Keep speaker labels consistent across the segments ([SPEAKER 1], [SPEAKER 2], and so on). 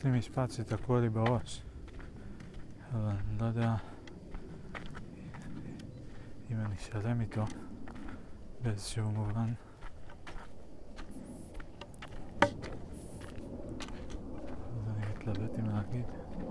[SPEAKER 1] יש לי משפט שתקוע לי בראש, אבל אני לא יודע אם אני שלם איתו באיזשהו מובן. אז אני מתלבט אם להגיד.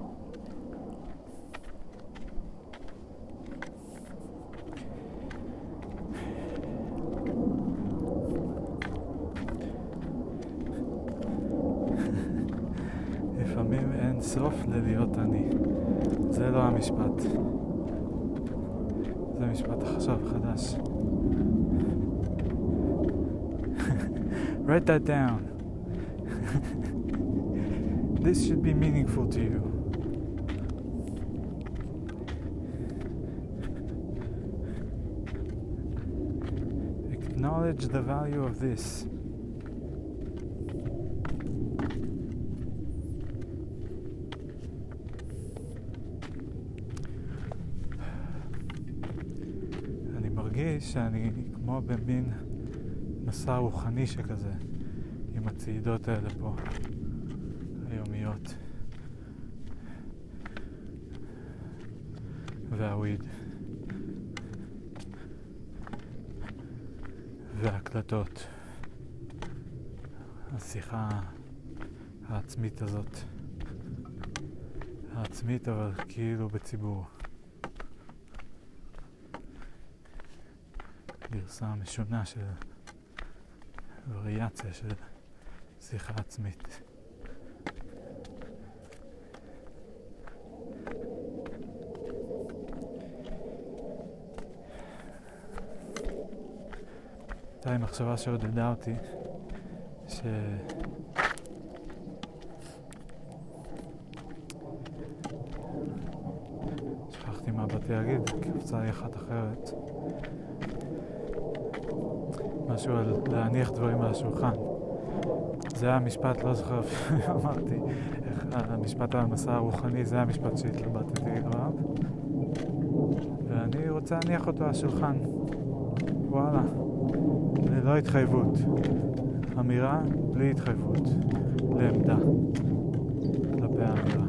[SPEAKER 1] לפעמים אין סוף ללהיות אני. זה לא המשפט. זה משפט עכשיו חדש. Write that down. This should be meaningful to you. Acknowledge the value of this. אני מרגיש שאני כמו במין מסע רוחני שכזה, עם הצעידות האלה פה, היומיות. והוויד. והקלטות. השיחה העצמית הזאת. העצמית אבל כאילו בציבור. גרסה משונה של וריאציה של שיחה עצמית. הייתה לי מחשבה שעודדה אותי שכחתי מה באתי להגיד, קפצה לי אחת אחרת. משהו על להניח דברים על השולחן. זה היה המשפט, לא זוכר, אמרתי, המשפט על המסע הרוחני, זה היה המשפט שהתלבטתי עליו. ואני רוצה להניח אותו על השולחן. וואלה. ללא התחייבות. אמירה בלי התחייבות. לעמדה. כלפי האמירה.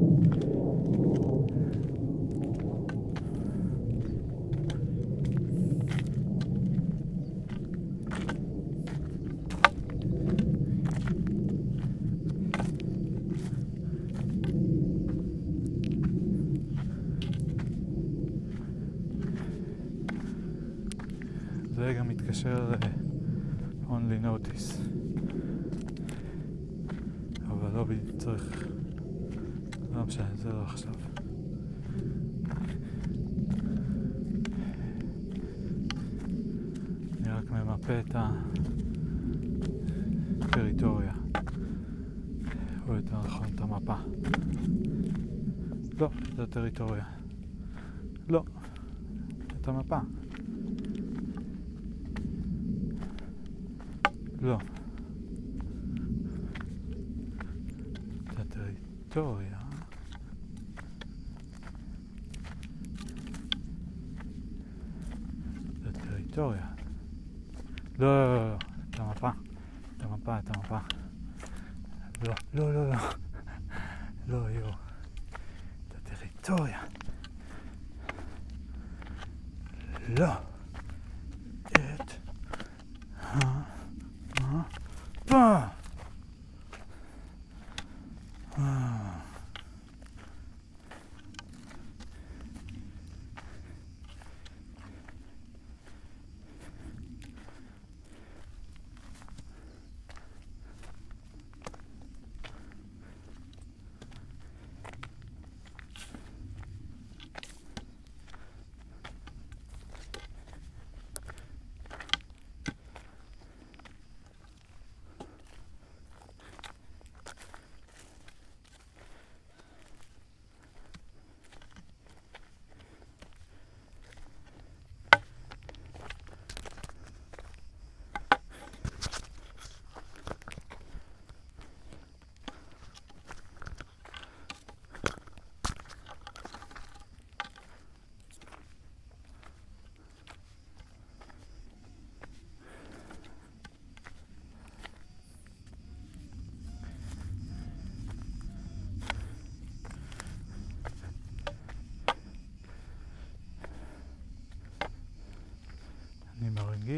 [SPEAKER 1] זה גם מתקשר ל-only notice, אבל לא צריך, לא משנה, זה לא עכשיו. אני רק ממפה את הטריטוריה, או יותר נכון את המפה. לא, זה הטריטוריה. לא, את המפה. לא. את הטריטוריה. את הטריטוריה. לא. את המפה. את המפה. לא. לא, יו. את הטריטוריה. לא. את המפה.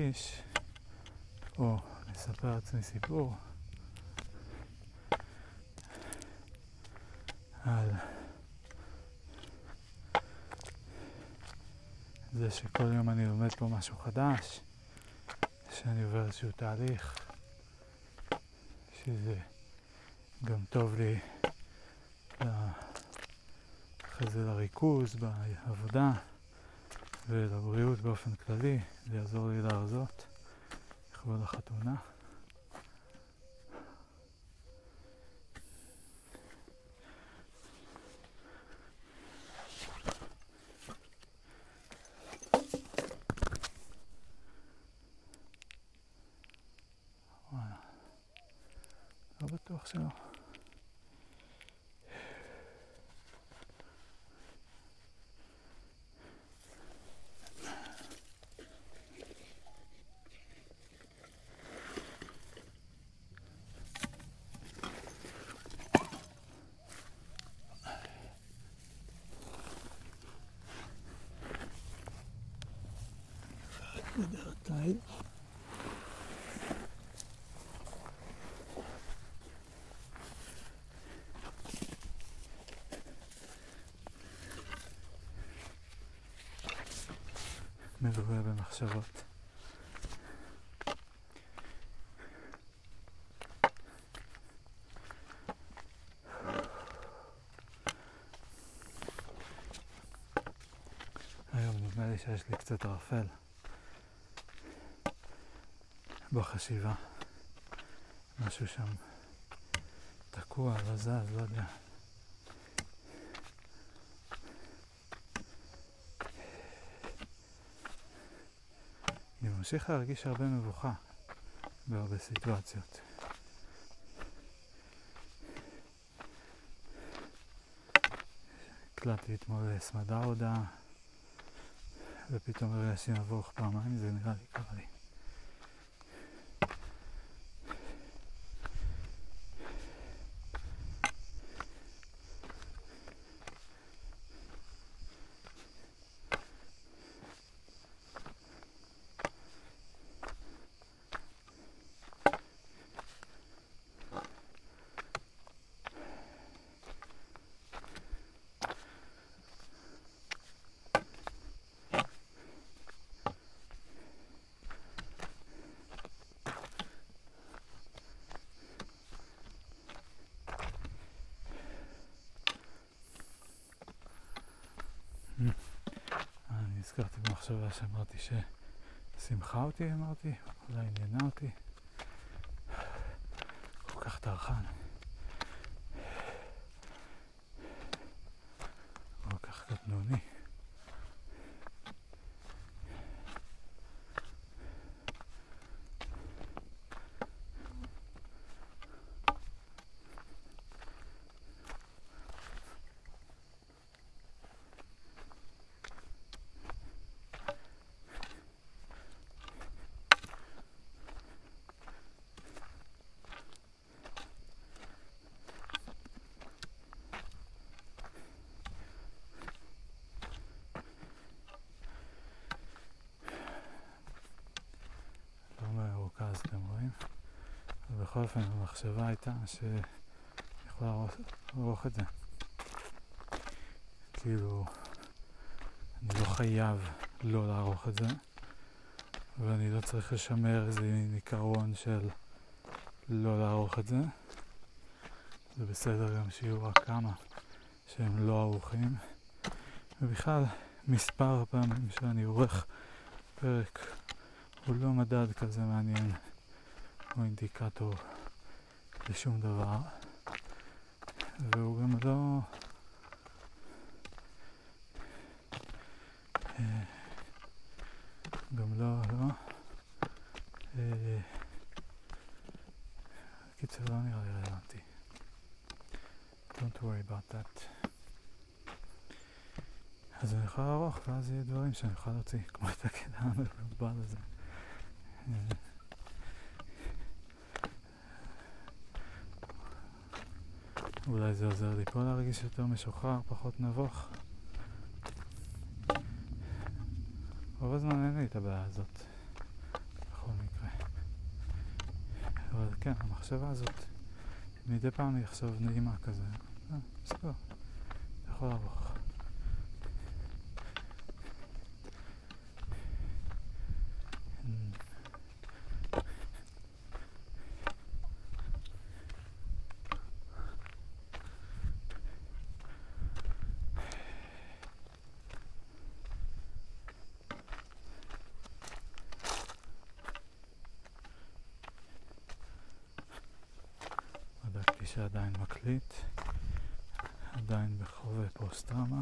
[SPEAKER 1] להרגיש, או לספר לעצמי סיפור על זה שכל יום אני לומד פה משהו חדש, שאני עובר איזשהו תהליך, שזה גם טוב לי אחרי זה לריכוז בעבודה ולבריאות באופן כללי, זה יעזור לי להרזות לכבוד החתונה. וואלה, לא בטוח שלא. בדרך תיל. מלווה במחשבות. היום נדמה לי שיש לי קצת ערפל בחשיבה. משהו שם תקוע, לא זז, לא יודע. אני ממשיך להרגיש הרבה מבוכה בהרבה סיטואציות. הקלטתי אתמול סמדר הודעה, ופתאום הרגשתי נבוך פעמיים, זה נראה לי קרה לי. אני הזכרתי במחשבה שאמרתי ששמחה אותי, אמרתי, אולי עניינה אותי. כל כך טרחן. כל כך קטנוני. אז אתם רואים, ובכל אופן המחשבה הייתה שיכולה לערוך את זה. כאילו, אני לא חייב לא לערוך את זה, ואני לא צריך לשמר איזה עיקרון של לא לערוך את זה. זה בסדר גם שיהיו רק כמה שהם לא ערוכים, ובכלל מספר פעמים שאני עורך פרק הוא לא מדד כזה מעניין או אינדיקטור לשום דבר, והוא גם לא קיצר לא נראה לי רלוונטי. Don't worry about that. אז אני יכול לערוך ואז יהיה דברים שאני יכול להוציא כמו את הקטע המבולבל הזה. אולי זה עוזר לי פה להרגיש יותר משוחרר, פחות נבוך. רוב הזמן אין לי את הבעיה הזאת. אבל כן, המחשבה הזאת, מדי פעם היא עכשיו נעימה כזה. בסדר, אתה יכול לערוך. בדקתי שעדיין מקליט, עדיין בחווה פוסט-טראומה.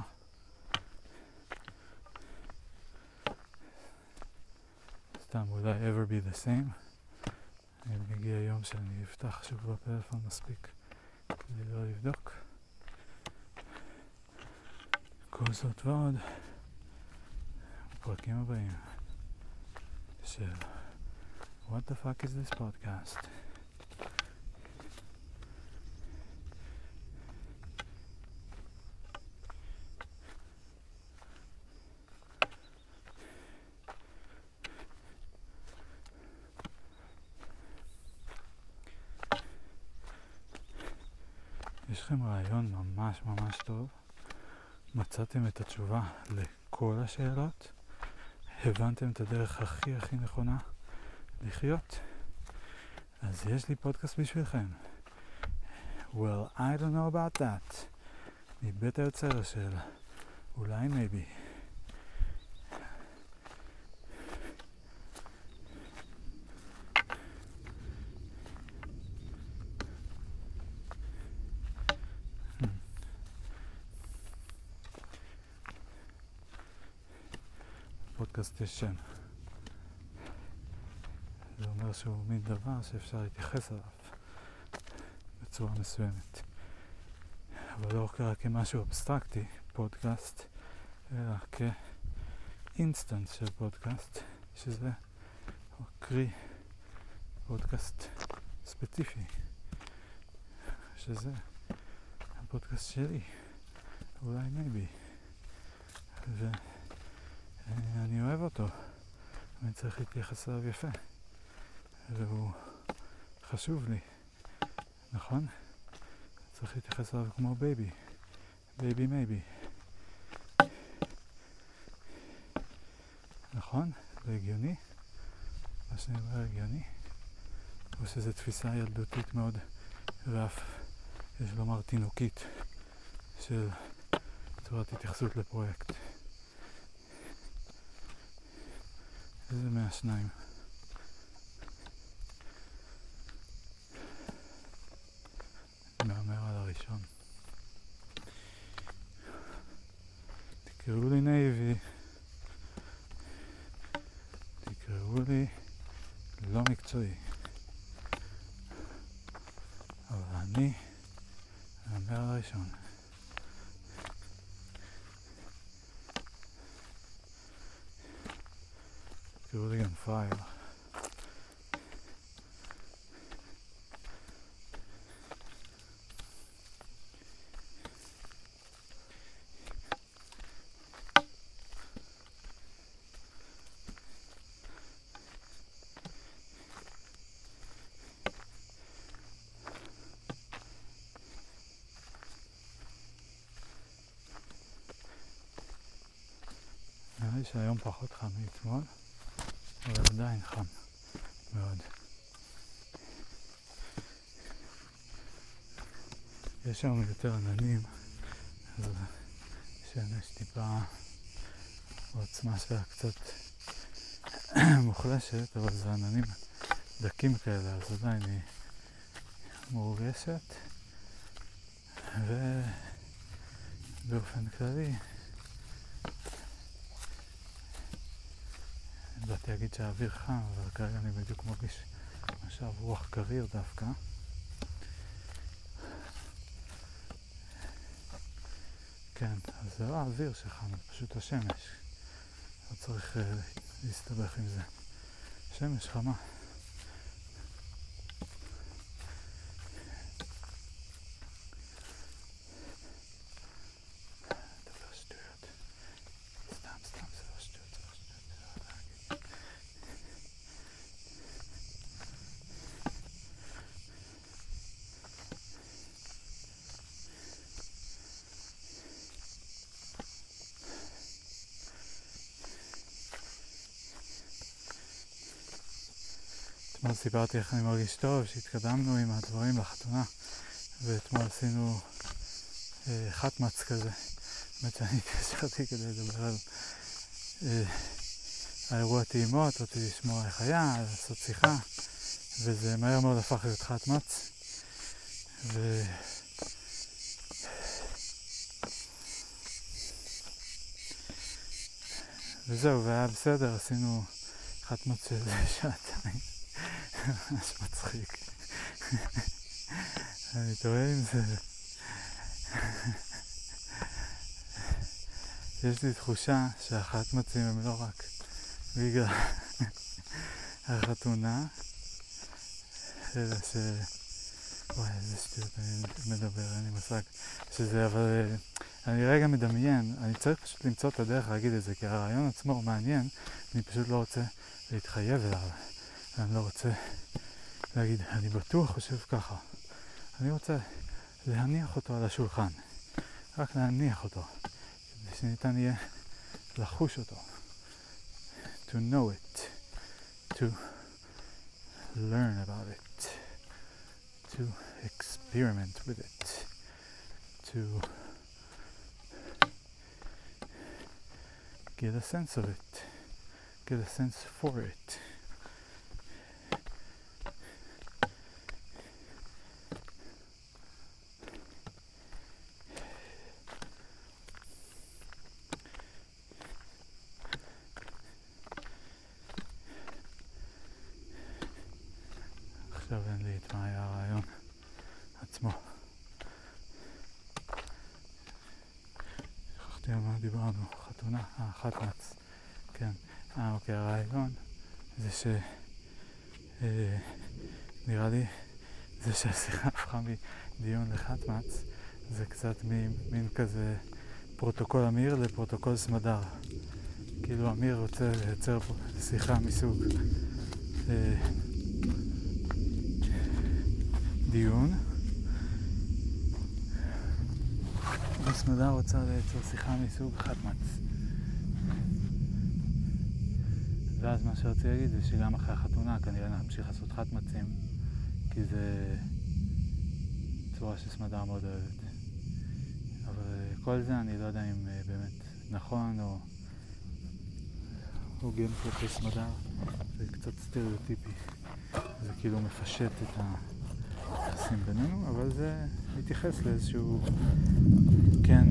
[SPEAKER 1] סתם, will I ever be the same? הגיע יום שאני אפתח שוב בפלאפון מספיק כדי לא לבדוק. כל זאת ועוד, בפרקים הבאים של What the fuck is this podcast? יש לכם רעיון ממש ממש טוב? מצאתם את התשובה לכל השאלות? הבנתם את הדרך הכי הכי נכונה לחיות? אז יש לי פודקאסט בשבילכם. Well, I don't know about that. מבית היוצר של אולי maybe. פודקאסט יש שם. זה אומר שהוא מין דבר שאפשר להתייחס אליו בצורה מסוימת. אבל לא רק כמשהו אבסטרקטי, פודקאסט, אלא כאינסטנס של פודקאסט, שזה קרי פודקאסט ספציפי, שזה הפודקאסט שלי, אולי maybe. ואני אוהב אותו, ואני צריך להתייחס אליו יפה, והוא חשוב לי, נכון? צריך להתייחס אליו כמו בייבי, בייבי מייבי, נכון? זה הגיוני? מה שאני אומר הגיוני? או שזו תפיסה ילדותית מאוד, ואף יש לומר תינוקית של צורת התייחסות לפרויקט. איזה מהשניים? מאמר על הראשון. תקראו לי נייבי, תקראו לי לא מקצועי, אבל אני מאמר על הראשון. תקראו לי גם פרייר. נראה לי שהיום פחות חם מאתמול, אבל עדיין חם מאוד. יש שם יותר עננים, אז שמש טיפה העוצמה שלה קצת מוחלשת, אבל זה עננים דקים כאלה, אז עדיין היא מורגשת, ובאופן כללי באתי להגיד שהאוויר חם, אבל כרגע אני בדיוק מרגיש משהו רוח קריר דווקא. כן, אז זה לא האוויר שחם, זה פשוט השמש. לא צריך להסתבך עם זה. שמש חמה. אתמול סיפרתי איך אני מרגיש טוב, שהתקדמנו עם הדברים לחתונה, ואתמול עשינו חתמץ כזה. באמת שאני התקשרתי כדי לדבר על האירוע טעימות, רציתי לשמוע איך היה, לעשות שיחה, וזה מהר מאוד הפך להיות חתמץ. וזהו, והיה בסדר, עשינו חתמץ של שעתיים. ממש מצחיק. אני תוהה אם זה... יש לי תחושה שהחתמצים הם לא רק בגלל החתונה, אלא ש... וואי, איזה שטויות אני מדבר, אין לי מושג שזה, אבל אני רגע מדמיין, אני צריך פשוט למצוא את הדרך להגיד את זה, כי הרעיון עצמו הוא מעניין, אני פשוט לא רוצה להתחייב אליו, אני לא רוצה להגיד, אני בטוח חושב ככה, אני רוצה להניח אותו על השולחן, רק להניח אותו, כדי שניתן יהיה לחוש אותו, to know it, to learn about it, to experiment with it, to get a sense of it, get a sense for it. עכשיו אין לי את מה היה הרעיון עצמו. שכחתי על מה דיברנו, חתונה, חתמץ, כן. אוקיי, הרעיון זה ש... נראה לי זה שהשיחה הפכה מדיון לחתמץ, זה קצת מין כזה פרוטוקול אמיר לפרוטוקול סמדר. כאילו אמיר רוצה לייצר פה שיחה מסוג דיון, וסמדר רוצה לייצר שיחה מסוג חתמץ. ואז מה שרציתי להגיד זה שגם אחרי החתונה כנראה נמשיך לעשות חתמצים, כי זה צורה שסמדר מאוד אוהבת. אבל כל זה אני לא יודע אם באמת נכון או הוגן כלפי סמדר. זה קצת סטריאוטיפי, זה כאילו מפשט את היחסים בינינו, אבל זה מתייחס לאיזשהו כן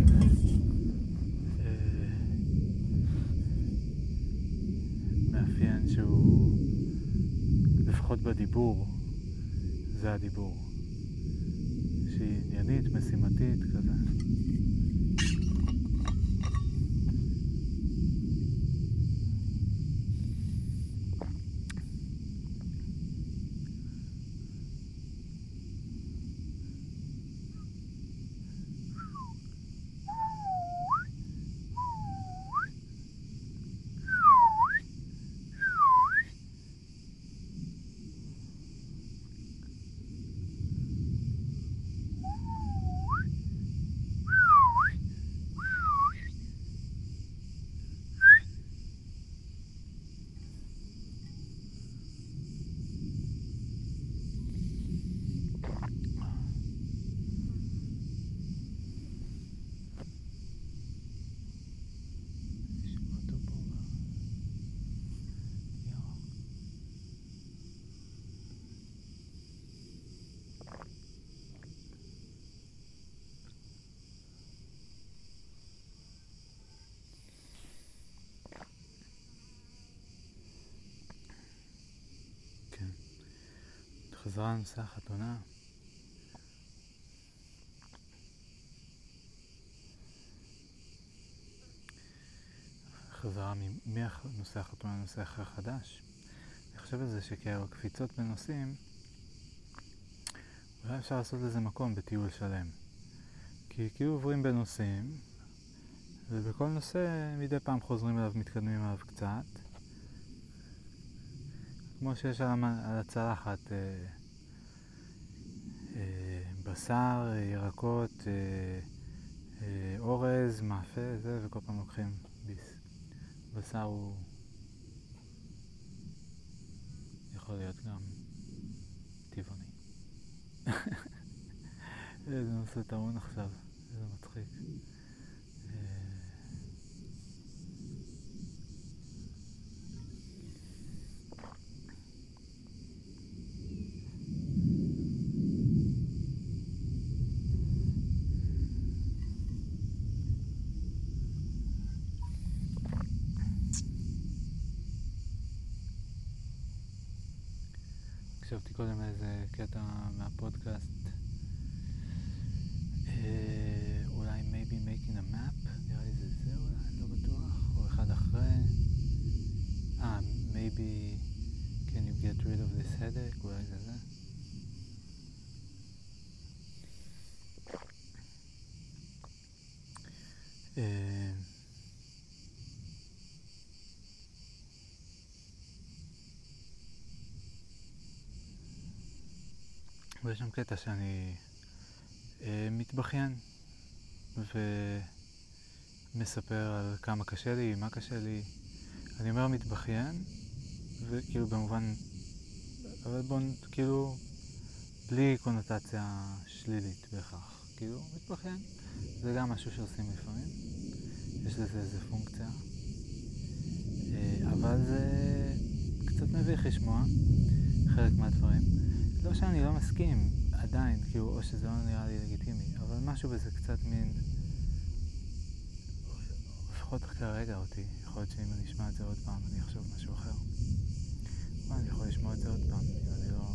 [SPEAKER 1] מאפיין שהוא לפחות בדיבור, זה הדיבור שהיא עניינית, משימתית כזה. חזרה לנושא החתונה. חזרה מנושא החתונה לנושא אחר חדש. אני חושב על זה שכקפיצות בנושאים, אולי אפשר לעשות לזה מקום בטיול שלם. כי כאילו עוברים בנושאים, ובכל נושא מדי פעם חוזרים אליו, מתקדמים אליו קצת. כמו שיש על הצלחת בשר, ירקות, אורז, מאפה, זה, וכל פעם לוקחים ביס. בשר הוא יכול להיות גם איזה נושא טעון עכשיו, איזה מצחיק. הקשבתי קודם איזה קטע מהפודקאסט, אולי maybe making a map, נראה לי זה אולי, אני לא בטוח, או אחד אחרי, maybe can you get rid of this headache, אולי זה זה. ויש שם קטע שאני מתבכיין ומספר על כמה קשה לי, מה קשה לי. אני אומר מתבכיין, וכאילו במובן, אבל בוא, כאילו, בלי קונוטציה שלילית בהכרח. כאילו, מתבכיין. זה גם משהו שעושים לפעמים. יש לזה איזה פונקציה. אבל זה קצת מביך לשמוע חלק מהדברים. לא שאני לא מסכים עדיין, כאילו, או שזה לא נראה לי לגיטימי, אבל משהו בזה קצת מין, לפחות כרגע אותי, יכול להיות שאם אני אשמע את זה עוד פעם, אני אחשוב משהו אחר. אבל אני יכול לשמוע את זה עוד פעם, אם אני לא...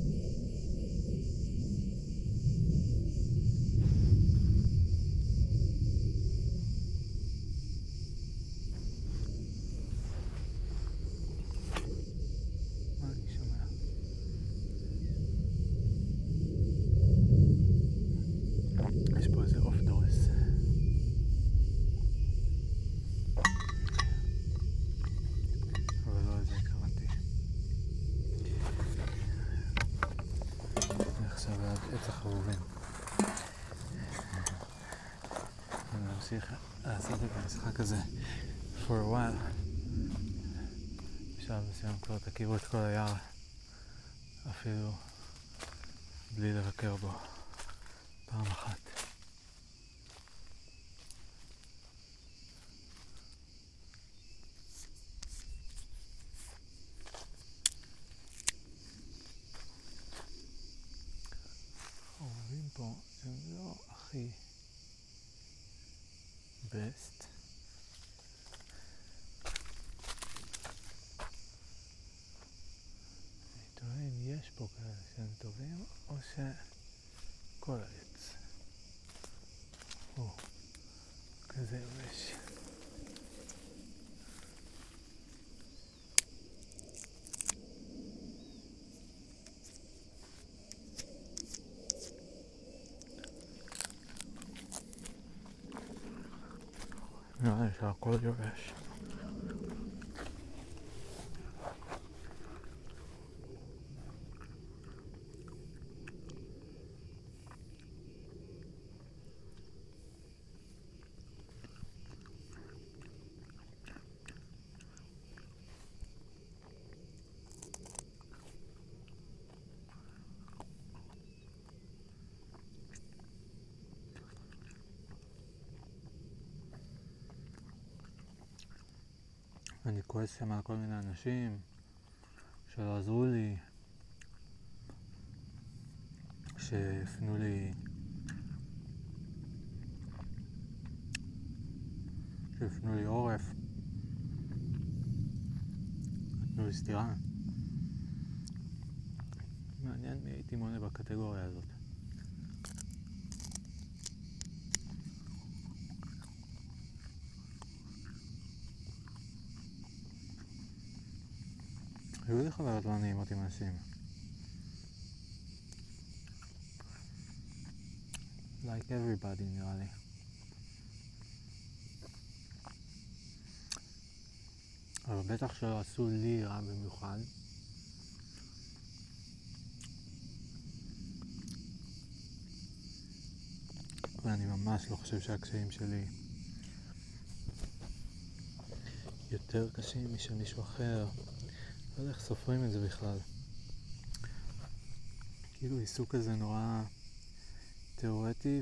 [SPEAKER 1] נמשיך לעשות את המשחק הזה for a while. בשלב מסוים כבר תכירו את כל היער, אפילו בלי לבקר בו פעם אחת. חורבים פה הם לא הכי best. אני תוהה אם יש פה כאלה שהם טובים או שכל העץ הוא כזה יבש. נראה לי שהכל יבש. אני כועס שם על כל מיני אנשים שלא עזרו לי, שהפנו לי עורף, נתנו לי סתירה. מעניין מי הייתי מונה בקטגוריה הזאת. היו לי חברות לא נעימות עם אנשים. Like everybody נראה לי. אבל בטח שלא עשו לי רע במיוחד. ואני ממש לא חושב שהקשיים שלי יותר קשים משל מישהו אחר. לא יודע איך סופרים את זה בכלל. כאילו עיסוק כזה נורא תיאורטי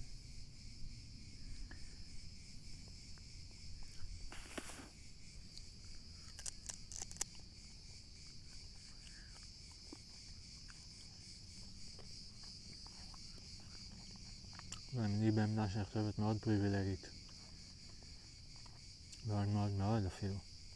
[SPEAKER 1] ואני בעמדה שנחשבת מאוד פריבילגית. מאוד מאוד מאוד אפילו.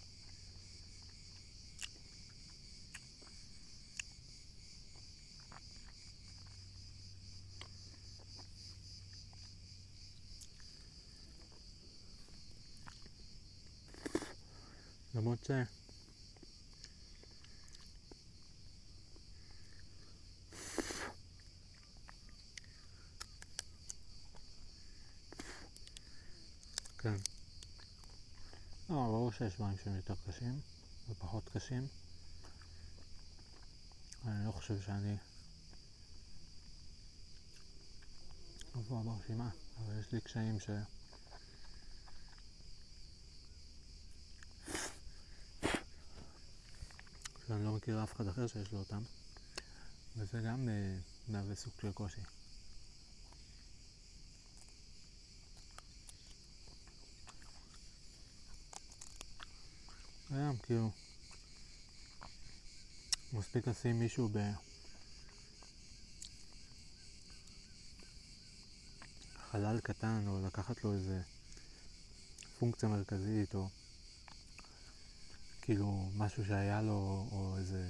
[SPEAKER 1] למרות כן. ברור שיש דברים שהם יותר קשים ופחות קשים. אני לא חושב שאני גבוה ברשימה, אבל יש לי קשיים שאני לא מכיר אף אחד אחר שיש לו אותם, וזה גם מהווה סוג של קושי. היום כאילו מספיק לשים מישהו בחלל קטן, או לקחת לו איזה פונקציה מרכזית, או כאילו משהו שהיה לו, או איזה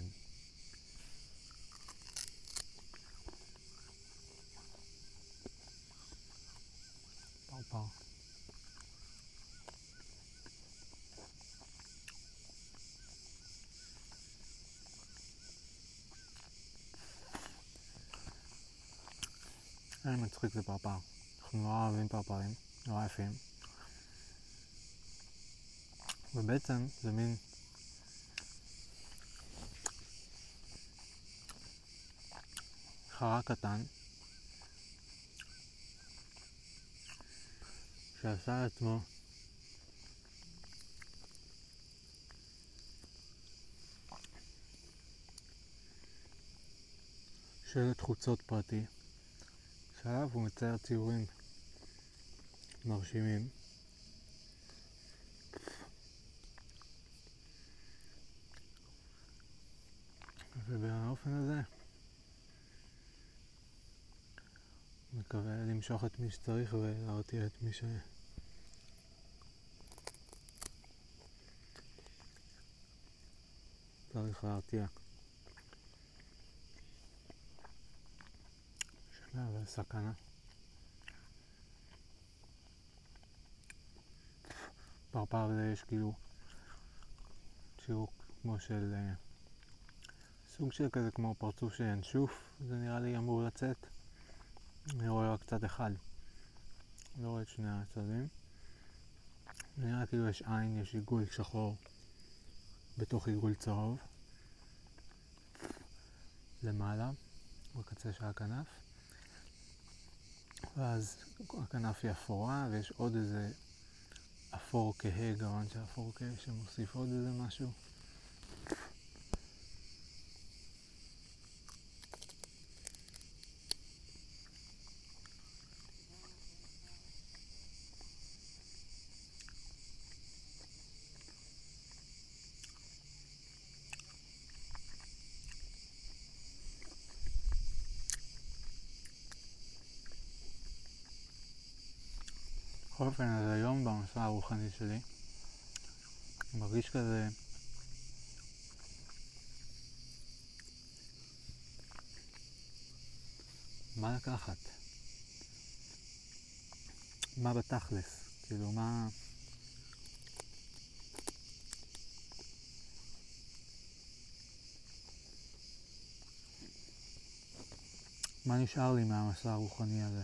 [SPEAKER 1] פרפר. אני מצחיק, זה פרפר. אנחנו נורא אוהבים פרפרים, נורא יפים. ובעצם זה מין חרה קטן שעשה לעצמו שלט חוצות פרטי, שעליו הוא מצייר ציורים מרשימים. ובאופן הזה מקווה למשוך את מי שצריך ולהרתיע את מי שצריך להרתיע. שמהווה סכנה. פרפר זה יש כאילו ציור כמו של סוג של כזה כמו פרצוף של ינשוף, זה נראה לי אמור לצאת. אני רואה רק צד אחד, לא רואה את שני הצדדים. נראה כאילו יש עין, יש עיגול שחור בתוך עיגול צהוב למעלה בקצה של הכנף, ואז הכנף היא אפורה ויש עוד איזה אפור כהה, גוון של אפור כהה שמוסיף עוד איזה משהו. בכל אופן, אז היום במסע הרוחני שלי אני מרגיש כזה מה לקחת? מה בתכלס? כאילו מה נשאר לי מהמסע הרוחני הזה?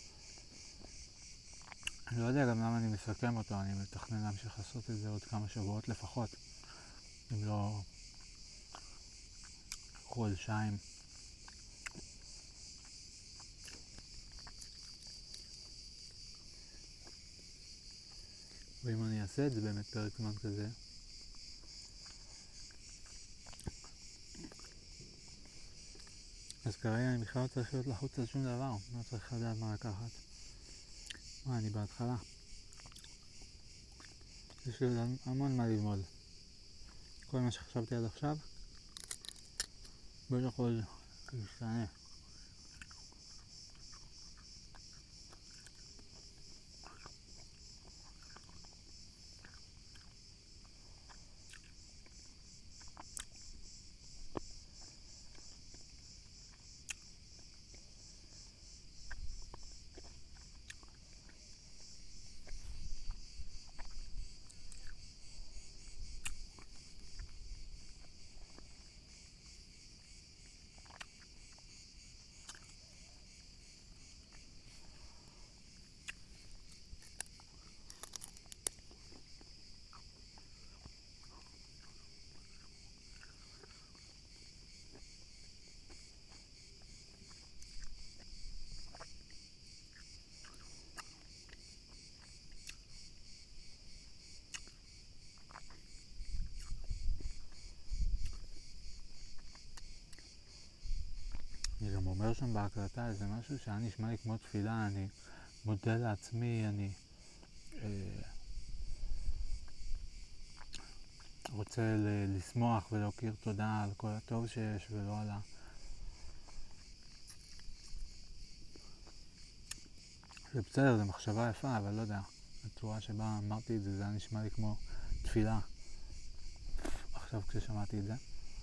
[SPEAKER 1] אני לא יודע גם למה אני מסכם אותו, אני מתכנן להמשיך לעשות את זה עוד כמה שבועות לפחות, אם לא חודשיים. ואם אני אעשה את זה באמת פרק זמן כזה, אז אז כרגע אני בכלל לא צריך להיות לחוץ על שום דבר, לא צריך לדעת מה לקחת. אני בהתחלה. יש לי המון מה ללמוד. כל מה שחשבתי עד עכשיו, בטח עוד להשתנה. אני גם אומר שם בהקלטה איזה משהו שהיה נשמע לי כמו תפילה, אני מודה לעצמי, אני רוצה לשמוח ולהוקיר תודה על כל הטוב שיש ולא על זה בסדר, זו מחשבה יפה, אבל לא יודע, הצורה שבה אמרתי את זה, זה היה נשמע לי כמו תפילה עכשיו כששמעתי את זה.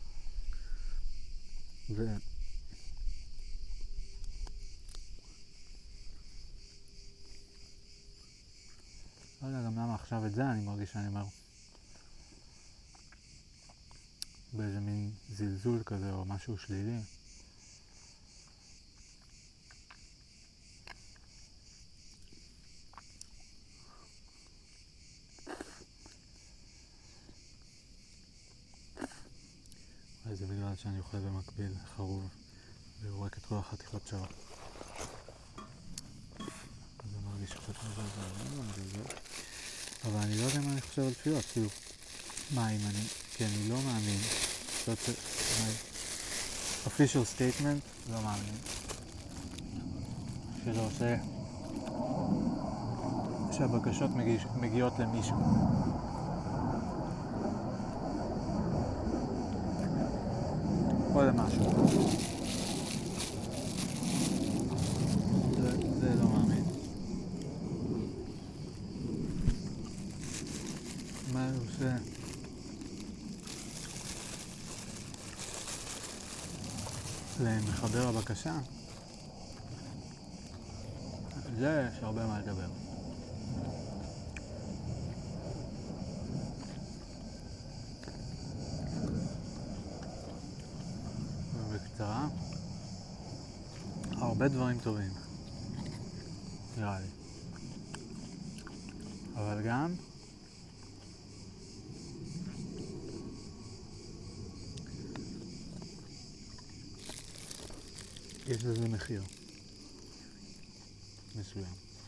[SPEAKER 1] לא יודע גם למה עכשיו את זה אני מרגיש שאני אומר באיזה מין זלזול כזה או משהו שלילי. אולי זה בגלל שאני אוכל במקביל חרוב ויורק את כל החתיכות שלו. אז אני מרגיש קצת מזלזל, אבל אני לא יודע מה אני חושב על תפילות, כאילו מה אם אני, כי אני לא מאמין, official statement, לא מאמין שזה עושה שהבקשות מגיעות למישהו. או למשהו. זה לא מאמין. מה הוא עושה? למחבר הבקשה? זה יש הרבה מה לדבר. ובקצרה, הרבה דברים טובים, נראה לי. אבל גם יש לזה מחיר מסוים.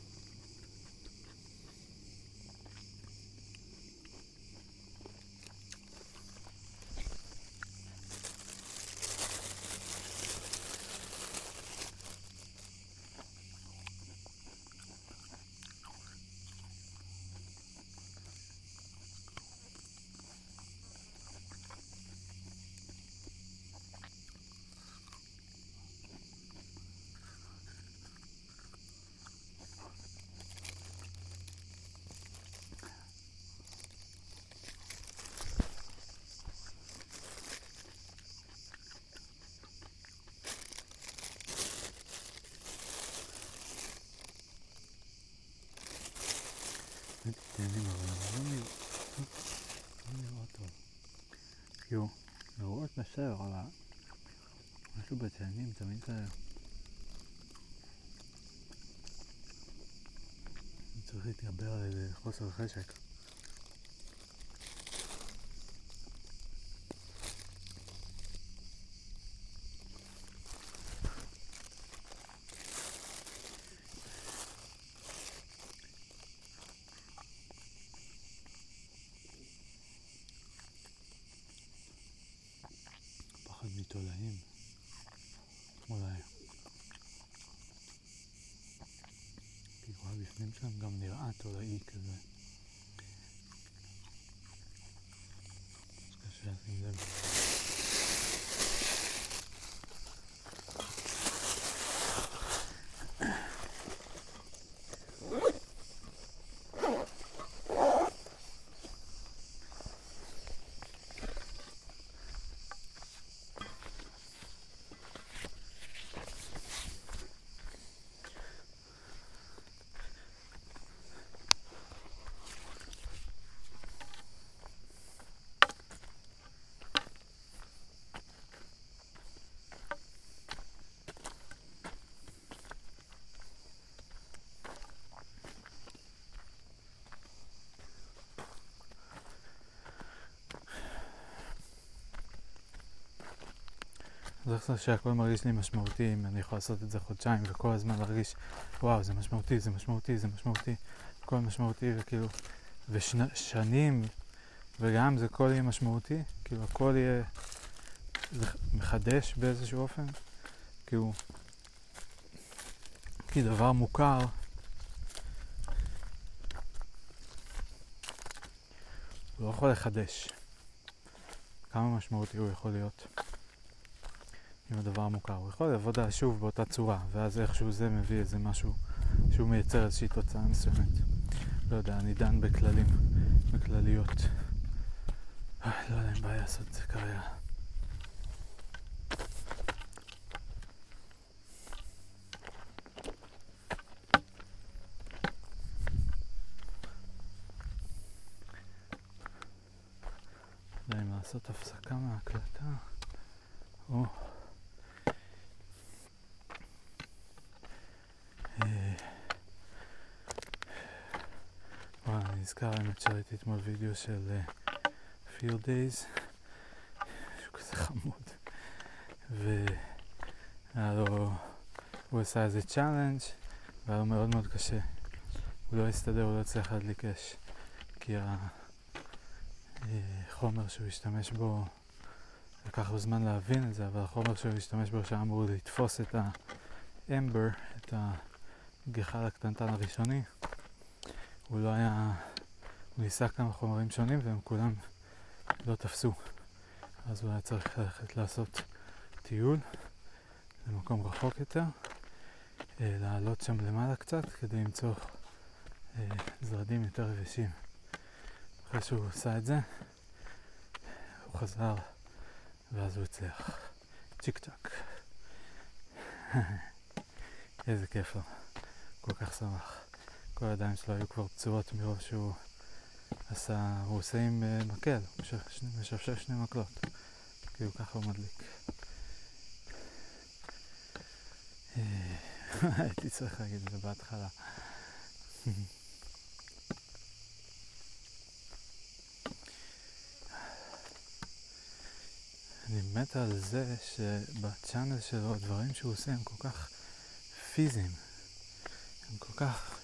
[SPEAKER 1] תהנים, אבל לא נראה טוב. כאילו, נראות בסדר, אבל משהו בתהנים תמיד כזה. אני צריך להתגבר על איזה חוסר חשק. פחד מתולעים. כמו שבפנים שלהם גם נראה תולעי כזה. קשה לשים לב. אז איך זה שהכל מרגיש לי משמעותי, אם אני יכול לעשות את זה חודשיים וכל הזמן להרגיש וואו זה משמעותי, זה משמעותי, זה משמעותי, הכל משמעותי וכאילו ושנים וגם זה הכל יהיה משמעותי, כאילו הכל יהיה מחדש באיזשהו אופן, כאילו כי דבר מוכר הוא לא יכול לחדש כמה משמעותי הוא יכול להיות אם הדבר מוכר. הוא יכול לעבוד שוב באותה צורה, ואז איכשהו זה מביא איזה משהו שהוא מייצר איזושהי תוצאה מסוימת. לא יודע, אני דן בכללים, בכלליות. לא יודע אם בעיה לעשות את זה כרגע. לא יודע אם לעשות הפסקה מההקלטה. אני נזכר האמת שראיתי אתמול וידאו של Field Days, שהוא כזה חמוד, והיה לו, הוא עשה איזה צ'אלנג' והיה לו מאוד מאוד קשה. הוא לא הסתדר, הוא לא הצליח להדליק אש, כי החומר שהוא השתמש בו, לקח לו זמן להבין את זה, אבל החומר שהוא השתמש בו שהיה אמור לתפוס את האמבר, את הגחל הקטנטן הראשוני, הוא לא היה, הוא ניסה כמה חומרים שונים והם כולם לא תפסו. אז הוא היה צריך ללכת לעשות טיול למקום רחוק יותר, לעלות שם למעלה קצת כדי למצוא זרדים יותר יבשים. אחרי שהוא עשה את זה, הוא חזר ואז הוא הצליח. צ'יק צ'ק. איזה כיף לו. כל כך שמח. כל הידיים שלו היו כבר פצועות מרוב שהוא עשה, הוא עושה עם מקל, משפשף שני מקלות. כאילו ככה הוא מדליק. הייתי צריך להגיד את זה בהתחלה. אני מת על זה שבצ'אנל שלו הדברים שהוא עושה הם כל כך פיזיים. הם כל כך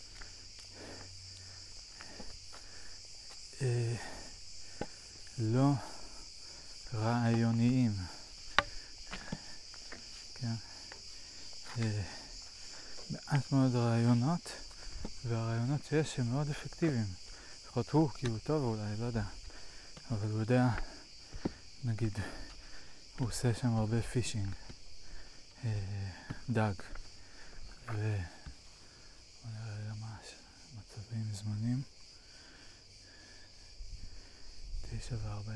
[SPEAKER 1] לא רעיוניים. כן. מעט מאוד רעיונות, והרעיונות שיש הם מאוד אפקטיביים. לפחות הוא, כי הוא טוב אולי, לא יודע. אבל הוא יודע, נגיד, הוא עושה שם הרבה פישינג, דג, בוא נראה ממש מצבים זמנים. 9:40.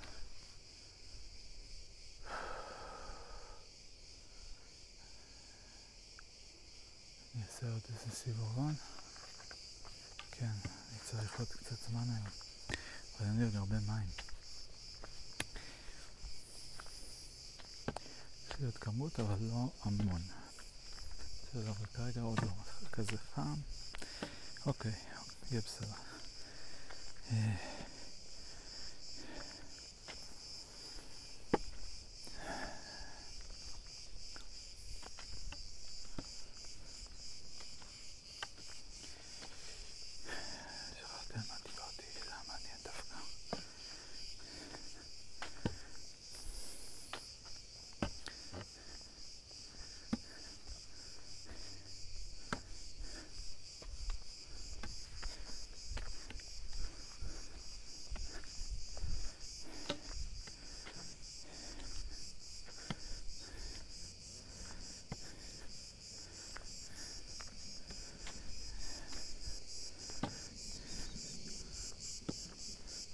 [SPEAKER 1] אני אעשה עוד איזה סיבובון. כן, אני צריך עוד קצת זמן היום, אבל אין לי עוד הרבה מים. יש לי עוד כמות, אבל לא המון. בסדר, אבל כרגע עוד לא כזה חם. אוקיי, יהיה בסדר.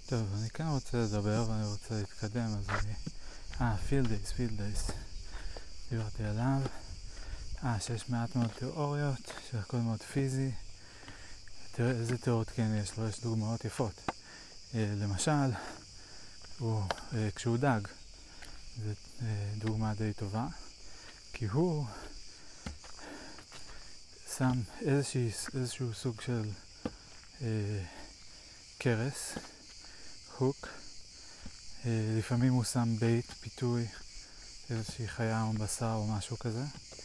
[SPEAKER 1] טוב, אני כאן רוצה לדבר ואני רוצה להתקדם, אז field days, דיברתי עליו. שיש מעט מאוד תיאוריות, שהכל מאוד פיזי. תראה איזה תיאוריות כן יש לו, יש דוגמאות יפות. למשל, כשהוא דג, זו דוגמה די טובה, כי הוא שם איזשהו סוג של קרס, הוק, לפעמים הוא שם בית, פיתוי, איזושהי חיה או בשר או משהו כזה,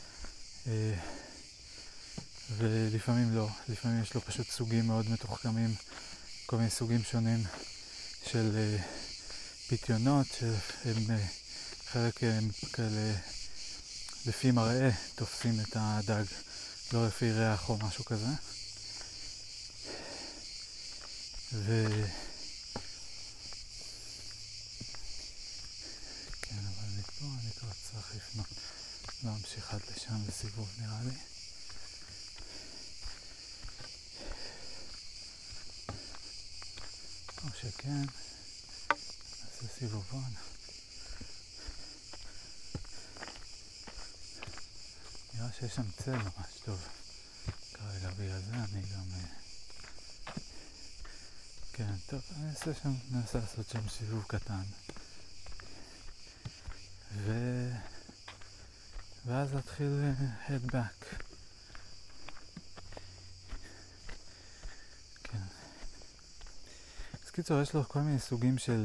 [SPEAKER 1] ולפעמים לא, לפעמים יש לו פשוט סוגים מאוד מתוחכמים, כל מיני סוגים שונים של פיתיונות, שהם חלק כאלה לפי מראה תופסים את הדג, לא לפי ריח או משהו כזה. כן, אבל אני כבר צריך לפנות, לא אמשיך עד לשם לסיבוב נראה לי. או שכן, נעשה סיבובון. נראה שיש שם צל ממש טוב. כרגע בגלל זה אני גם... כן, טוב, אני ננסה לעשות שם סיבוב קטן. ואז להתחיל head back. כן. אז קיצור, יש לו כל מיני סוגים של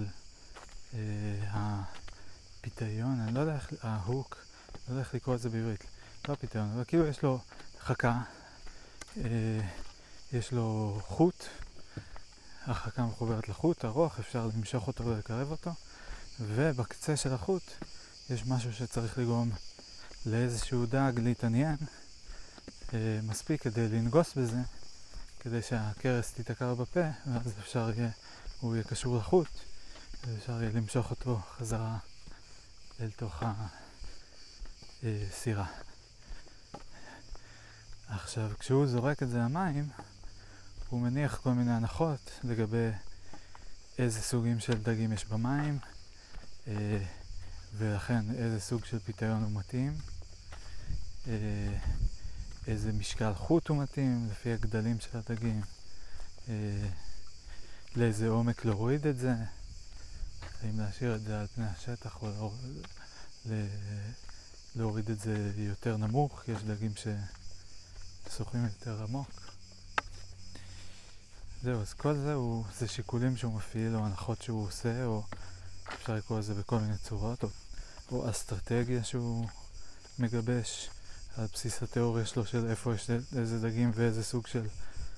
[SPEAKER 1] הפיתיון, אני לא יודע איך, ההוק, לא יודע איך לקרוא את זה בעברית. לא פיתיון, אבל כאילו יש לו חכה, יש לו חוט, החכה מחוברת לחוט ארוך, אפשר למשוך אותו ולקרב אותו, ובקצה של החוט יש משהו שצריך לגרום לאיזשהו דג להתעניין מספיק כדי לנגוס בזה, כדי שהקרס תתעקר בפה, ואז אפשר יהיה, הוא יהיה קשור לחוט, ואפשר יהיה למשוך אותו חזרה אל תוך הסירה. עכשיו, כשהוא זורק את זה למים, הוא מניח כל מיני הנחות לגבי איזה סוגים של דגים יש במים, ולכן איזה סוג של פיתיון הוא מתאים, איזה משקל חוט הוא מתאים לפי הגדלים של הדגים, לאיזה עומק להוריד את זה, האם להשאיר את זה על פני השטח או להוריד את זה יותר נמוך, כי יש דגים ששוחים יותר עמוק. זהו, אז כל זה שיקולים שהוא מפעיל או הנחות שהוא עושה, או אפשר לקרוא לזה בכל מיני צורות, או אסטרטגיה שהוא מגבש על בסיס התיאוריה שלו של איפה יש איזה דגים ואיזה סוג של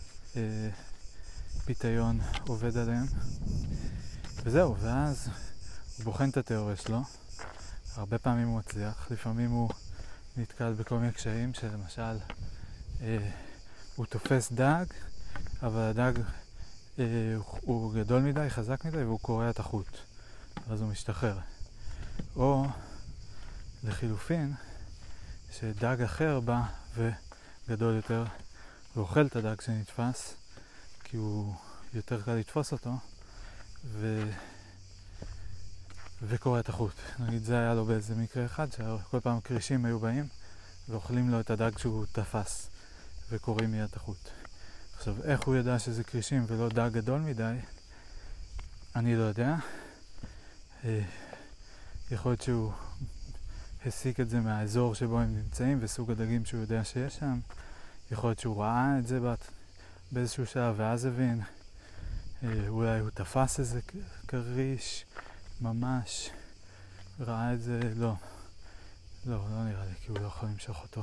[SPEAKER 1] פיתיון עובד עליהם. וזהו, ואז הוא בוחן את התיאוריה שלו. הרבה פעמים הוא מצליח, לפעמים הוא נתקל בכל מיני קשיים, שלמשל הוא תופס דג, אבל הדג הוא גדול מדי, חזק מדי, והוא קורע את החוט, אז הוא משתחרר. או לחילופין, שדג אחר בא וגדול יותר ואוכל את הדג שנתפס, כי הוא יותר קל לתפוס אותו, וקורע את החוט. נגיד, זה היה לו באיזה מקרה אחד, שכל פעם קרישים היו באים ואוכלים לו את הדג שהוא תפס וקוראים מיד את החוט. עכשיו, איך הוא ידע שזה קרישים ולא דג גדול מדי? אני לא יודע. יכול להיות שהוא הסיק את זה מהאזור שבו הם נמצאים וסוג הדגים שהוא יודע שיש שם. יכול להיות שהוא ראה את זה באיזשהו שלב ואז הבין. אולי הוא תפס איזה קריש ממש, ראה את זה, לא נראה לי, כי הוא לא יכול למשוך אותו.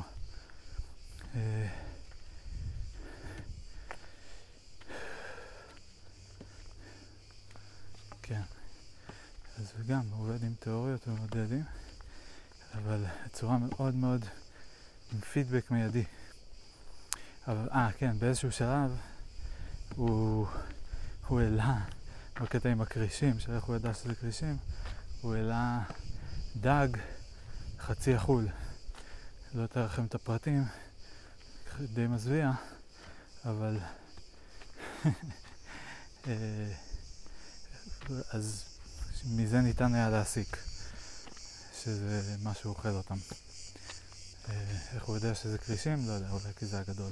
[SPEAKER 1] כן, אז גם עובד עם תיאוריות ומודלים, אבל בצורה מאוד מאוד עם פידבק מיידי. אבל, כן, באיזשהו שלב הוא העלה, בקטע עם הקרישים, שאיך הוא ידע שזה קרישים, הוא העלה דג חצי אכול. לא אתאר לכם את הפרטים, די מזוויע, אבל אז מזה ניתן היה להסיק שזה משהו אוכל אותם. איך הוא יודע שזה קרישים? לא יודע, אולי כי זה הגדול.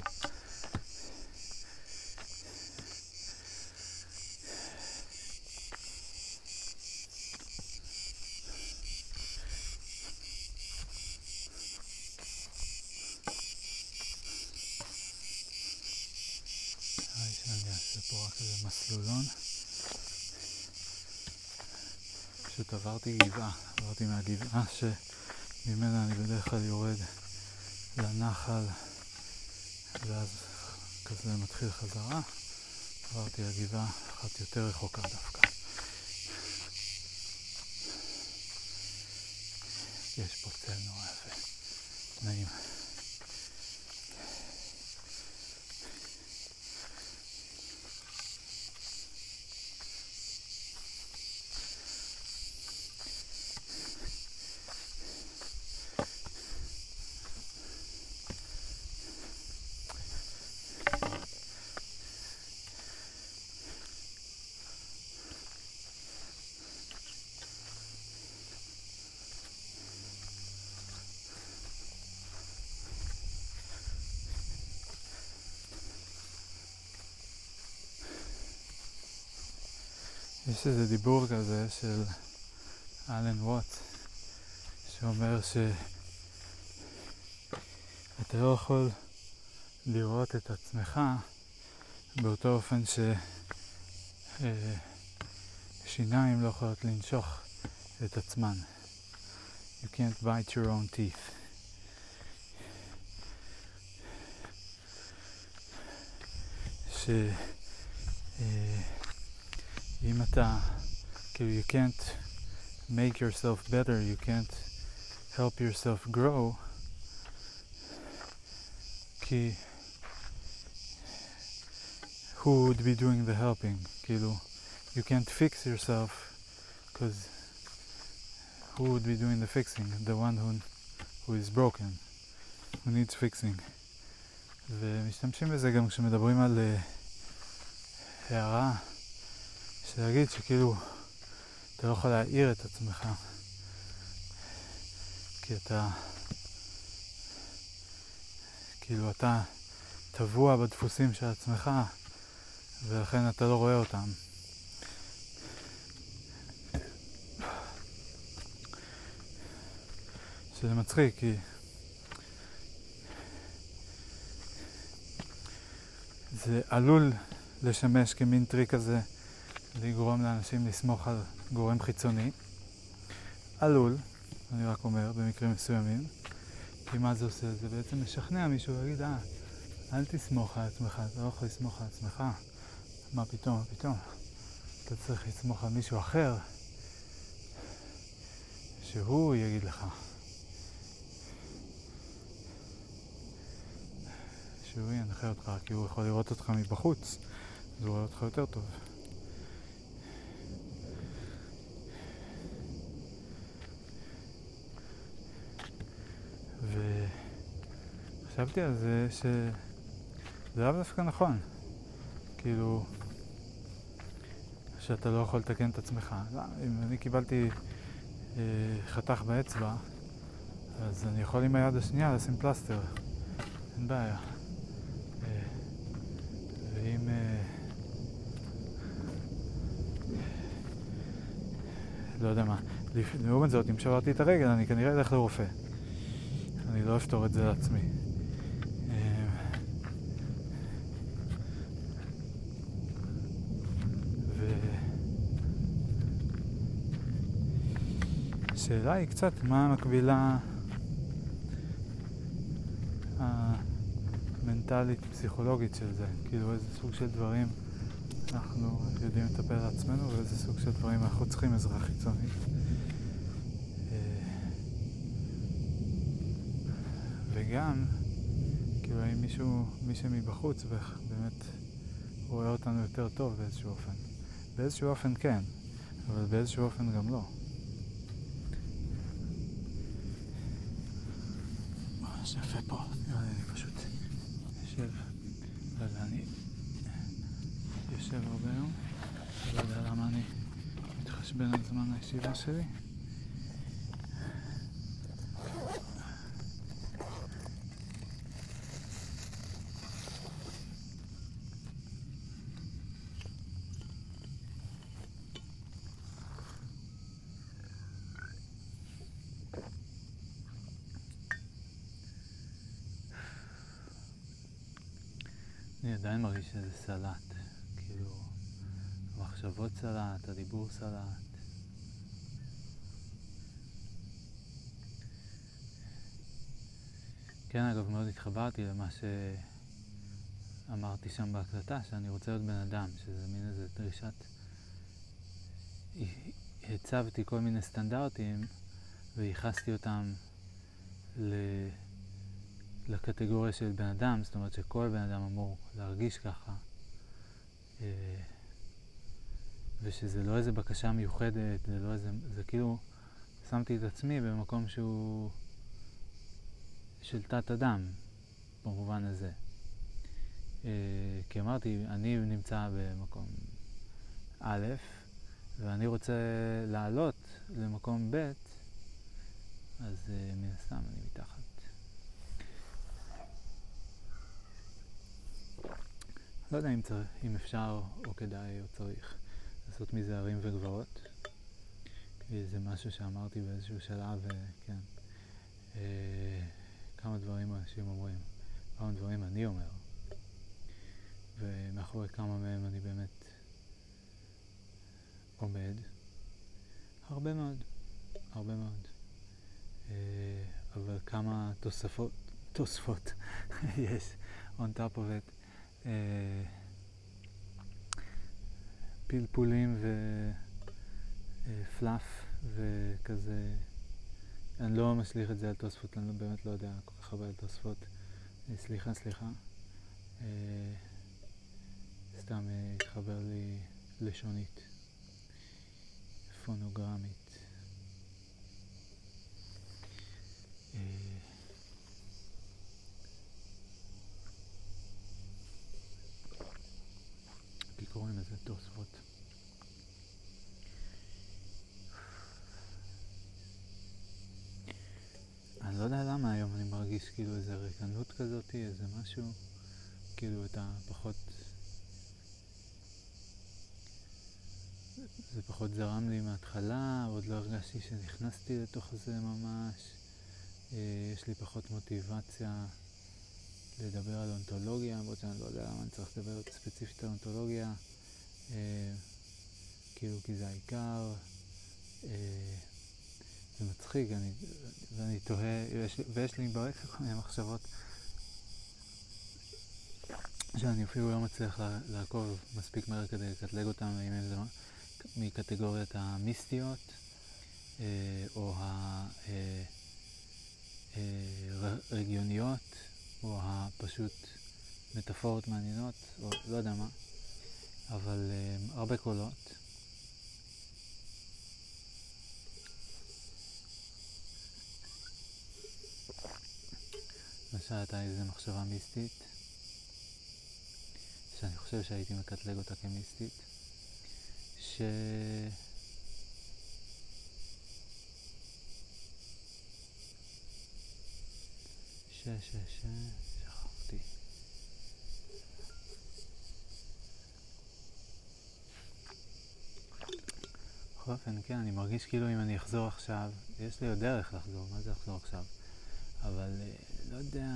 [SPEAKER 1] שאני אעשה פה רק איזה מסלולון. פשוט עברתי מהגבעה שממנה אני בדרך כלל יורד לנחל ואז כזה מתחיל חזרה. עברתי לגבעה אחת יותר רחוקה דווקא. יש פה צל נורא יפה, נעים. יש איזה דיבור כזה של אלן ווט שאומר שאתה לא יכול לראות את עצמך באותו אופן ששיניים לא יכולות לנשוך את עצמן. You can't bite your own teeth. אם אתה, כאילו, you can't make yourself better, you can't help yourself grow, כי who would be doing the helping? כאילו, you can't fix yourself, because who would be doing the fixing? The one who is broken, who needs fixing. ומשתמשים בזה גם כשמדברים על הערה, שלהגיד שכאילו אתה לא יכול להעיר את עצמך כי אתה כאילו אתה טבוע בדפוסים של עצמך ולכן אתה לא רואה אותם. שזה מצחיק כי זה עלול לשמש כמין טריק כזה לגרום לאנשים לסמוך על גורם חיצוני. עלול, אני רק אומר, במקרים מסוימים. כי מה זה עושה? זה בעצם משכנע מישהו להגיד, אל תסמוך על עצמך, אתה לא יכול לסמוך על עצמך. מה פתאום? אתה צריך לסמוך על מישהו אחר, שהוא יגיד לך. שהוא ינחה אותך, כי הוא יכול לראות אותך מבחוץ, אז הוא רואה אותך יותר טוב. וחשבתי על זה שזה לאו דווקא נכון, כאילו שאתה לא יכול לתקן את עצמך. אם אני קיבלתי חתך באצבע, אז אני יכול עם היד השנייה לשים פלסטר, אין בעיה. ואם לא יודע מה, לעומת זאת, אם שברתי את הרגל, אני כנראה אלך לרופא. אני לא אפתור את זה לעצמי. השאלה היא קצת מה המקבילה המנטלית, פסיכולוגית של זה. כאילו איזה סוג של דברים אנחנו יודעים לטפל לעצמנו ואיזה סוג של דברים אנחנו צריכים עזרה חיצונית. וגם, כאילו אם מישהו מבחוץ באמת רואה אותנו יותר טוב באיזשהו אופן. באיזשהו אופן כן, אבל באיזשהו אופן גם לא. ממש יפה פה, נראה לי אני פשוט יושב, לא יודע, אני יושב הרבה היום, לא יודע למה אני בין הזמן הישיבה שלי. אני עדיין מרגיש שזה סלט, כאילו המחשבות סלט, הדיבור סלט. כן, אגב, מאוד התחברתי למה שאמרתי שם בהקלטה, שאני רוצה להיות בן אדם, שזה מין איזה דרישת... הצבתי כל מיני סטנדרטים וייחסתי אותם לקטגוריה של בן אדם, זאת אומרת שכל בן אדם אמור להרגיש ככה, ושזה לא איזה בקשה מיוחדת, זה כאילו שמתי את עצמי במקום שהוא של תת אדם במובן הזה. כי אמרתי, אני נמצא במקום א' ואני רוצה לעלות למקום ב', אז מן הסתם אני מתחת. לא יודע אם אפשר או כדאי או צריך לעשות מזה ערים וגבעות. זה משהו שאמרתי באיזשהו שלב, כן. כמה דברים אנשים אומרים, כמה דברים אני אומר. ומאחורי כמה מהם אני באמת עומד. הרבה מאוד. אבל כמה תוספות יש on top of it. פלפולים ופלאף וכזה. אני לא משליך את זה על תוספות, אני באמת לא יודע כל כך הרבה על תוספות. סליחה. סתם התחבר לי לשונית, פונוגרמית. כי קוראים לזה תוספות. אני לא יודע למה היום אני מרגיש כאילו איזו ריקנות כזאת, איזה משהו, כאילו אתה פחות, זה פחות זרם לי מההתחלה, עוד לא הרגשתי שנכנסתי לתוך זה ממש. יש לי פחות מוטיבציה לדבר על אונתולוגיה, למרות שאני לא יודע למה אני צריך לדבר ספציפית על אונתולוגיה, כאילו כי זה העיקר. זה מצחיק, ואני תוהה, ויש לי ברקע כל מיני מחשבות שאני אפילו לא מצליח לעקוב מספיק מהר כדי לקטלג אותם, אם הם זה מקטגוריית המיסטיות או הרגיוניות או הפשוט מטאפורות מעניינות, או לא יודע מה, אבל הרבה קולות. למשל הייתה איזו מחשבה מיסטית שאני חושב שהייתי מקטלג אותה כמיסטית, שכחתי. בכל אופן, כן, אני מרגיש כאילו אם אני אחזור עכשיו, יש לי עוד דרך לחזור, מה זה לחזור עכשיו? אבל לא יודע,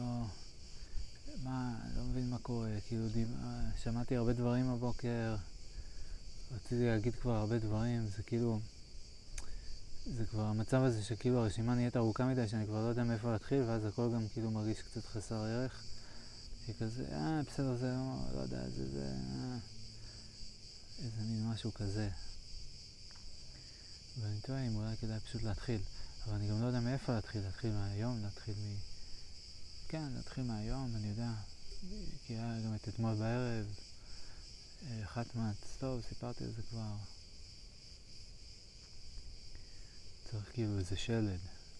[SPEAKER 1] לא מבין מה קורה, כאילו שמעתי הרבה דברים הבוקר, רציתי להגיד כבר הרבה דברים, זה כאילו, זה כבר המצב הזה שכאילו הרשימה נהיית ארוכה מדי, שאני כבר לא יודע מאיפה להתחיל, ואז הכל גם כאילו מרגיש קצת חסר ערך, שכזה, בסדר, זה לא יודע, איזה מין משהו כזה. ואני טועה אם אולי כדאי פשוט להתחיל, אבל אני גם לא יודע מאיפה להתחיל מהיום, להתחיל מהיום, אני יודע, כי היה גם את אתמול בערב, חתמת, טוב, סיפרתי על זה כבר. צריך כאילו איזה שלד.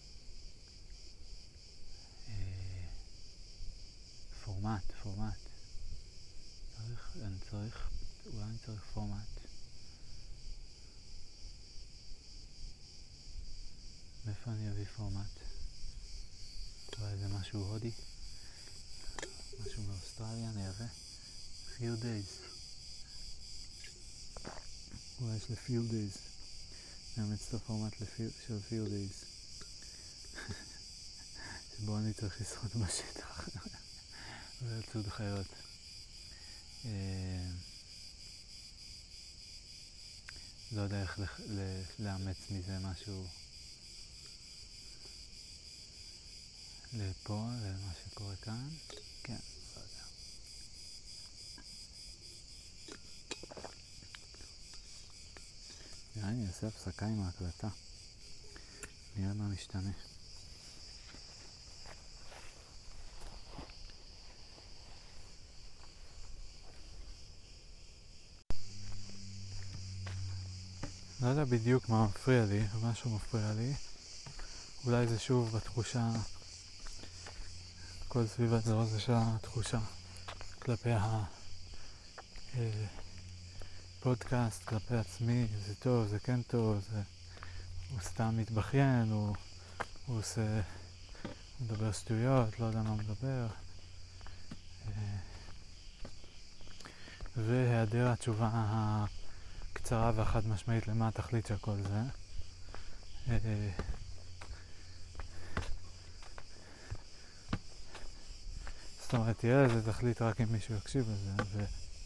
[SPEAKER 1] פורמט. אולי אני צריך פורמט. מאיפה אני אביא פורמט? אולי זה משהו הודי? משהו מאוסטרליה אני אביא? few days. אולי יש ל-few days. נאמץ את הפורמט של few days. שבו אני צריך לשחות בשטח. ולצוד חיות. לא יודע איך לאמץ מזה משהו לפה, למה שקורה כאן. כן, לא יודע. אני אעשה הפסקה עם ההקלטה. נראה מה משתנה. לא יודע בדיוק מה מפריע לי, אבל משהו מפריע לי. אולי זה שוב בתחושה, כל סביב הדבר זה שהתחושה כלפי הפודקאסט, כלפי עצמי, זה טוב, זה כן טוב, הוא סתם מתבכיין, הוא עושה, מדבר שטויות, לא יודע מה מדבר. והיעדר התשובה הקצרה והחד משמעית למה התכלית של כל זה. זאת אומרת, תהיה לזה תכלית רק אם מישהו יקשיב לזה.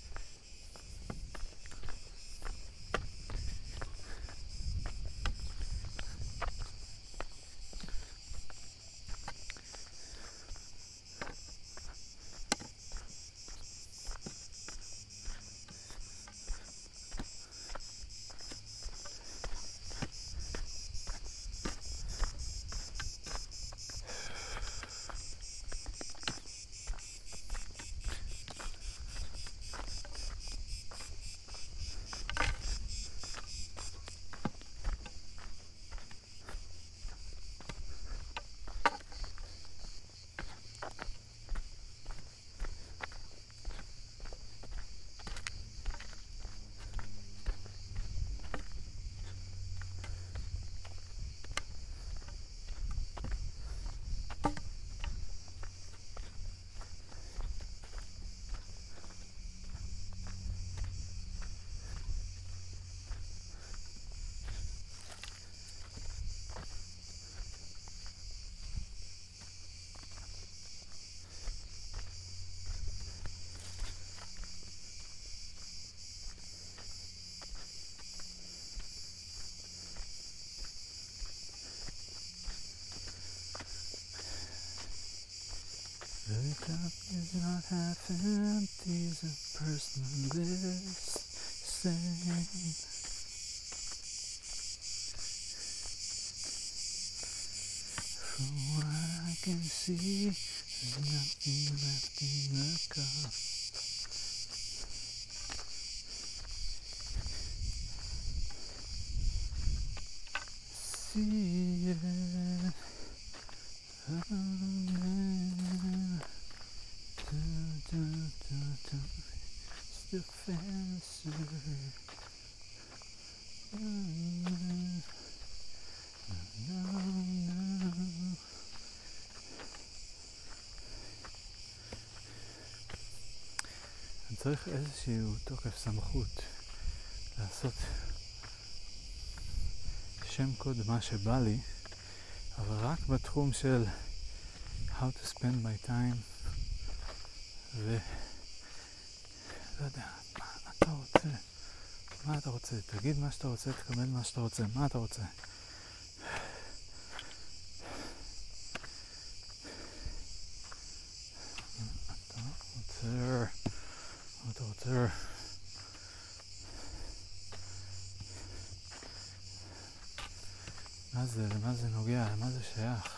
[SPEAKER 1] The cup is not half empty, the person lives same. From what I can see, there's nothing left in the cup. See it. It's the fencer. אני צריך איזשהו תוקף סמכות לעשות שם קוד מה שבא לי, אבל רק בתחום של how to spend my time לא יודע, מה אתה רוצה, תגיד מה שאתה רוצה, תקבל מה שאתה רוצה, מה אתה רוצה? מה אתה רוצה? מה זה, למה זה נוגע, למה זה שייך?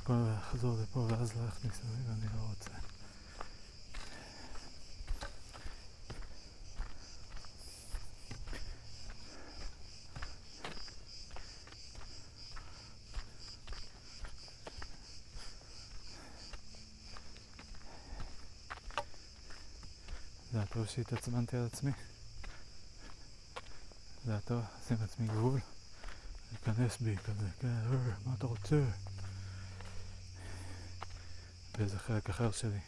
[SPEAKER 1] פה לחזור לפה ואז ללכת מסביב, אני לא רוצה. זה הטוב שהתעצבנתי על עצמי. זה הטוב, אשים לעצמי גבול. להיכנס בי כזה, כן, מה אתה רוצה? באיזה חלק אחר שלי.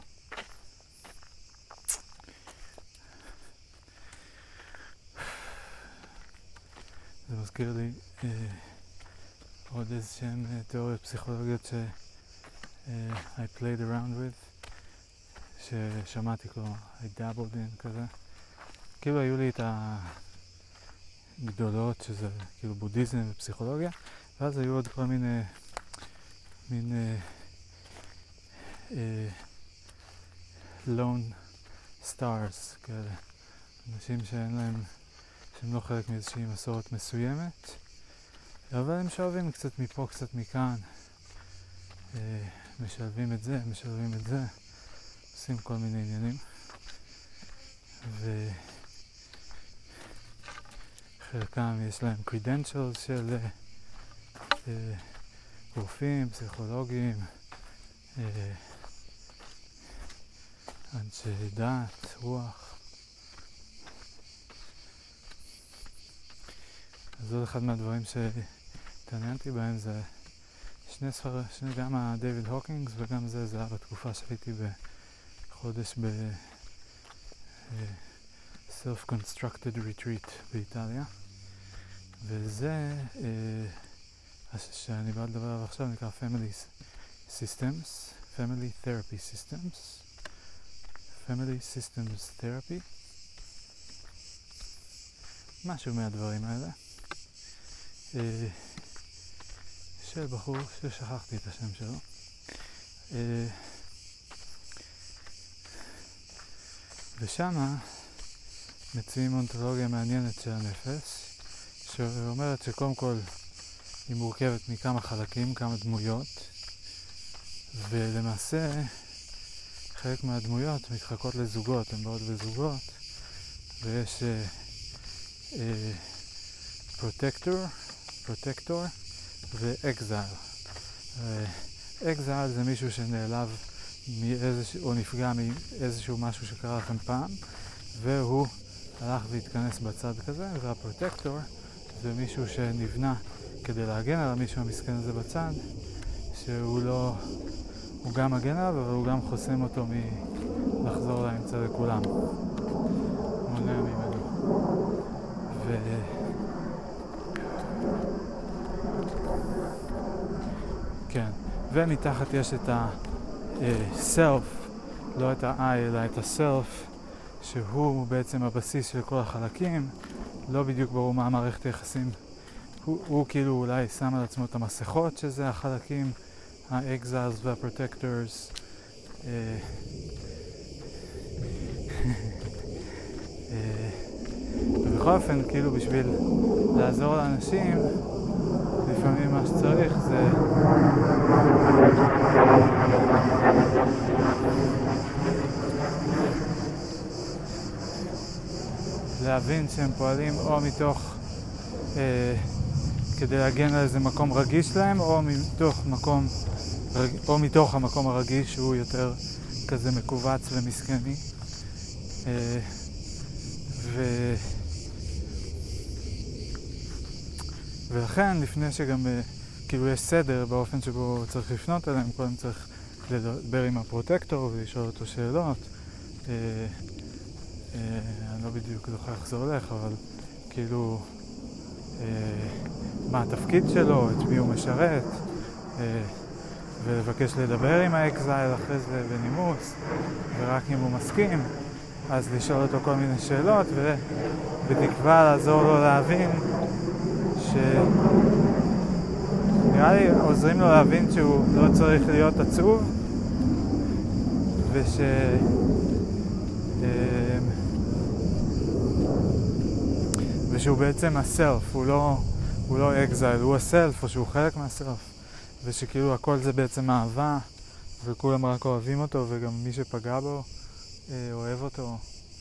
[SPEAKER 1] זה מזכיר לי עוד איזשהם תיאוריות פסיכולוגיות I played around with, ששמעתי, כלומר, I dabbled in כזה. כאילו היו לי את הגדולות, שזה כאילו בודהיזם ופסיכולוגיה, ואז היו עוד כל מיני lone stars כאלה, אנשים שאין להם, שהם לא חלק מאיזושהי מסורת מסוימת, אבל הם שואבים קצת מפה, קצת מכאן, משלבים את זה, עושים כל מיני עניינים, וחלקם יש להם credentials של רופאים, פסיכולוגים, אנשי דת, רוח. אז עוד אחד מהדברים שהתעניינתי בהם זה שני ספרים, גם דייוויד הוקינגס וגם זה היה בתקופה שהייתי בחודש self-constructed retreat באיטליה, וזה שאני בא לדבר עליו עכשיו נקרא family therapy therapy, משהו מהדברים האלה, של בחור ששכחתי את השם שלו, ושמה מציעים אונתולוגיה מעניינת של הנפש, שאומרת שקודם כל היא מורכבת מכמה חלקים, כמה דמויות, ולמעשה חלק מהדמויות מתחלקות לזוגות, הן באות בזוגות, ויש protector ו-exile. exile זה מישהו שנעלב או נפגע מאיזשהו משהו שקרה לכם פעם, והוא הלך והתכנס בצד כזה, והפרוטקטור זה מישהו שנבנה כדי להגן על המישהו המסכן הזה בצד, שהוא לא, הוא גם מגן עליו, אבל הוא גם חוסם אותו מלחזור לאמצע לכולם. מונע ממנו. כן, ומתחת יש את ה-self, לא את ה-I אלא את ה-self, שהוא בעצם הבסיס של כל החלקים. לא בדיוק ברור מה מערכת היחסים, הוא כאילו אולי שם על עצמו את המסכות, שזה החלקים, ה-exiles וה-protectors, ובכל אופן, כאילו בשביל לעזור לאנשים, לפעמים מה שצריך זה להבין שהם פועלים או מתוך כדי להגן על איזה מקום רגיש להם, או מתוך המקום הרגיש שהוא יותר כזה מקובץ ומסכני. ולכן לפני שגם כאילו יש סדר באופן שבו צריך לפנות אליהם, קודם צריך לדבר עם הפרוטקטור ולשאול אותו שאלות. אני לא בדיוק זוכר איך זה הולך, אבל כאילו מה התפקיד שלו, את מי הוא משרת, ולבקש לדבר עם האקזייל אחרי זה בנימוס, ורק אם הוא מסכים אז לשאול אותו כל מיני שאלות, ובתקווה לעזור לו להבין נראה לי עוזרים לו להבין שהוא לא צריך להיות עצוב, ושהוא בעצם הסלף, הוא לא אקזייל, הוא הסלף, או שהוא חלק מהסלף, ושכאילו הכל זה בעצם אהבה, וכולם רק אוהבים אותו, וגם מי שפגע בו אוהב אותו,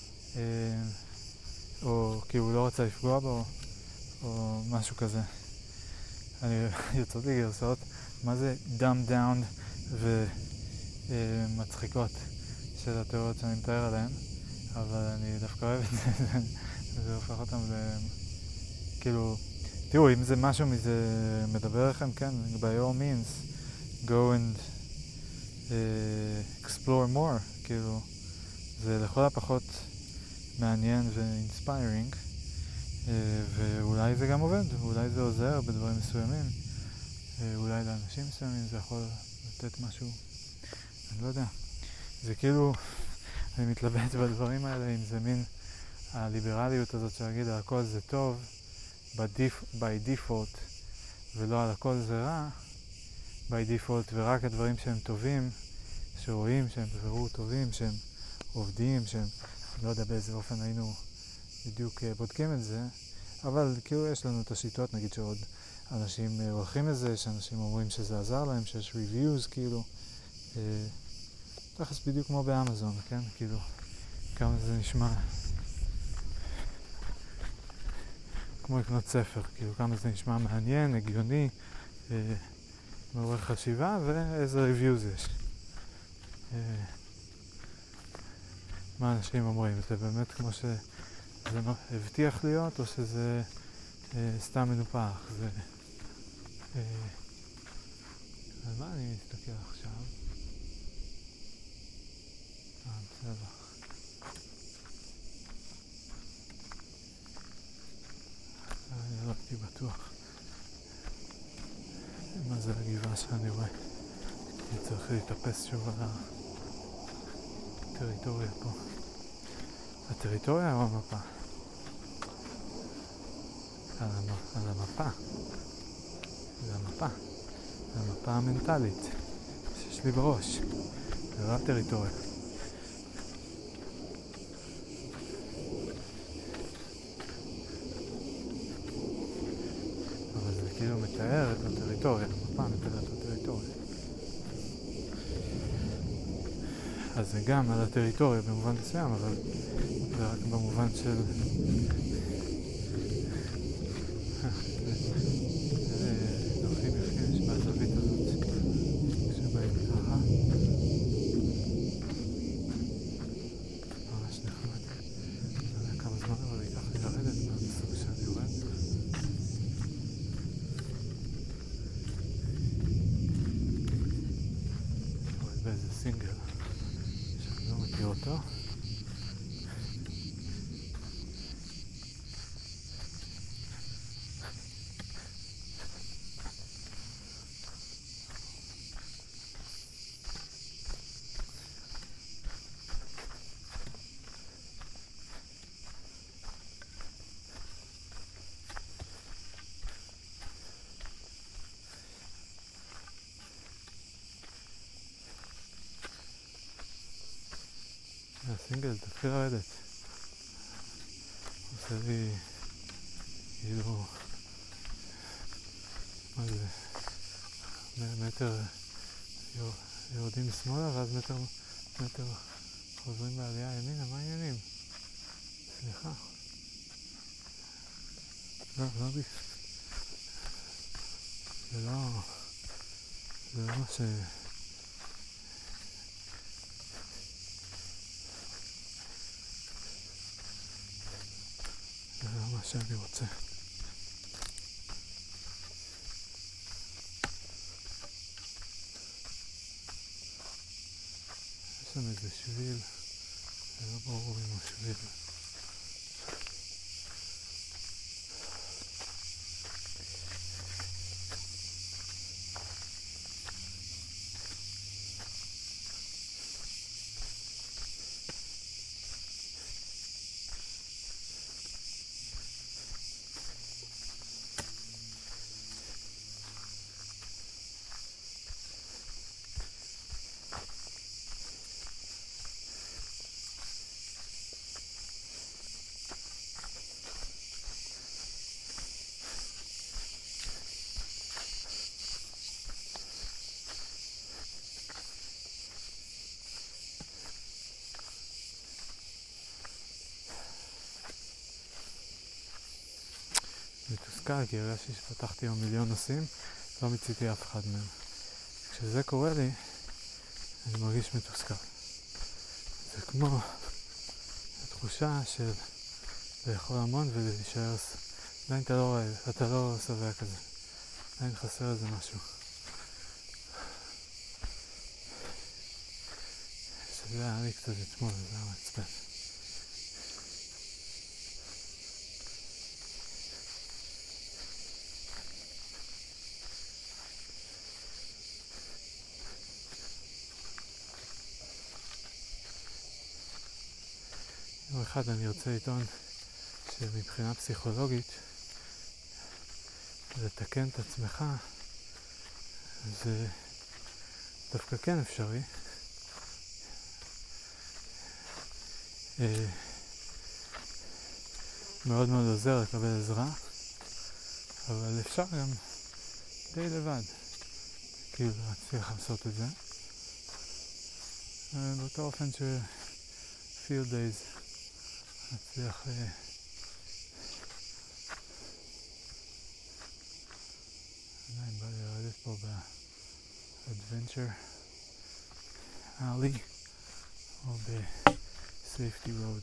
[SPEAKER 1] או כאילו הוא לא רצה לפגוע בו, או משהו כזה. אני יוצאות לי גרסאות, מה זה dumbed down ומצחיקות של התיאוריות שאני מתאר עליהן, אבל אני דווקא אוהב את זה, וזה הופך אותם כאילו, תראו, אם זה משהו מזה מדבר לכם, כן, by all means, go and explore more, כאילו, זה לכל הפחות מעניין ו-inspiring, ואולי זה גם עובד, אולי זה עוזר בדברים מסוימים, אולי לאנשים מסוימים זה יכול לתת משהו, אני לא יודע. זה כאילו, אני מתלבט בדברים האלה, אם זה מין הליברליות הזאת שלהגיד על הכל זה טוב, by default, ולא על הכל זה רע, by default, ורק הדברים שהם טובים, שרואים שהם בבירור טובים, שהם עובדים, שהם, לא יודע באיזה אופן היינו בדיוק בודקים את זה, אבל כאילו יש לנו את השיטות, נגיד שעוד אנשים הולכים לזה, שאנשים אומרים שזה עזר להם, שיש reviews, כאילו, תכף בדיוק כמו באמזון, כן? כאילו, כמה זה נשמע כמו לקנות ספר, כאילו, כמה זה נשמע מעניין, הגיוני, מעורר חשיבה, ואיזה reviews יש. מה אנשים אומרים? זה באמת כמו שזה הבטיח להיות, או שזה סתם מנופח? זה... על מה אני מסתכל עכשיו? בסדר. אני לא הייתי בטוח מה זה הגבעה שאני רואה. אני צריך להתאפס שוב על הטריטוריה פה. הטריטוריה או המפה? על המפה. זה המפה. זה המפה המנטלית שיש לי בראש. זה לא הטריטוריה. אבל זה כאילו מתאר את הטריטוריה. המפה מתארת את הטריטוריה. אז זה גם על הטריטוריה במובן מסוים, אבל זה רק במובן של... נוחים יפים יש מהזווית הזאת שבאים ככה. ממש נחמד. לא יודע כמה זמן, אבל ייקח לי לרדת מהסוג שאני יורד. יורד באיזה סינגל שאני לא מכיר אותו. הסינגל, תתחיל לרדת. עושה לי כאילו מה זה מטר יורדים משמאלה ואז מטר חוזרים בעלייה ימינה. מה העניינים? סליחה, לא זה לא מה ש... זה לא מה שאני רוצה. יש שם איזה שביל, זה לא ברור אם הוא שביל. מתוסכל כי הרגשתי שפתחתי עם מיליון נושאים, לא מציתי אף אחד מהם. כשזה קורה לי, אני מרגיש מתוסכל. זה כמו התחושה של לאכול המון ולהישאר, עדיין אתה לא רעב, אתה לא שבע כזה, עדיין חסר איזה משהו. שזה היה לי קצת אתמול, זה היה מעצבן. יום אחד אני רוצה לטעון שמבחינה פסיכולוגית לתקן את עצמך זה דווקא כן אפשרי. מאוד מאוד עוזר לקבל עזרה, אבל אפשר גם די לבד כאילו להצליח לעשות את זה. באותו אופן field days נצליח עדיין בא לי לרדת פה ב-adventure alley או ב-safety road.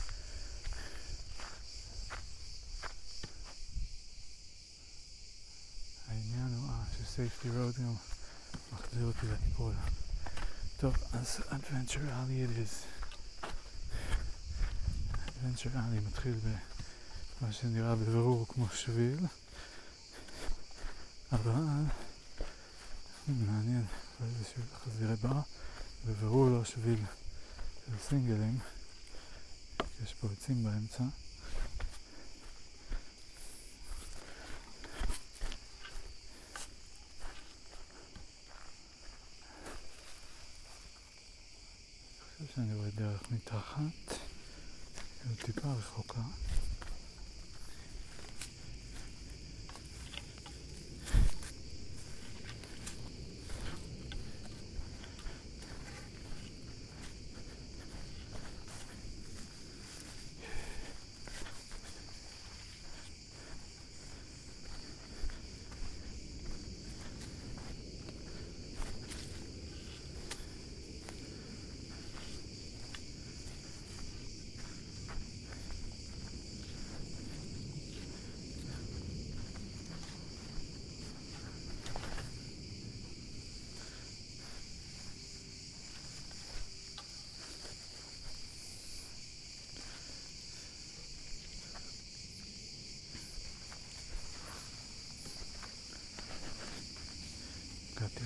[SPEAKER 1] העניין הוא ש-safety road גם מחזיר אותי לטיפול. טוב, אז adventure alley it is. adventure alley מתחיל במה שנראה בבירור כמו שביל, אבל מעניין, זה שביל חזירי בר, בבירור לא שביל של סינגלים, יש פה עצים באמצע. אני חושב שאני רואה דרך מתחת, היא טיפה רחוקה. הגעתי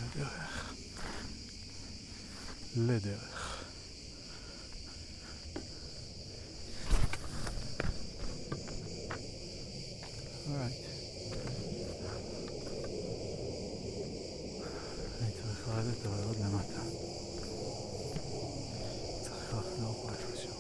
[SPEAKER 1] לדרך. Alright. אני צריך לרדת אבל עוד למטה. צריך לחזור פה איפשהו.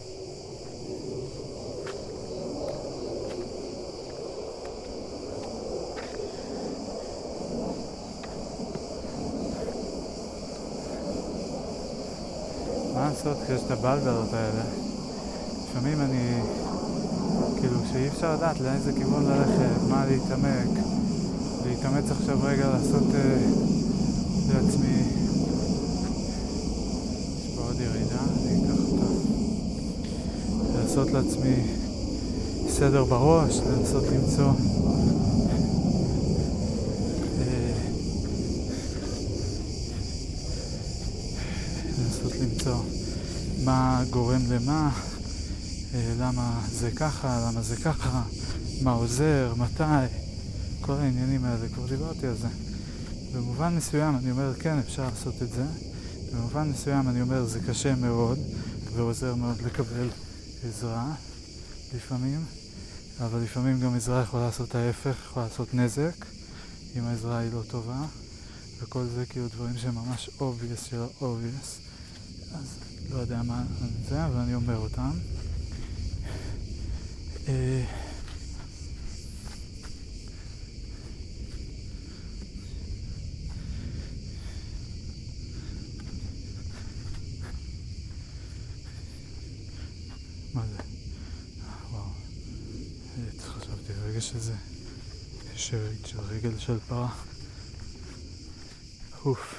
[SPEAKER 1] מה לעשות כשיש את הבלבלות האלה? לפעמים אני כאילו שאי אפשר לדעת לאיזה כיוון ללכת, מה להתאמץ עכשיו רגע לעשות לעצמי. יש פה עוד ירידה, אני אקח אותה. לעשות לעצמי סדר בראש, לנסות למצוא מה גורם למה, למה זה ככה, למה זה ככה, מה עוזר, מתי, כל העניינים האלה, כבר דיברתי על זה. במובן מסוים אני אומר כן אפשר לעשות את זה, במובן מסוים אני אומר זה קשה מאוד ועוזר מאוד לקבל עזרה לפעמים, אבל לפעמים גם עזרה יכולה לעשות ההפך, יכולה לעשות נזק אם העזרה היא לא טובה, וכל זה כאילו דברים שממש obvious של obvious, אז לא יודע מה זה, אבל אני אומר אותם. מה זה? וואו. חשבתי רגע שזה שארית של רגל של פרה. אוף.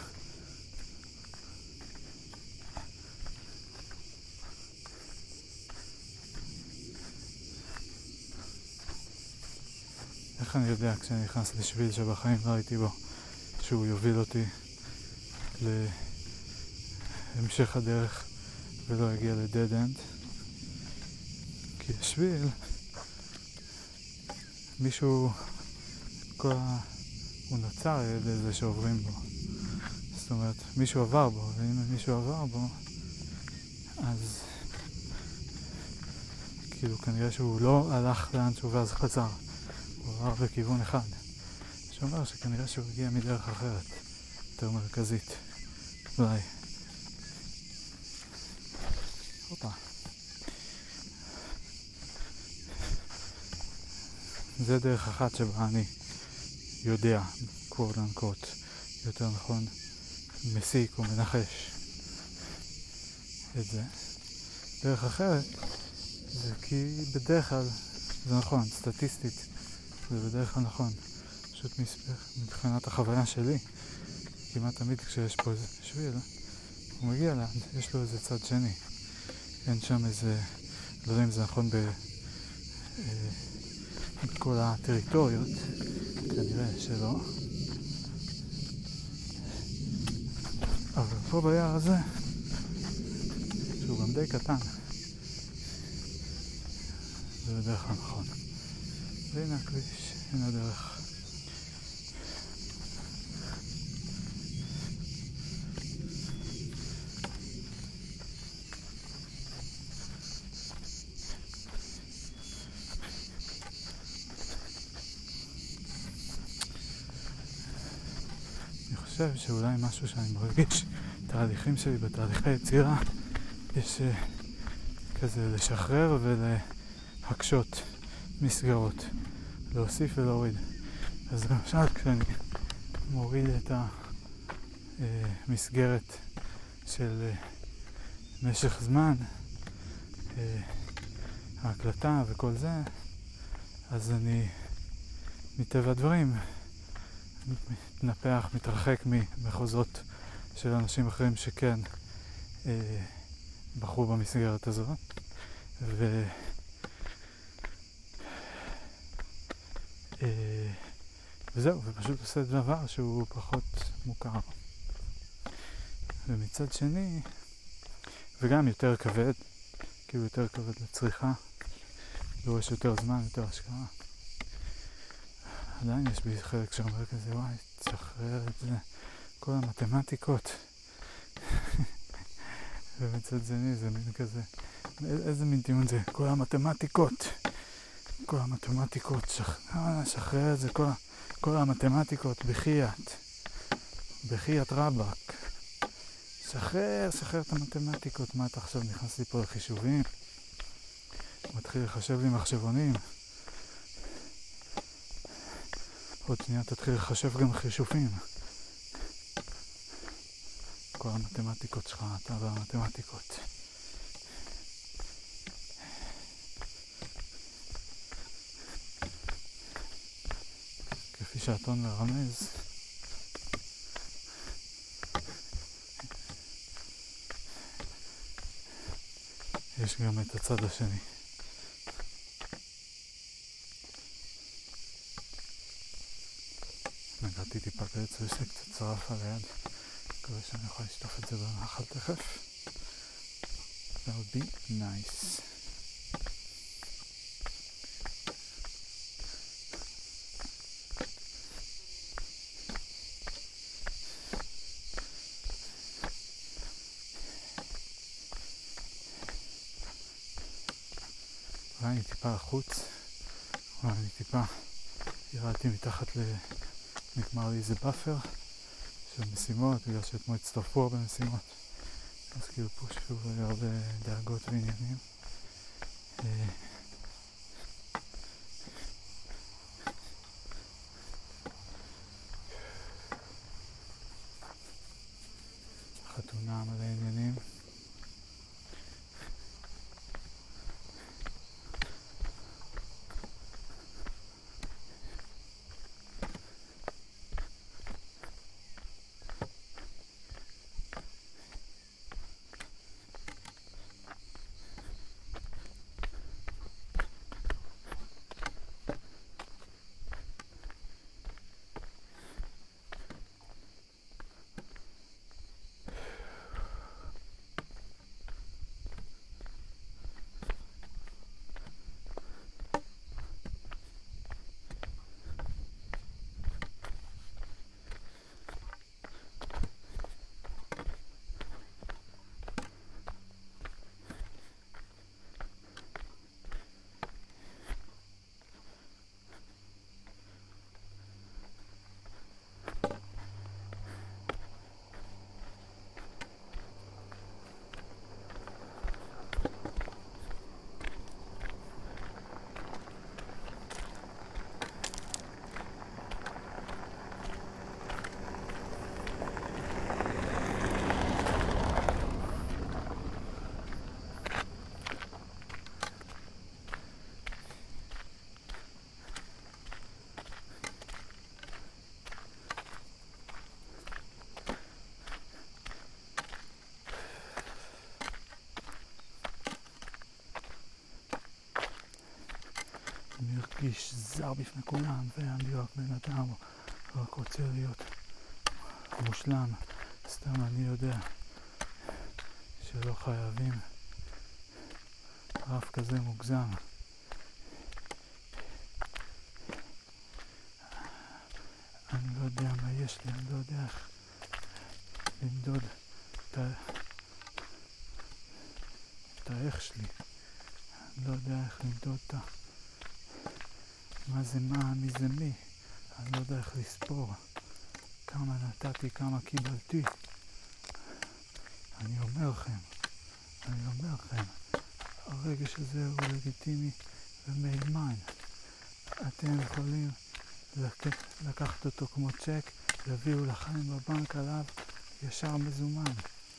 [SPEAKER 1] איך אני יודע כשאני נכנס לשביל שבחיים לא הייתי בו שהוא יוביל אותי להמשך הדרך ולא יגיע לדד אנד? כי השביל מישהו הוא נוצר על ידי זה שעוברים בו. זאת אומרת, מישהו עבר בו, ואם מישהו עבר בו אז כאילו כנראה שהוא לא הלך לאן שהוא ואז חזר, הוא עבר בכיוון אחד, שאומר שכנראה שהוא הגיע מדרך אחרת, יותר מרכזית. אולי הופה, זה דרך אחת שבה אני יודע, quote unquote, יותר נכון, מסיק ומנחש את זה. דרך אחרת זה כי בדרך כלל זה נכון, סטטיסטית זה בדרך כלל נכון, פשוט מבחינת החוויה שלי כמעט תמיד כשיש פה איזה שביל הוא מגיע לאן, יש לו איזה צד שני, אין שם איזה, לא יודע אם זה נכון בכל הטריטוריות, כנראה שלא, אבל פה ביער הזה שהוא גם די קטן זה בדרך כלל נכון. והנה הכביש, הנה הדרך. אני חושב שאולי משהו שאני מרגיש תהליכים שלי בתהליכי יצירה יש כזה לשחרר ולהקשות מסגרות, להוסיף ולהוריד. אז למשל כשאני מוריד את המסגרת של משך זמן, ההקלטה וכל זה, אז אני מטבע הדברים מתנפח, מתרחק ממחוזות של אנשים אחרים שכן בחרו במסגרת הזאת, וזהו, ופשוט עושה דבר שהוא פחות מוכר. ומצד שני, וגם יותר כבד, כאילו יותר כבד לצריכה, דורש יותר זמן, יותר השקעה. עדיין יש בי חלק שאומר כזה, וואי, תשחרר את זה, כל המתמטיקות. ומצד שני זה מין כזה, איזה מין טיעון זה? כל המתמטיקות, שחרר את זה, כל המתמטיקות, בחייאת רבק. שחרר את המתמטיקות. מה אתה עכשיו נכנס לי פה לחישובים? מתחיל לחשב לי מחשבונים. עוד שנייה תתחיל לחשב גם חישובים. כל המתמטיקות שלך, אתה והמתמטיקות. כפי שהטון מרמז, יש גם את הצד השני. נגעתי טיפה בעץ ושקצת צרף על היד. מקווה שאני יכול לשטוף את זה בנחל תכף. That would be nice. אולי אני טיפה החוץ, אולי אני טיפה ירדתי מתחת נגמר לי איזה באפר של משימות, בגלל שאתמול הצטרפו הרבה משימות, אז כאילו פה שוב הרבה דאגות ועניינים. חתונה מלא עניינים. אני ארגיש זר בפני כולם, ואני רק בן אדם, רק רוצה להיות מושלם. סתם אני יודע שלא חייבים רף כזה מוגזם. אני לא יודע מה יש לי, אני לא יודע איך למדוד את האיך שלי. אני לא יודע איך למדוד את מה זה מה, מי זה מי. אני לא יודע איך לספור כמה נתתי, כמה קיבלתי. אני אומר לכם, הרגש הזה הוא לגיטימי ומהימן. אתם יכולים לקחת אותו כמו צ'ק, להביאו לכם בבנק עליו ישר מזומן.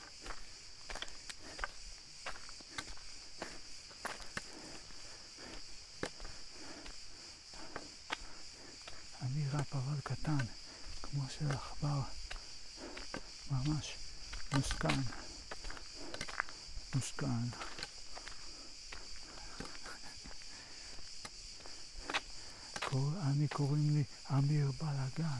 [SPEAKER 1] אני ראפ אבל קטן, כמו של עכבר, ממש מושכן. אני קוראים לי אמיר בלגן.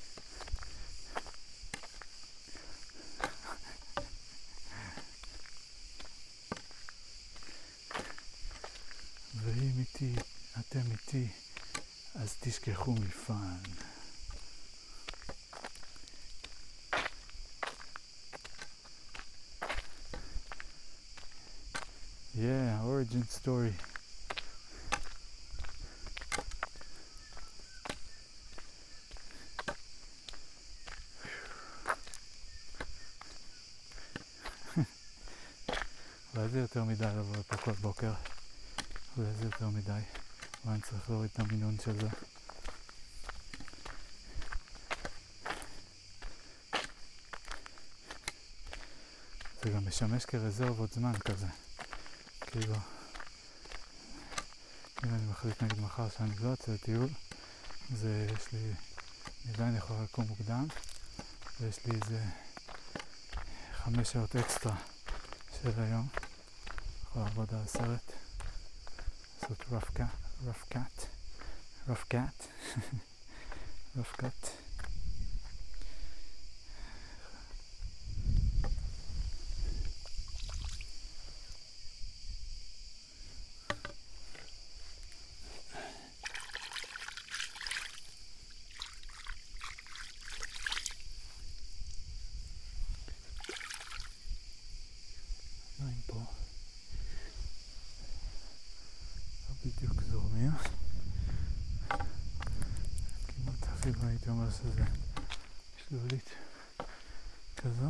[SPEAKER 1] ואם איתי, אתם איתי, אז תשכחו מפן. Yeah, origin story. אולי זה יותר מדי לבוא לפה כל בוקר. אולי זה יותר מדי. ואני צריך להוריד את המינון של זה. זה גם משמש כרזרבות זמן כזה. כאילו, אם אני מחליט נגיד מחר שאני לא יוצא לטיול, זה יש לי, אני עדיין יכול לקום מוקדם, ויש לי איזה 5 שעות אקסטרה של היום. יכול לעבוד על הסרט, לעשות rough cut. בדיוק זורמים. כמעט אפילו הייתי אומר שזה שלולית כזו.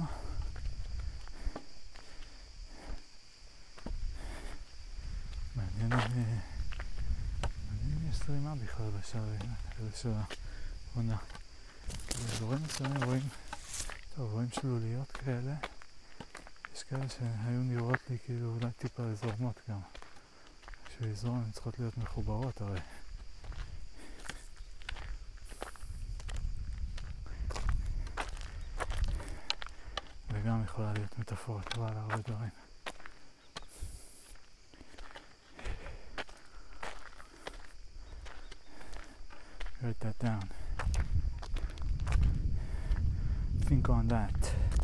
[SPEAKER 1] מעניין אם יש זרימה בכלל בשערים האלה של העונה. כאילו אזורים מסוימים רואים שלוליות כאלה. יש כאלה שהיו נראות לי כאילו אולי טיפה זורמות גם. שיזרום הן צריכות להיות מחוברות הרי. וגם יכולה להיות מטאפורה טובה על הרבה דברים. Write that down. Think on that.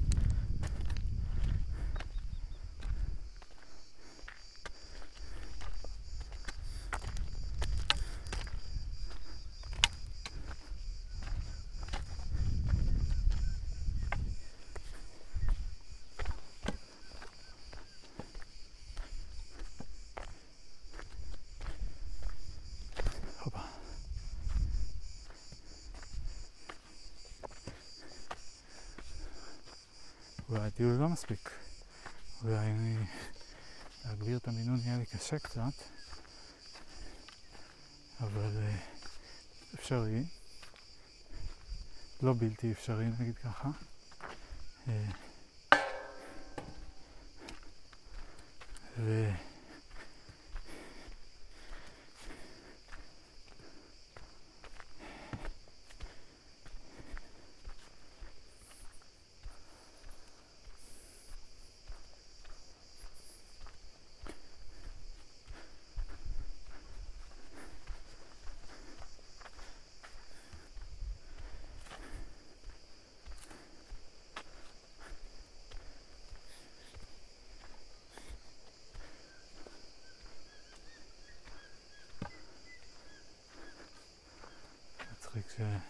[SPEAKER 1] והטיול לא מספיק. אולי להגביר את המינון נהיה לי קשה קצת, אבל אפשרי. לא בלתי אפשרי, נגיד ככה. מצחיק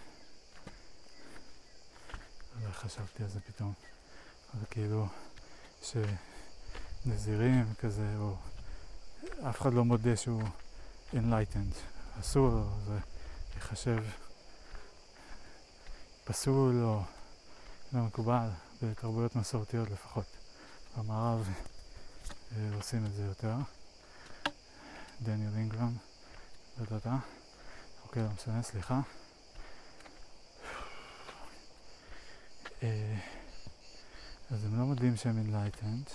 [SPEAKER 1] חשבתי על זה פתאום. אבל כאילו שנזירים כזה, או אף אחד לא מודה שהוא enlightened. אסור לו, זה יחשב פסול או לא מקובל, בתרבויות מסורתיות לפחות. במערב עושים את זה יותר. דניאל אינגרם, לא יודעת. אוקיי, לא משנה, סליחה. אז הם לא מודים שהם enlightened.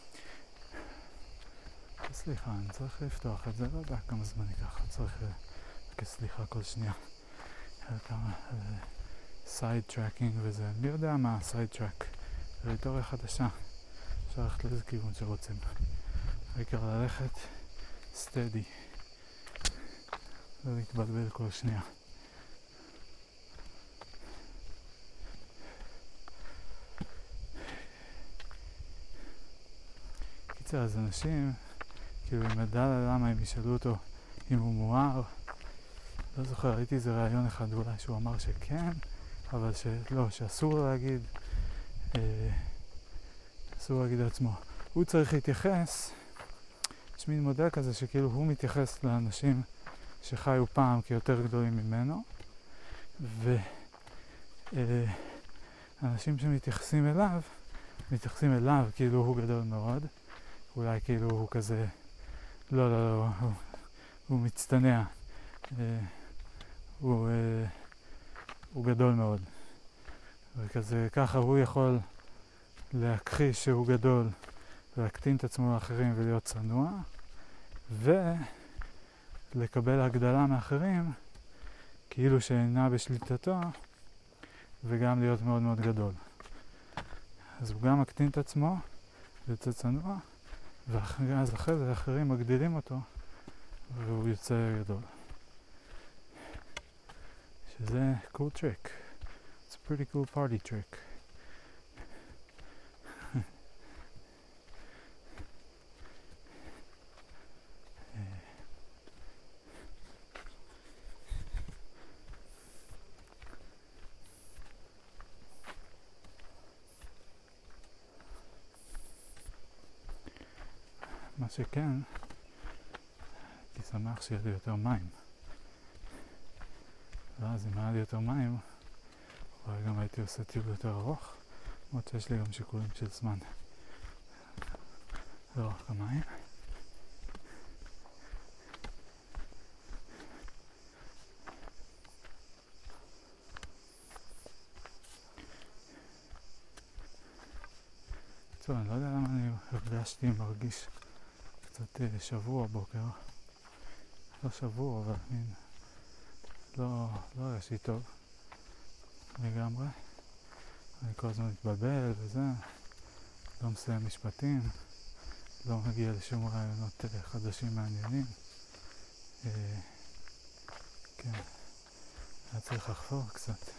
[SPEAKER 1] סליחה, אני צריך לפתוח את זה, לא יודע כמה זמן ייקח, צריך סליחה כל שנייה. כמה סייד טרקינג וזה, מי יודע מה הסייד טרק? זה תיאוריה חדשה, אפשר ללכת לאיזה כיוון שרוצים. העיקר ללכת סטדי, לא להתבלבל כל שנייה. קיצר, אז אנשים, כאילו אם ידע למה הם ישאלו אותו אם הוא מואר, לא זוכר, ראיתי איזה רעיון אחד אולי שהוא אמר שכן, אבל שלא, שאסור לו להגיד, אסור להגיד לעצמו. הוא צריך להתייחס, יש מין מודל כזה שכאילו הוא מתייחס לאנשים שחיו פעם כיותר גדולים ממנו, ואנשים שמתייחסים אליו כאילו הוא גדול מאוד, אולי כאילו הוא כזה, לא, הוא מצטנע, הוא גדול מאוד. וכזה, ככה הוא יכול להכחיש שהוא גדול, להקטין את עצמו לאחרים ולהיות צנוע, ולקבל הגדלה מאחרים, כאילו שאינה בשליטתו, וגם להיות מאוד מאוד גדול. אז הוא גם מקטין את עצמו, ויוצא צנוע, ואז אחרי זה אחרים מגדילים אותו, והוא יוצא גדול. שזה cool trick. It's a pretty cool party trick. מה שכן, הייתי שמח שיהיה לי יותר מים. ואז אם היה לי יותר מים, אולי גם הייתי עושה טיול יותר ארוך, למרות שיש לי גם שיקולים של זמן. לא רק המים. טוב, אני לא יודע למה אני הרגשתי מרגיש קצת שבוע בוקר. לא שבוע, אבל מין לא הרגשתי טוב לגמרי. אני כל הזמן מתבלבל וזה, לא מסיים משפטים, לא מגיע לשום רעיונות חדשים מעניינים. כן, היה צריך לחפור קצת.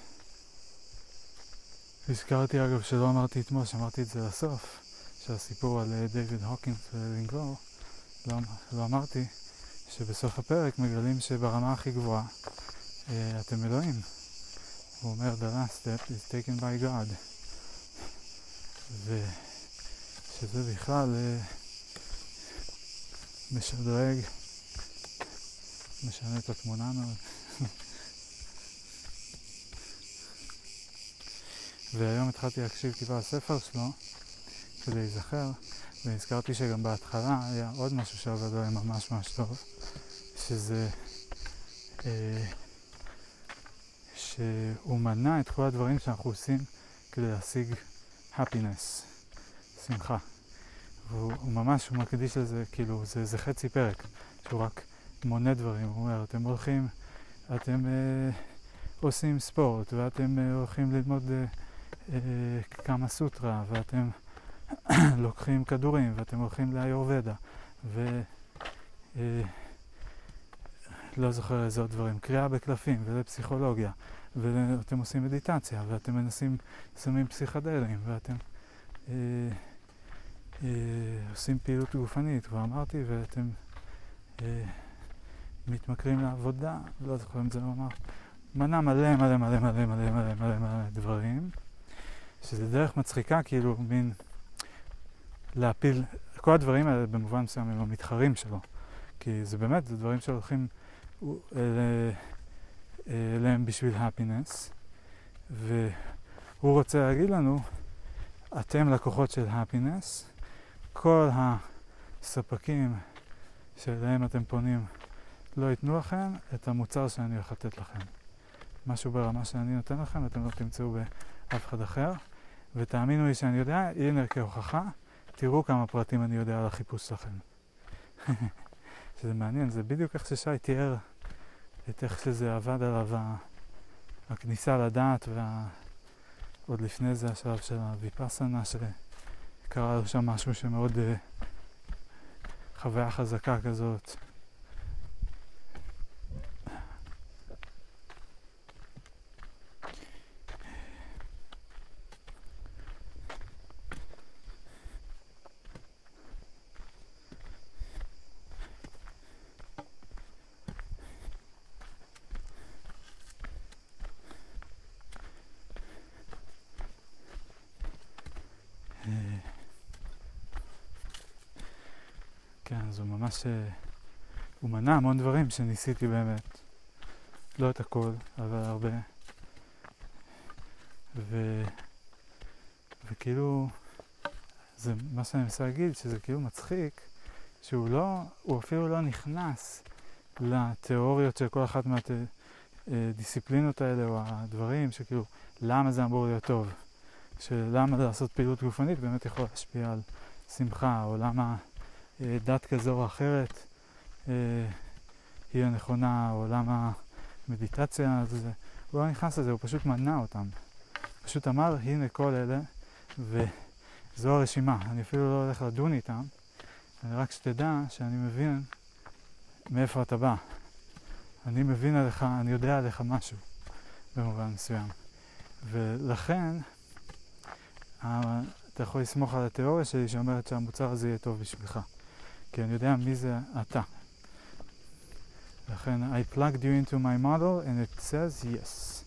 [SPEAKER 1] הזכרתי אגב שלא אמרתי אתמול, שאמרתי את זה לסוף, שהסיפור על דיוויד הוקינס ולינגלור, לא אמרתי שבסוף הפרק מגלים שברמה הכי גבוהה אתם אלוהים. הוא אומר, the last step is taken by God. ושזה בכלל משדרג, משנה את התמונה מאוד. והיום התחלתי להקשיב טיפה הספר שלו כדי להיזכר, ונזכרתי שגם בהתחלה היה עוד משהו שעבד עליהם ממש ממש טוב, שזה שהוא מנע את כל הדברים שאנחנו עושים כדי להשיג happiness, שמחה. והוא ממש, הוא מקדיש לזה, כאילו, זה חצי פרק, שהוא רק מונה דברים. הוא אומר, אתם הולכים, אתם עושים ספורט, ואתם הולכים ללמוד כמה סוטרה, ואתם לוקחים כדורים, ואתם הולכים לאיורבדה, לא זוכר איזה עוד דברים, קריאה בקלפים, ולפסיכולוגיה, ואתם עושים מדיטציה, ואתם מנסים סמים פסיכדליים, ואתם עושים פעילות גופנית, כבר אמרתי, ואתם מתמכרים לעבודה, לא זוכר אם זה לא אמר, מנה מלא מלא מלא מלא מלא מלא מלא מלא דברים, שזה דרך מצחיקה, כאילו מין להפיל, כל הדברים האלה במובן מסוים הם המתחרים שלו, כי זה באמת, זה דברים שהולכים אליהם בשביל happiness, והוא רוצה להגיד לנו, אתם לקוחות של happiness, כל הספקים שאליהם אתם פונים לא ייתנו לכם את המוצר שאני הולך לתת לכם. משהו ברמה שאני נותן לכם, אתם לא תמצאו באף אחד אחר, ותאמינו לי שאני יודע, הנה כהוכחה, תראו כמה פרטים אני יודע על החיפוש שלכם. שזה מעניין, זה בדיוק איך ששי תיאר את איך שזה עבד עליו הכניסה לדעת, ועוד לפני זה השלב של הוויפאסנה, שקרה לו שם משהו שמאוד חוויה חזקה כזאת. כן, זו ממש, הוא מנע המון דברים שניסיתי באמת, לא את הכל, אבל הרבה, וכאילו, זה מה שאני מנסה להגיד, שזה כאילו מצחיק, שהוא לא, הוא אפילו לא נכנס לתיאוריות של כל אחת מהדיסציפלינות האלה, או הדברים שכאילו, למה זה אמור להיות טוב, שלמה לעשות פעילות גופנית באמת יכול להשפיע על שמחה, או למה דת כזו או אחרת היא הנכונה, או למה מדיטציה, הוא לא נכנס לזה, הוא פשוט מנע אותם. פשוט אמר, הנה כל אלה, וזו הרשימה. אני אפילו לא הולך לדון איתם, אני רק שתדע שאני מבין מאיפה אתה בא. אני מבין עליך, אני יודע עליך משהו, במובן מסוים. ולכן, אתה יכול לסמוך על התיאוריה שלי שאומרת שהמוצר הזה יהיה טוב בשבילך. כי אני יודע מי זה אתה. לכן, I plugged you into my model and it says yes.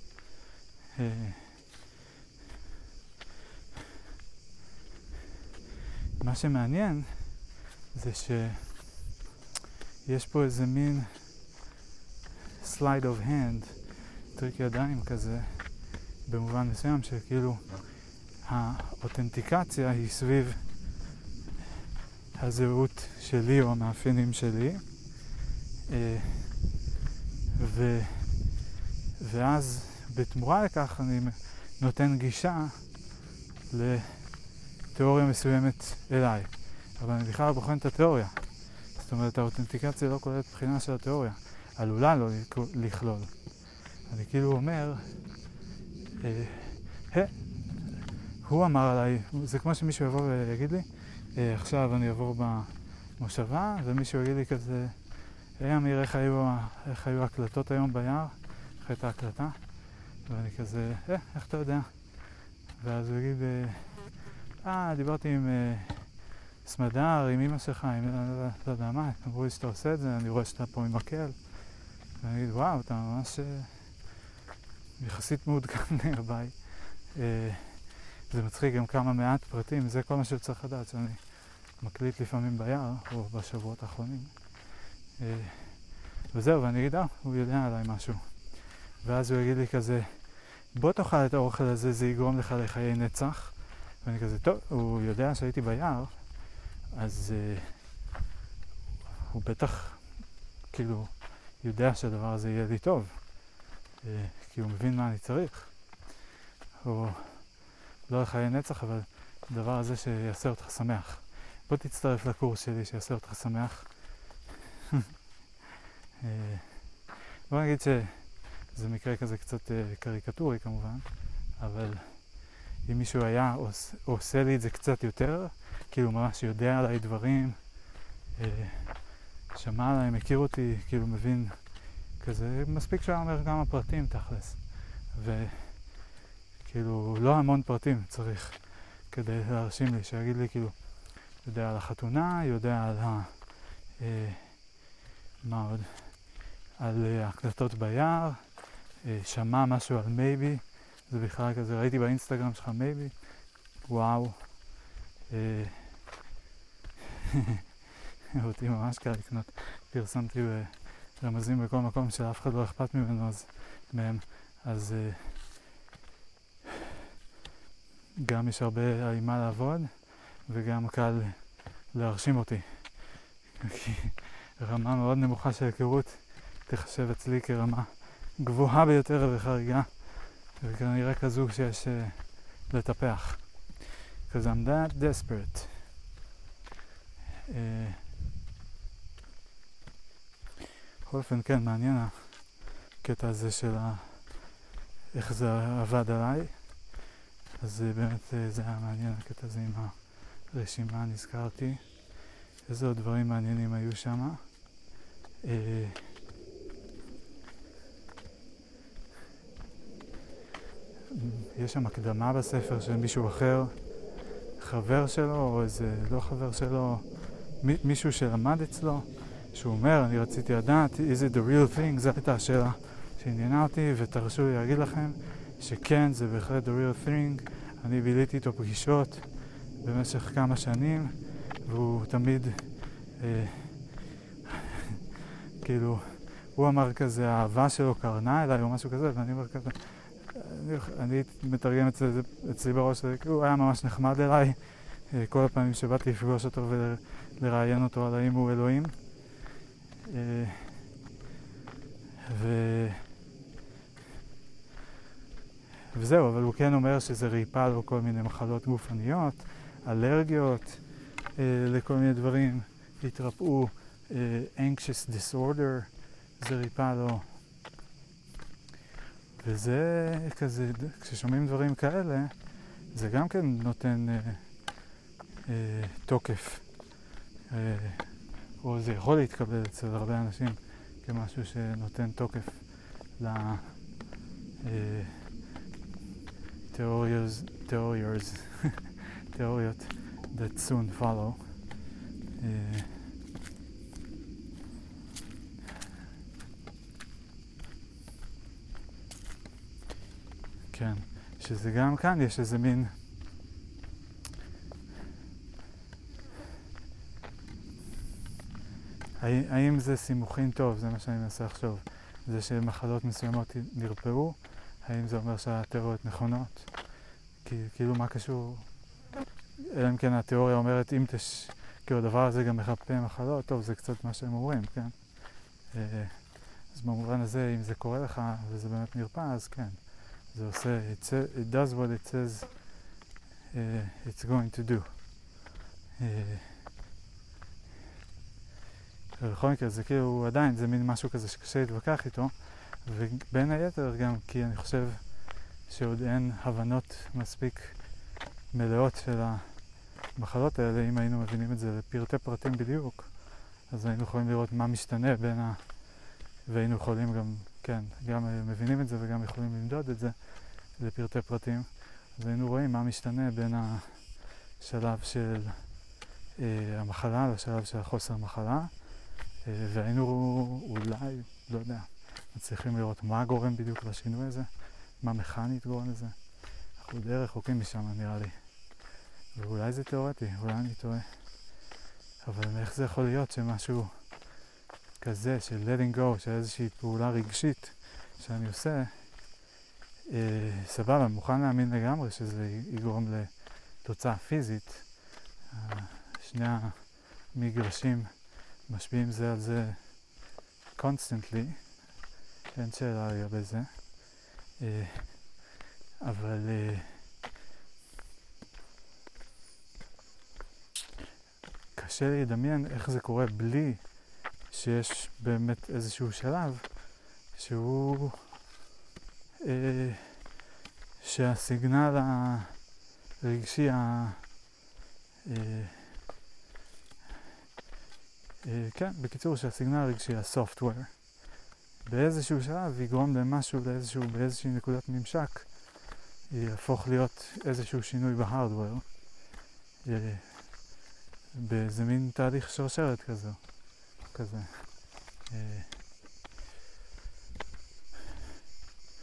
[SPEAKER 1] מה שמעניין זה שיש פה איזה מין slide of hand, טריק ידיים כזה, במובן מסוים שכאילו האותנטיקציה היא סביב הזהות שלי או המאפיינים שלי, ואז בתמורה לכך אני נותן גישה לתיאוריה מסוימת אליי, אבל אני בכלל בוחן את התיאוריה. זאת אומרת, האותנטיקציה לא כוללת בחינה של התיאוריה, עלולה לא לכלול. אני כאילו אומר, הוא אמר עליי, זה כמו שמישהו יבוא ויגיד לי, עכשיו אני אעבור במושבה, ומישהו יגיד לי כזה, אמיר, איך היו הקלטות היום ביער? איך הייתה הקלטה? ואני כזה, איך אתה יודע? ואז הוא יגיד, דיברתי עם סמדר, עם אמא שלך, לא יודע מה, אמרו לי שאתה עושה את זה, אני רואה שאתה פה עם מקל. ואני אגיד, וואו, אתה ממש יחסית מעודכן ביי. זה מצחיק גם כמה מעט פרטים, זה כל מה שצריך לדעת, שאני מקליט לפעמים ביער, או בשבועות האחרונים. וזהו, ואני אגיד, הוא יודע עליי משהו. ואז הוא יגיד לי כזה, בוא תאכל את האוכל הזה, זה יגרום לך לחיי נצח. ואני כזה, טוב, הוא יודע שהייתי ביער, אז הוא בטח, כאילו, יודע שהדבר הזה יהיה לי טוב. כי הוא מבין מה אני צריך. או לא לחיי נצח, אבל הדבר הזה שיעשה אותך שמח. בוא תצטרף לקורס שלי שיעשה אותך שמח. בוא נגיד שזה מקרה כזה קצת קריקטורי כמובן, אבל אם מישהו היה עושה לי את זה קצת יותר, כאילו ממש יודע עליי דברים, שמע עליי, מכיר אותי, כאילו מבין כזה, מספיק שהוא אומר כמה פרטים תכלס. וכאילו לא המון פרטים צריך כדי להרשים לי, שיגיד לי כאילו, יודע על החתונה, יודע על מה עוד? על הקלטות ביער, שמע משהו על מייבי, זה בכלל כזה, ראיתי באינסטגרם שלך מייבי, וואו. אותי ממש קל לקנות, פרסמתי ברמזים בכל מקום שאף אחד לא אכפת ממנו מהם, אז גם יש הרבה על מה לעבוד וגם קל להרשים אותי, כי רמה מאוד נמוכה של היכרות תחשב אצלי כרמה גבוהה ביותר וחריגה, וכנראה כזו שיש לטפח, because I'm that desperate. בכל אופן, כן, מעניין הקטע הזה של איך זה עבד עליי, אז באמת זה היה מעניין הקטע הזה עם הרשימה, נזכרתי איזה עוד דברים מעניינים היו שם. יש שם הקדמה בספר של מישהו אחר, חבר שלו או איזה לא חבר שלו, מישהו שלמד אצלו, שהוא אומר, אני רציתי לדעת, is it the real thing? זו הייתה השאלה שעניינה אותי, ותרשו לי להגיד לכם שכן, זה בהחלט the real thing. אני ביליתי איתו פגישות במשך כמה שנים, והוא תמיד, כאילו, הוא אמר כזה, האהבה שלו קרנה אליי או משהו כזה, ואני אומר כזה, אני מתרגם אצלי בראש, הוא היה ממש נחמד אליי, כל הפעמים שבאתי לפגוש אותו ולראיין אותו על האם הוא אלוהים. וזהו, אבל הוא כן אומר שזה ריפא לו כל מיני מחלות גופניות, אלרגיות לכל מיני דברים, התרפאו, anxious disorder, זה ריפא לו. וזה כזה, כששומעים דברים כאלה, זה גם כן נותן תוקף, או זה יכול להתקבל אצל הרבה אנשים כמשהו שנותן תוקף תיאוריות that soon follow. כן, שזה גם כאן יש איזה מין האם זה סימוכין טוב, זה מה שאני מנסה לחשוב, זה שמחלות מסוימות נרפאו, האם זה אומר שהתיאוריות נכונות? כאילו מה קשור? אלא אם כן התיאוריה אומרת, אם כאילו הדבר הזה גם מחפה מחלות, טוב, זה קצת מה שהם אומרים, כן? אז במובן הזה, אם זה קורה לך וזה באמת נרפא, אז כן. זה עושה, it does what it says it's going to do. ובכל מקרה, זה כאילו עדיין, זה מין משהו כזה שקשה להתווכח איתו, ובין היתר גם כי אני חושב שעוד אין הבנות מספיק מלאות של המחלות האלה. אם היינו מבינים את זה לפרטי פרטים בדיוק, אז היינו יכולים לראות מה משתנה בין והיינו יכולים גם, כן, גם מבינים את זה וגם יכולים למדוד את זה לפרטי פרטים, אז היינו רואים מה משתנה בין השלב של המחלה לשלב של החוסר מחלה, והיינו אולי, לא יודע, מצליחים לראות מה גורם בדיוק לשינוי הזה, מה מכנית גורם לזה. אנחנו די רחוקים משם נראה לי, ואולי זה תיאורטי, אולי אני טועה, אבל איך זה יכול להיות שמשהו כזה של letting go, של איזושהי פעולה רגשית שאני עושה, סבבה, מוכן להאמין לגמרי שזה יגרום לתוצאה פיזית. שני המגרשים משפיעים זה על זה constantly, אין שאלה לגבי זה, אבל קשה לי לדמיין איך זה קורה בלי שיש באמת איזשהו שלב שהוא שהסיגנל הרגשי כן, בקיצור שהסיגנל הרגשי, הסופטוור, באיזשהו שלב יגרום למשהו, באיזושהי נקודת ממשק, יהפוך להיות איזשהו שינוי בהארדוור, באיזה מין תהליך שרשרת כזה.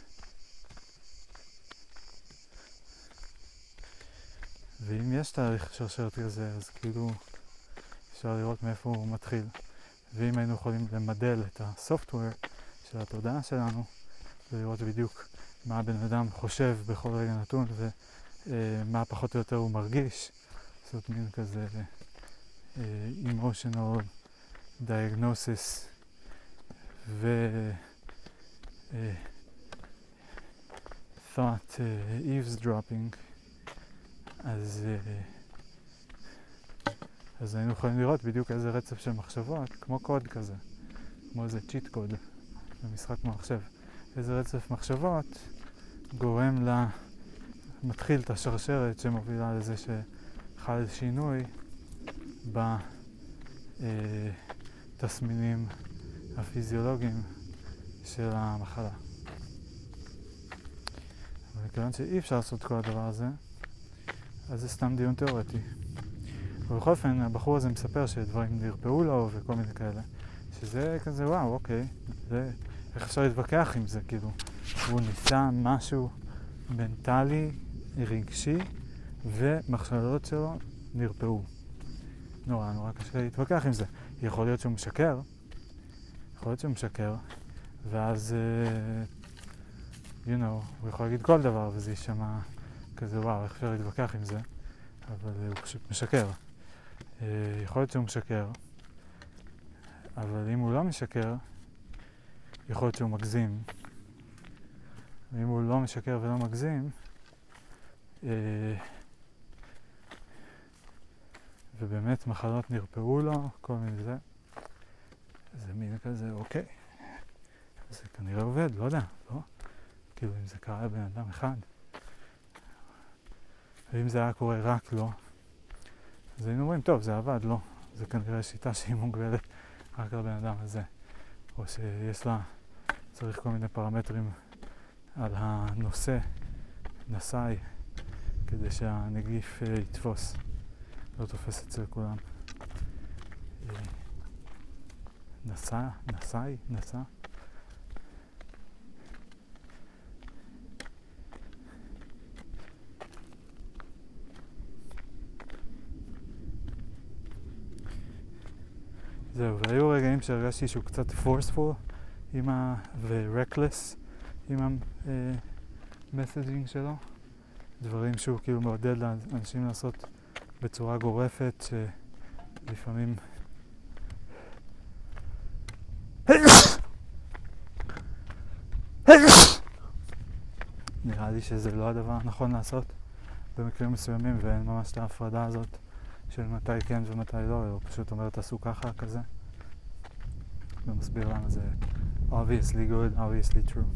[SPEAKER 1] יש תהליך שרשרת כזה, אז כאילו אפשר לראות מאיפה הוא מתחיל. ואם היינו יכולים למדל את הסופטוור של התודעה שלנו, ולראות בדיוק מה הבן אדם חושב בכל רגע נתון, ומה פחות או יותר הוא מרגיש, זאת מין כזה emotional diagnosis thought eavesdropping, אז היינו יכולים לראות בדיוק איזה רצף של מחשבות, כמו קוד כזה, כמו איזה צ'יט קוד במשחק מחשב. איזה רצף מחשבות גורם מתחיל את השרשרת שמובילה לזה שחל שינוי בתסמינים הפיזיולוגיים של המחלה. אבל מכיוון שאי אפשר לעשות כל הדבר הזה, אז זה סתם דיון תיאורטי. ובכל אופן, הבחור הזה מספר שדברים נרפאו לו וכל מיני כאלה, שזה כזה וואו, אוקיי, זה, איך אפשר להתווכח עם זה, כאילו, הוא ניסה משהו מנטלי, רגשי, ומחשבות שלו נרפאו. נורא קשה להתווכח עם זה. יכול להיות שהוא משקר, ואז, הוא יכול להגיד כל דבר, וזה יישמע כזה וואו, איך אפשר להתווכח עם זה, אבל הוא פשוט משקר. יכול להיות שהוא משקר, אבל אם הוא לא משקר, יכול להיות שהוא מגזים. ואם הוא לא משקר ולא מגזים, ובאמת מחלות נרפאו לו, כל מיני זה, זה מין כזה, אוקיי, זה כנראה עובד, לא יודע, לא? כאילו אם זה קרה לבן אדם אחד, ואם זה היה קורה רק לו, אז היינו אומרים, טוב, זה עבד, לא. זה כנראה שיטה שהיא מוגבלת רק לבן אדם הזה. או שיש לה, צריך כל מיני פרמטרים על הנושא, נשאי, כדי שהנגיף יתפוס. לא תופס אצל כולם. נשאי. זהו, והיו רגעים שהרגשתי שהוא קצת forceful ו-reckless עם המסג'ינג שלו. דברים שהוא כאילו מעודד לאנשים לעשות בצורה גורפת, שלפעמים נראה לי שזה לא הדבר הנכון לעשות במקרים מסוימים, ואין ממש את ההפרדה הזאת של מתי כן ומתי לא, הוא פשוט אומר תעשו ככה כזה ומסביר למה זה obviously good, obviously true.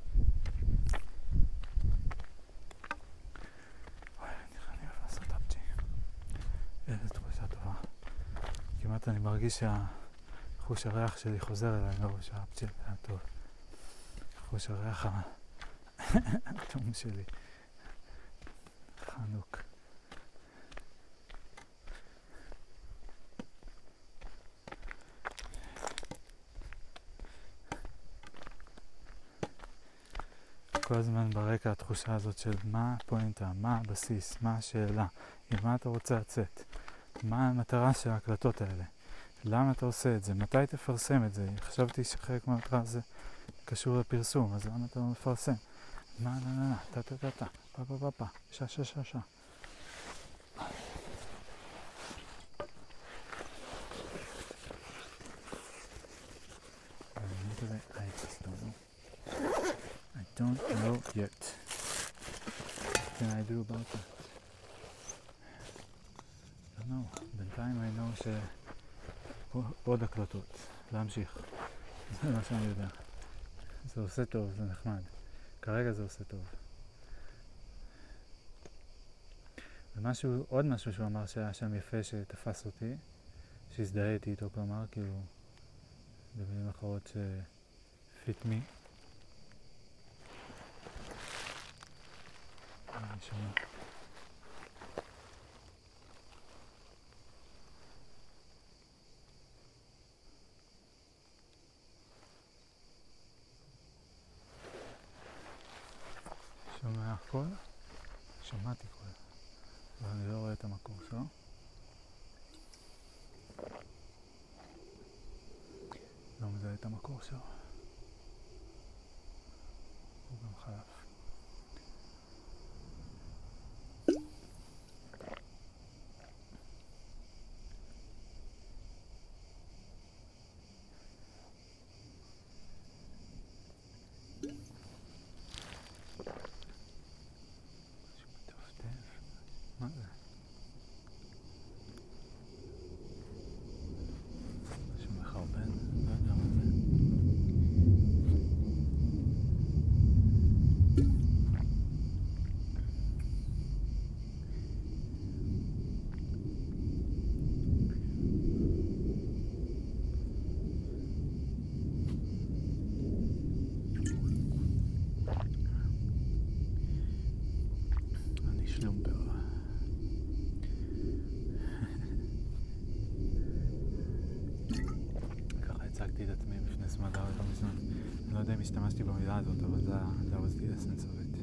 [SPEAKER 1] אני אוהב לעשות אפצ'י, איזה תחושה טובה. כמעט אני מרגיש שהחוש הריח שלי חוזר אליי מרוב שהאפצ'י היה טוב. חוש הריח הטום שלי חנוק. כל הזמן ברקע התחושה הזאת של מה הפואנטה, מה הבסיס, מה השאלה, עם מה אתה רוצה לצאת, מה המטרה של ההקלטות האלה, למה אתה עושה את זה, מתי תפרסם את זה. חשבתי שחלק מהמטרה הזה קשור לפרסום, אז למה אתה לא מפרסם? טה, שעה. I don't know yet. What can I do about that? I don't know. בינתיים I know שעוד הקלטות. להמשיך. זה מה שאני יודע. זה עושה טוב, זה נחמד. כרגע זה עושה טוב. עוד משהו שהוא אמר שהיה שם יפה שתפס אותי, שהזדהיתי איתו, כלומר, כאילו, במילים אחרות fit me. אני שומע. שומע קול? שמעתי קול. ואני לא רואה את המקור שלו. לא מזהה את המקור שלו. הוא גם חלף. מה זה? משהו מחרבן? לא יודע מה זה. אני שלומבר. הצגתי את עצמי בפני סמדר לא מזמן. אני לא יודע אם השתמשתי במילה הזאת, אבל זה was the essence of it.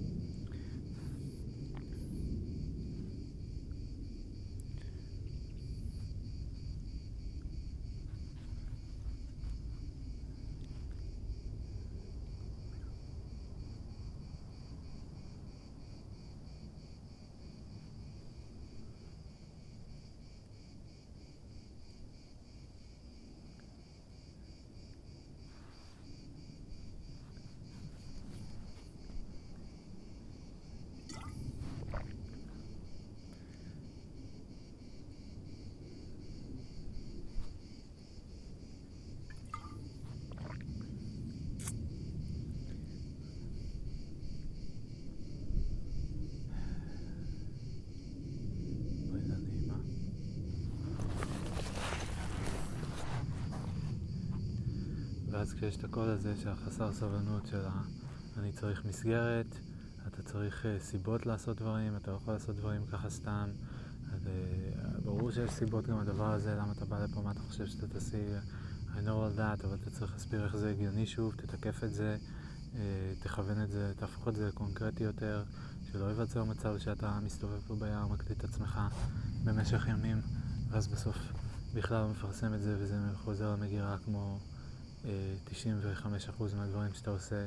[SPEAKER 1] ואז כשיש את הקול הזה שהחסר סבלנות של אני צריך מסגרת, אתה צריך סיבות לעשות דברים, אתה לא יכול לעשות דברים ככה סתם, ברור שיש סיבות גם הדבר הזה, למה אתה בא לפה, מה אתה חושב שאתה תשיג, I know all that, אבל אתה צריך להסביר איך זה הגיוני שוב, תתקף את זה, תכוון את זה, תהפוך את זה לקונקרטי יותר, שלא ייווצר מצב שאתה מסתובב פה ביער, מקליט את עצמך במשך ימים, ואז בסוף בכלל לא מפרסם את זה וזה חוזר למגירה כמו 95% מהדברים שאתה עושה.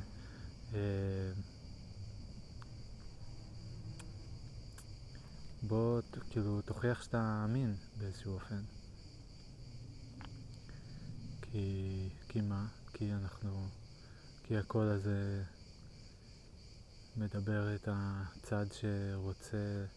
[SPEAKER 1] בוא כאילו תוכיח שאתה אמין באיזשהו אופן. כי מה? כי הקול הזה מדבר את הצד שרוצה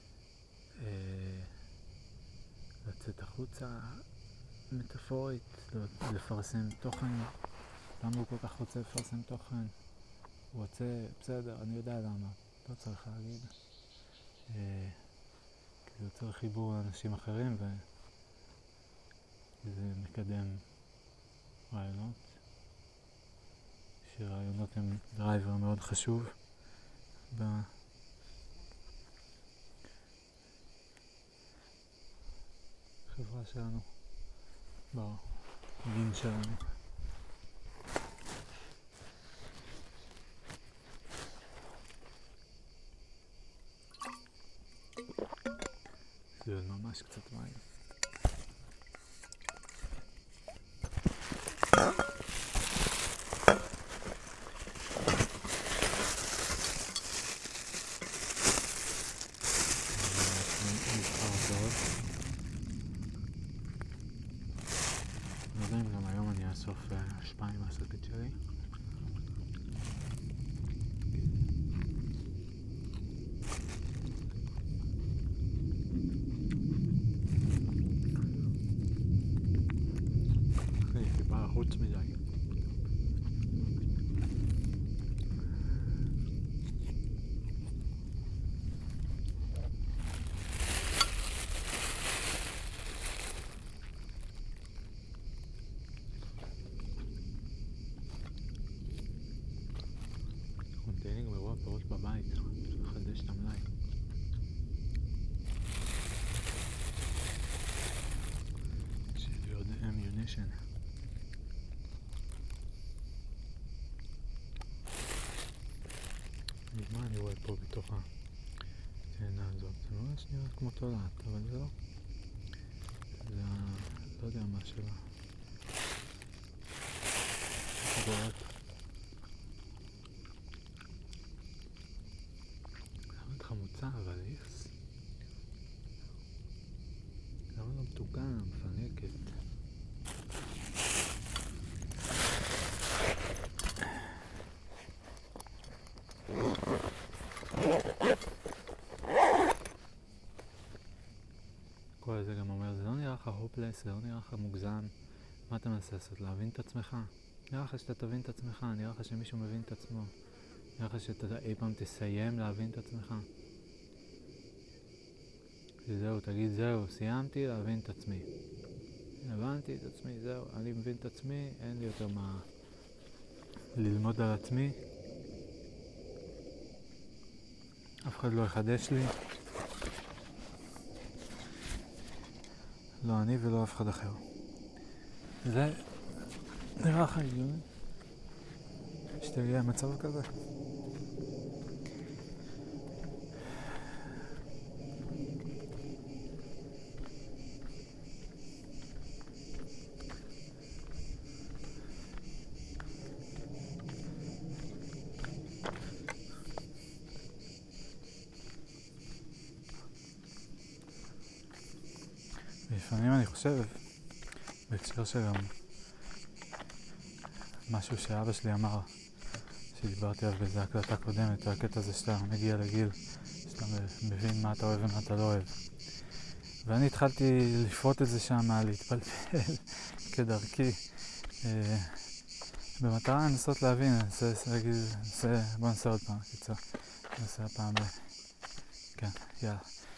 [SPEAKER 1] לצאת החוצה מטאפורית, לפרסם תוכן. למה הוא כל כך רוצה לפרסם תוכן? הוא רוצה, בסדר, אני יודע למה, לא צריך להגיד. כי זה יוצר חיבור לאנשים אחרים וזה מקדם רעיונות. שרעיונות הם דרייבר מאוד חשוב בחברה שלנו, בגין שלנו. זה ממש קצת מים. לא יודע אם גם היום אני אאסוף השפעה עם הסרטית שלי. חוץ מדי. אנחנו מטיילים ברוח פירות בבית, לחדש את המלאי. שיהיה עוד אמונישן. מה אני רואה פה בתוך העינה הזאת. זה ממש נראה כמו תולעת, אבל זה לא. זה לא יודע מה שלה. חדורת. חדורת חמוצה, אבל איכס. למה לא מתוקה, מפנקת? כל זה גם אומר, זה לא נראה לך הופלס, זה לא נראה לך מוגזם. מה אתה מנסה לעשות? להבין את עצמך? נראה לך שאתה תבין את עצמך, נראה לך שמישהו מבין את עצמו. נראה לך שאתה אי פעם תסיים להבין את עצמך. זהו, תגיד זהו, סיימתי להבין את עצמי. הבנתי את עצמי, זהו, אני מבין את עצמי, אין לי יותר מה ללמוד על עצמי. אף אחד לא יחדש לי. לא אני ולא אף אחד אחר. זה נראה לך הגיוני שתגיע מצב כזה. לפעמים אני חושב, בהקשר שגם משהו שאבא שלי אמר, שדיברתי עליו באיזו הקלטה קודמת, הקטע הזה שאתה מגיע לגיל, שאתה מבין מה אתה אוהב ומה אתה לא אוהב. ואני התחלתי לפרוט את זה שם, להתפלפל כדרכי, במטרה לנסות להבין, בוא ננסה עוד פעם, קיצור, ננסה הפעם כן, יאללה.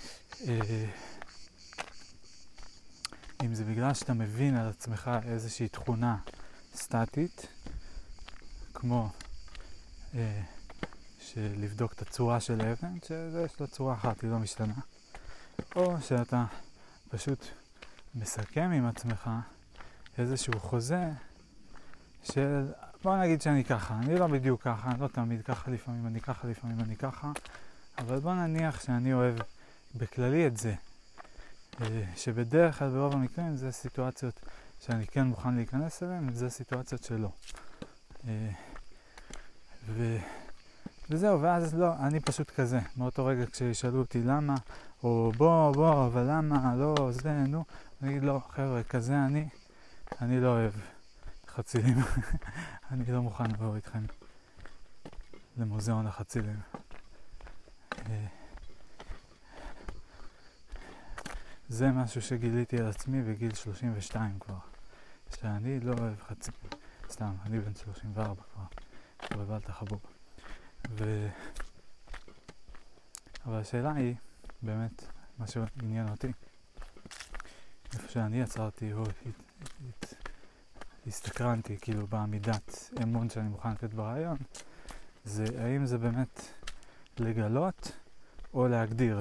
[SPEAKER 1] אם זה בגלל שאתה מבין על עצמך איזושהי תכונה סטטית, כמו שלבדוק את הצורה של אבן, שיש לה צורה אחת, היא לא משתנה, או שאתה פשוט מסכם עם עצמך איזשהו חוזה של, בוא נגיד שאני ככה, אני לא בדיוק ככה, אני לא תמיד ככה, לפעמים אני ככה, לפעמים אני ככה, אבל בוא נניח שאני אוהב בכללי את זה, שבדרך כלל ברוב המקרים זה סיטואציות שאני כן מוכן להיכנס אליהן, וזה סיטואציות שלא. וזהו, ואז לא, אני פשוט כזה, מאותו רגע כשישאלו אותי למה, או בוא, אבל למה, לא, זה, נו, אני אגיד לא, חבר'ה, כזה אני לא אוהב חצילים, אני לא מוכן לבוא איתכם למוזיאון החצילים. זה משהו שגיליתי על עצמי בגיל 32 כבר, שאני לא אוהב חצילים, סתם, אני בן 34 כבר, בבלת החבוב. אבל השאלה היא, באמת, מה שעניין אותי, איפה שאני עצרתי, או הסתקרנתי, כאילו, בעמידת אמון שאני מוכן לתת ברעיון, זה האם זה באמת לגלות או להגדיר.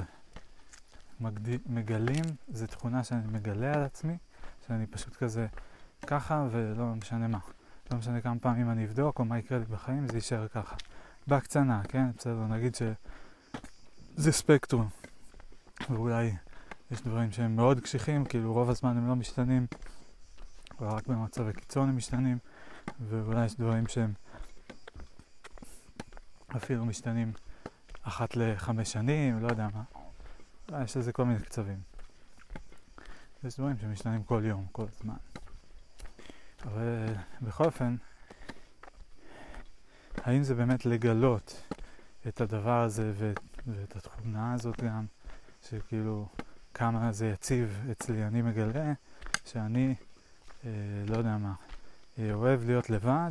[SPEAKER 1] מגלים, זה תכונה שאני מגלה על עצמי, שאני פשוט כזה ככה ולא משנה מה. לא משנה כמה פעמים אני אבדוק או מה יקרה לי בחיים, זה יישאר ככה. בהקצנה, כן? בסדר, נגיד שזה ספקטרום. ואולי יש דברים שהם מאוד קשיחים, כאילו רוב הזמן הם לא משתנים, או רק במצב הקיצון הם משתנים, ואולי יש דברים שהם אפילו משתנים אחת ל5 שנים, לא יודע מה. יש לזה כל מיני קצבים. יש דברים שמשתנים כל יום, כל הזמן. אבל בכל אופן, האם זה באמת לגלות את הדבר הזה ואת התכונה הזאת גם, שכאילו כמה זה יציב אצלי, אני מגלה שאני, לא יודע מה, אוהב להיות לבד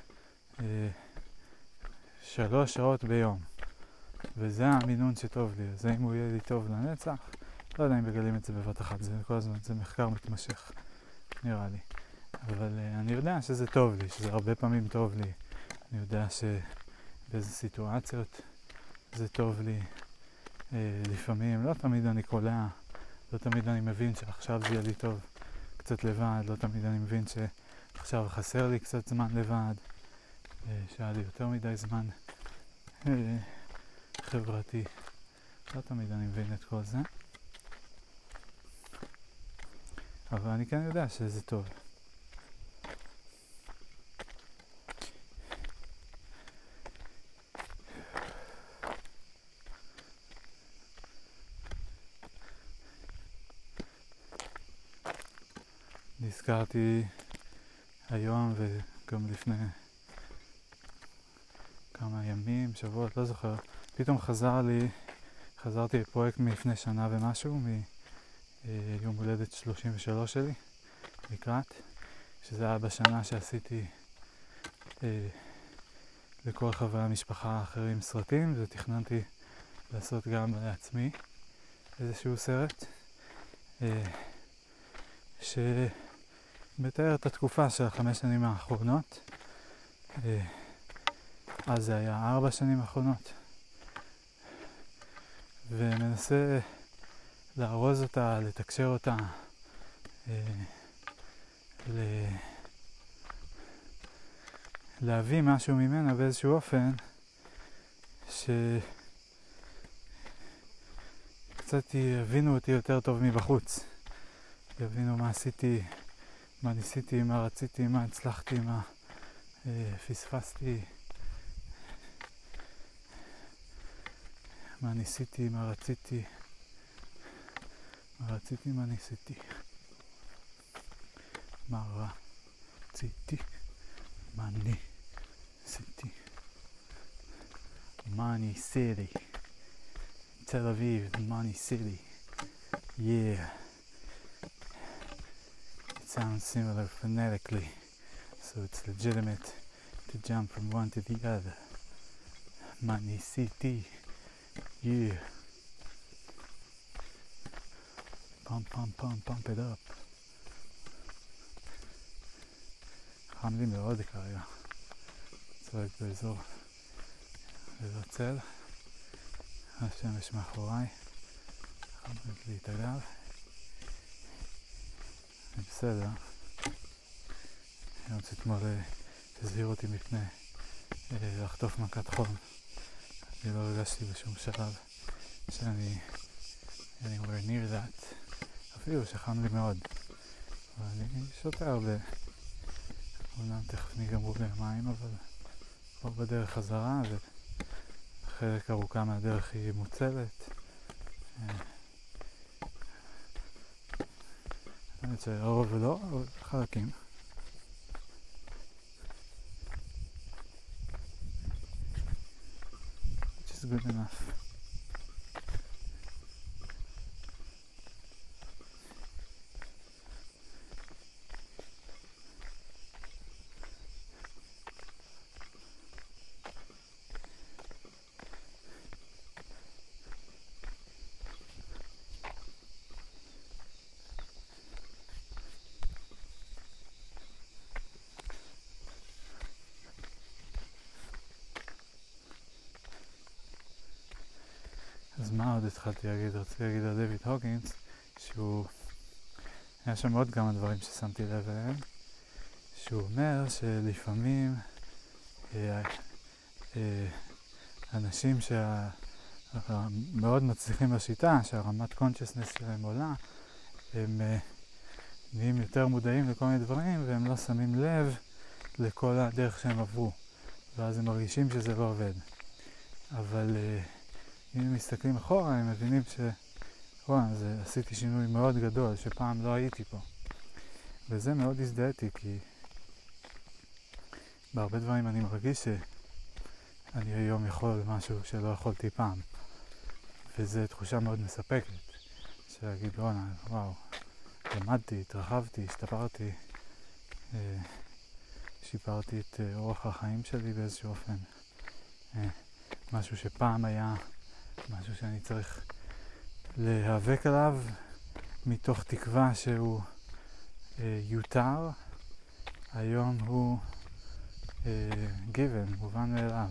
[SPEAKER 1] 3 שעות ביום. וזה המינון שטוב לי, אז אם הוא יהיה לי טוב לנצח, לא יודע אם מגלים את זה בבת אחת, זה כל הזמן, זה מחקר מתמשך, נראה לי. אבל אני יודע שזה טוב לי, שזה הרבה פעמים טוב לי. אני יודע שבאיזה סיטואציות זה טוב לי. לפעמים, לא תמיד אני קולע, לא תמיד אני מבין שעכשיו זה יהיה לי טוב קצת לבד, לא תמיד אני מבין שעכשיו חסר לי קצת זמן לבד, שהיה לי יותר מדי זמן חברתי לא תמיד אני מבין את כל זה, אבל אני כן יודע שזה טוב. נזכרתי היום וגם לפני כמה ימים, שבועות, לא זוכר, פתאום חזרתי לפרויקט מלפני שנה ומשהו, מיום הולדת 33 שלי, לקראת, שזה היה בשנה שעשיתי לכל חברי המשפחה האחרים סרטים, ותכננתי לעשות גם לעצמי איזשהו סרט שמתאר את התקופה של 5 שנים האחרונות. אז זה היה 4 שנים האחרונות, ומנסה לארוז אותה, לתקשר אותה, להביא משהו ממנה באיזשהו אופן שקצת יבינו אותי יותר טוב מבחוץ, יבינו מה עשיתי, מה ניסיתי, מה רציתי, מה הצלחתי, מה פספסתי, מה ניסיתי, מה רציתי, מה ניסיתי, מה רציתי, מה ניסיתי, Money City, Tel Aviv, Money City, yeah, it sounds similar phonetically, so it's legitimate to jump from one to the other. Money City, yeah, pump it up. חם לי מאוד כרגע, צועק באזור ללא צל, השמש מאחוריי, חמד לי את הגב, זה בסדר. היום אתמול הזהיר אותי מפני לחטוף מכת חום, אני לא הרגשתי בשום שלב שאני anywhere near that, אפילו שחם לי מאוד, אבל אני שותה הרבה. אומנם תכף נגמרו במים, אבל כבר בדרך חזרה, וחלק ארוכה מהדרך היא מוצלת. אני רוצה הרוב ולא, אבל חלקים. Which is good enough. אז מה עוד התחלתי להגיד? רציתי להגיד על דויד הוגינס, שהוא... היה שם עוד כמה דברים ששמתי לב אליהם, שהוא אומר שלפעמים אנשים שמאוד מצליחים בשיטה, שהרמת קונצ'סנס שלהם עולה, הם נהיים יותר מודעים לכל מיני דברים, והם לא שמים לב לכל הדרך שהם עברו, ואז הם מרגישים שזה לא עובד. אבל אם הם מסתכלים אחורה, הם מבינים עשיתי שינוי מאוד גדול, שפעם לא הייתי פה. וזה מאוד הזדהיתי, כי בהרבה דברים אני מרגיש שאני היום יכול משהו שלא יכולתי פעם. וזו תחושה מאוד מספקת, שלהגיד, וואו, למדתי, התרחבתי, השתפרתי, שיפרתי את אורח החיים שלי באיזשהו אופן. משהו שפעם היה משהו שאני צריך להיאבק עליו מתוך תקווה שהוא יותר, היום הוא given, מובן מאליו.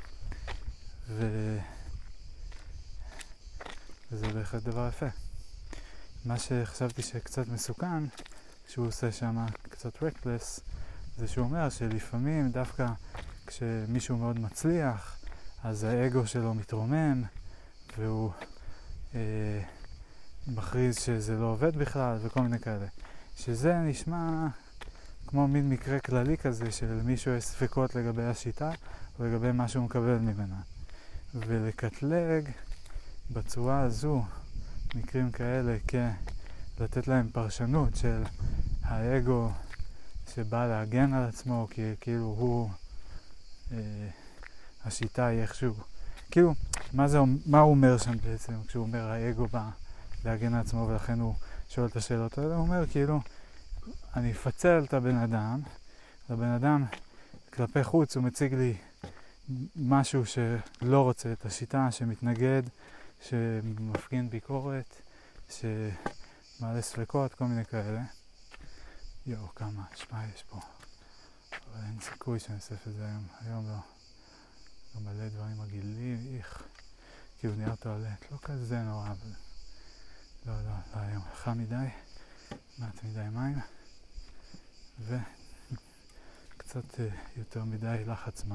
[SPEAKER 1] וזה בהחלט דבר יפה. מה שחשבתי שקצת מסוכן, שהוא עושה שם קצת reckless, זה שהוא אומר שלפעמים דווקא כשמישהו מאוד מצליח, אז האגו שלו מתרומם, והוא מכריז שזה לא עובד בכלל וכל מיני כאלה. שזה נשמע כמו מין מקרה כללי כזה של מישהו יש ספקות לגבי השיטה או לגבי מה שהוא מקבל ממנה. ולקטלג בצורה הזו מקרים כאלה לתת להם פרשנות של האגו שבא להגן על עצמו כאילו הוא השיטה היא איכשהו כאילו מה הוא אומר שם בעצם כשהוא אומר האגו בא להגן על עצמו ולכן הוא שואל את השאלות האלה. הוא אומר כאילו אני אפצל את הבן אדם כלפי חוץ הוא מציג לי משהו שלא רוצה את השיטה, שמתנגד, שמפגין ביקורת, שמעלה ספקות, כל מיני כאלה. כמה שמע יש פה. אבל אין סיכוי שאני אוסף את זה היום. היום לא. לא מלא דברים מגעילים, כאילו נהיה טואלט. לא כזה נורא, אבל לא היום. חם מדי, מעט מדי מים, וקצת יותר מדי לחץ זמן.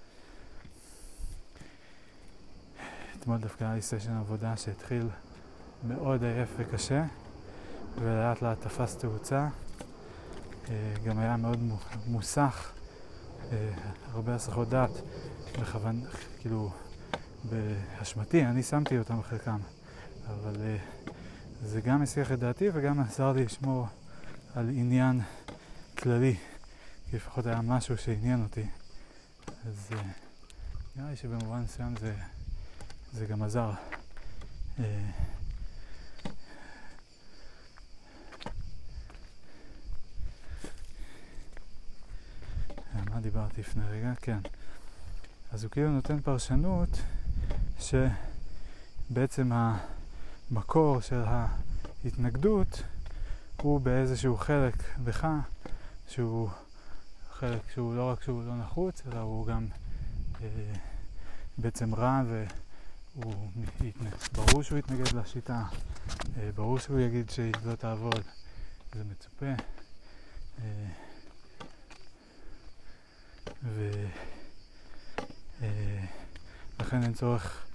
[SPEAKER 1] אתמול דווקא היה לי סשן עבודה שהתחיל מאוד עייף וקשה ולאט לאט תפס תאוצה. גם היה מאוד מוסך, הרבה הסחות דעת בכוון, כאילו באשמתי, אני שמתי אותם בחלקם, אבל זה גם הסיח את דעתי וגם עזר לי לשמור על עניין כללי, כי לפחות היה משהו שעניין אותי. אז נראה לי שבמובן מסוים זה גם עזר. מה דיברתי לפני רגע? כן. אז הוא כאילו נותן פרשנות שבעצם המקור של ההתנגדות הוא באיזשהו חלק בך, שהוא חלק שהוא לא רק שהוא לא נחוץ, אלא הוא גם בעצם רע ברור שהוא יתנגד לשיטה, ברור שהוא יגיד שהיא לא תעבוד, זה מצופה. ולכן אין צורך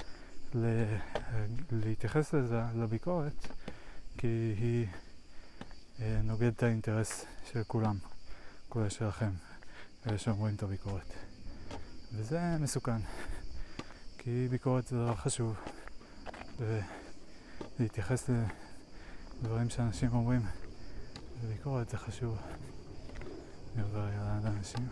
[SPEAKER 1] להתייחס לזה, לביקורת, כי היא נוגדת את האינטרס של כולם, כולל שלכם, אלה שאומרים את הביקורת. וזה מסוכן, כי ביקורת זה דבר חשוב, ולהתייחס לדברים שאנשים אומרים, וביקורת זה חשוב. אני עובר רגע ליד אנשים.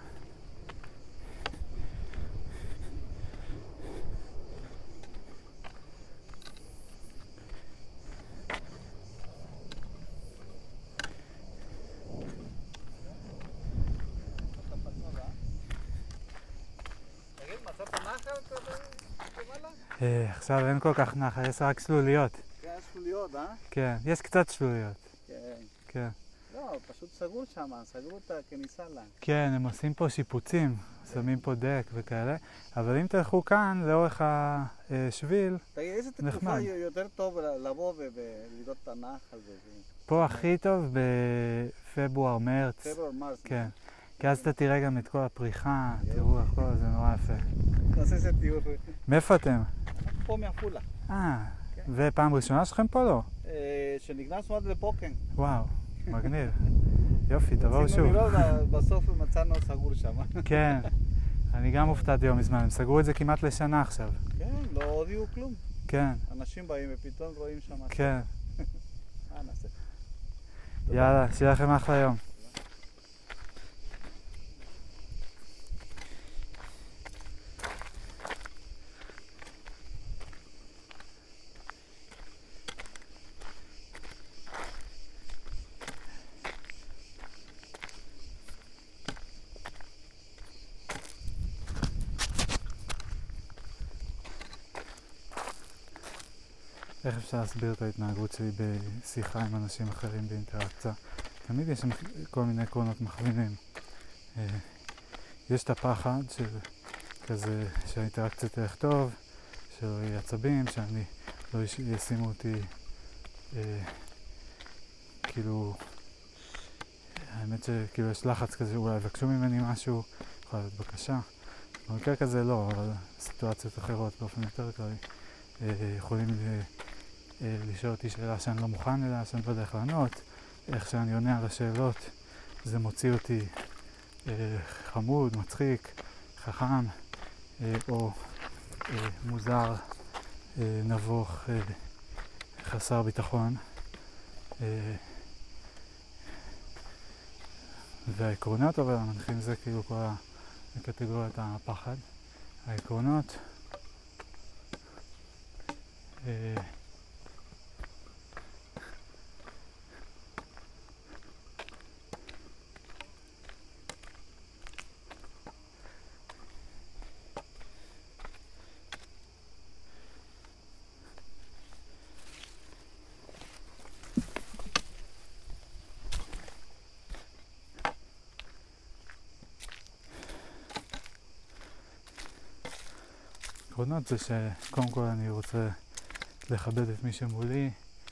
[SPEAKER 1] עכשיו אין כל כך נחל, יש רק שלוליות.
[SPEAKER 2] כן, שלוליות,
[SPEAKER 1] כן, יש קצת שלוליות.
[SPEAKER 2] כן.
[SPEAKER 1] כן.
[SPEAKER 2] לא, פשוט סגרו שם, סגרו את הכניסה לה.
[SPEAKER 1] כן, הם עושים פה שיפוצים, שמים פה דק וכאלה, אבל אם תלכו כאן לאורך השביל,
[SPEAKER 2] תגיד, איזה תקופה יותר טוב לבוא ולראות את הנחל הזה?
[SPEAKER 1] פה הכי טוב בפברואר, מרץ.
[SPEAKER 2] פברואר, מרץ.
[SPEAKER 1] כן. כי אז אתה תראה גם את כל הפריחה, תראו הכל, זה נורא יפה.
[SPEAKER 2] נעשה איזה טיול.
[SPEAKER 1] מאיפה אתם?
[SPEAKER 2] פה מעפולה.
[SPEAKER 1] ופעם ראשונה שלכם פה לא?
[SPEAKER 2] שנכנסנו עד לפוקן.
[SPEAKER 1] וואו, מגניב. יופי, תבואו שוב.
[SPEAKER 2] רצינו לראות, בסוף מצאנו סגור שם. כן,
[SPEAKER 1] אני גם הופתעתי יום מזמן, הם סגרו את זה כמעט לשנה עכשיו.
[SPEAKER 2] כן, לא הודיעו כלום.
[SPEAKER 1] כן.
[SPEAKER 2] אנשים באים ופתאום רואים שם.
[SPEAKER 1] כן.
[SPEAKER 2] נעשה.
[SPEAKER 1] יאללה, שיהיה לכם אחלה יום. איך אפשר להסביר את ההתנהגות שלי בשיחה עם אנשים אחרים באינטראקציה? תמיד יש שם כל מיני עקרונות מכווינים. יש את הפחד של כזה שהאינטראקציה תלך טוב, שלא יהיה עצבים, שאני לא ישימו אותי כאילו, האמת שכאילו יש לחץ כזה, אולי יבקשו ממני משהו, יכולה להיות בקשה. במקרה כזה לא, אבל סיטואציות אחרות באופן יותר כללי יכולים לשאול אותי שאלה שאני לא מוכן אליה, שאני לא יודע איך לענות, איך שאני עונה על השאלות, זה מוציא אותי חמוד, מצחיק, חכם, או מוזר, נבוך, חסר ביטחון. והעקרונות אבל המנחים זה כאילו כל הקטגוריית הפחד. העקרונות זה שקודם כל אני רוצה לכבד את מי שמולי,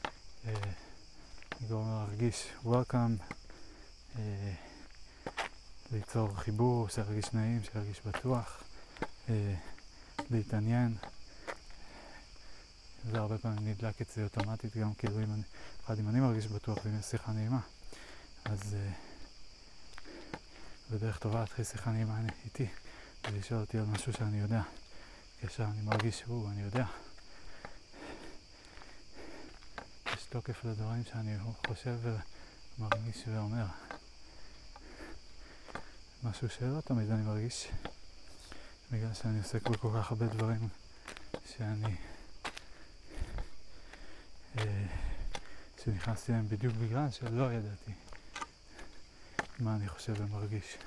[SPEAKER 1] לגרום לו להרגיש welcome, ליצור חיבור, שירגיש נעים, שירגיש בטוח, להתעניין. זה הרבה פעמים נדלק אצלי אוטומטית, גם כאילו אם אני מרגיש בטוח ואם יש שיחה נעימה, אז בדרך טובה להתחיל שיחה נעימה איתי ולשאול אותי על משהו שאני יודע. כשאני מרגיש אני יודע. יש תוקף לדברים שאני חושב ומרגיש ואומר. משהו שלא תמיד אני מרגיש, בגלל שאני עוסק בכל כך הרבה דברים שנכנסתי להם בדיוק בגלל שלא ידעתי מה אני חושב ומרגיש.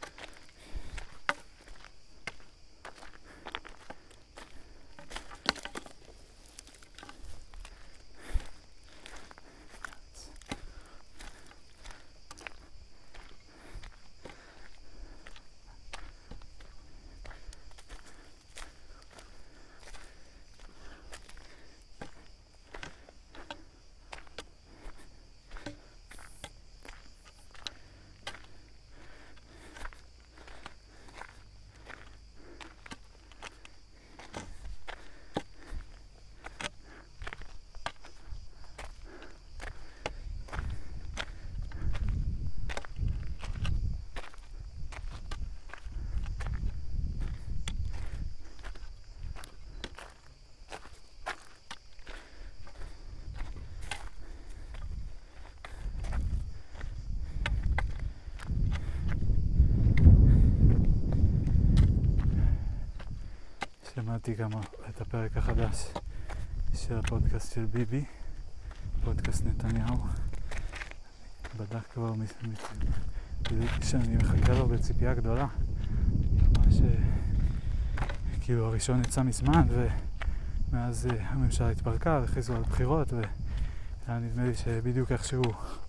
[SPEAKER 1] שמעתי גם את הפרק החדש של הפודקאסט של ביבי, פודקאסט נתניהו. בדק כבר שאני מחכה לו בציפייה גדולה. ממש כאילו הראשון יצא מזמן ומאז הממשלה התפרקה והכריזו על בחירות והיה נדמה לי שבדיוק איכשהו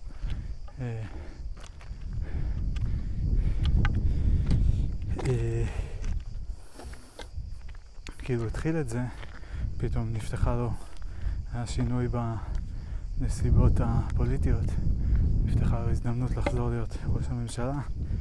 [SPEAKER 1] כאילו התחיל את זה, פתאום נפתחה לו השינוי בנסיבות הפוליטיות, נפתחה לו הזדמנות לחזור להיות ראש הממשלה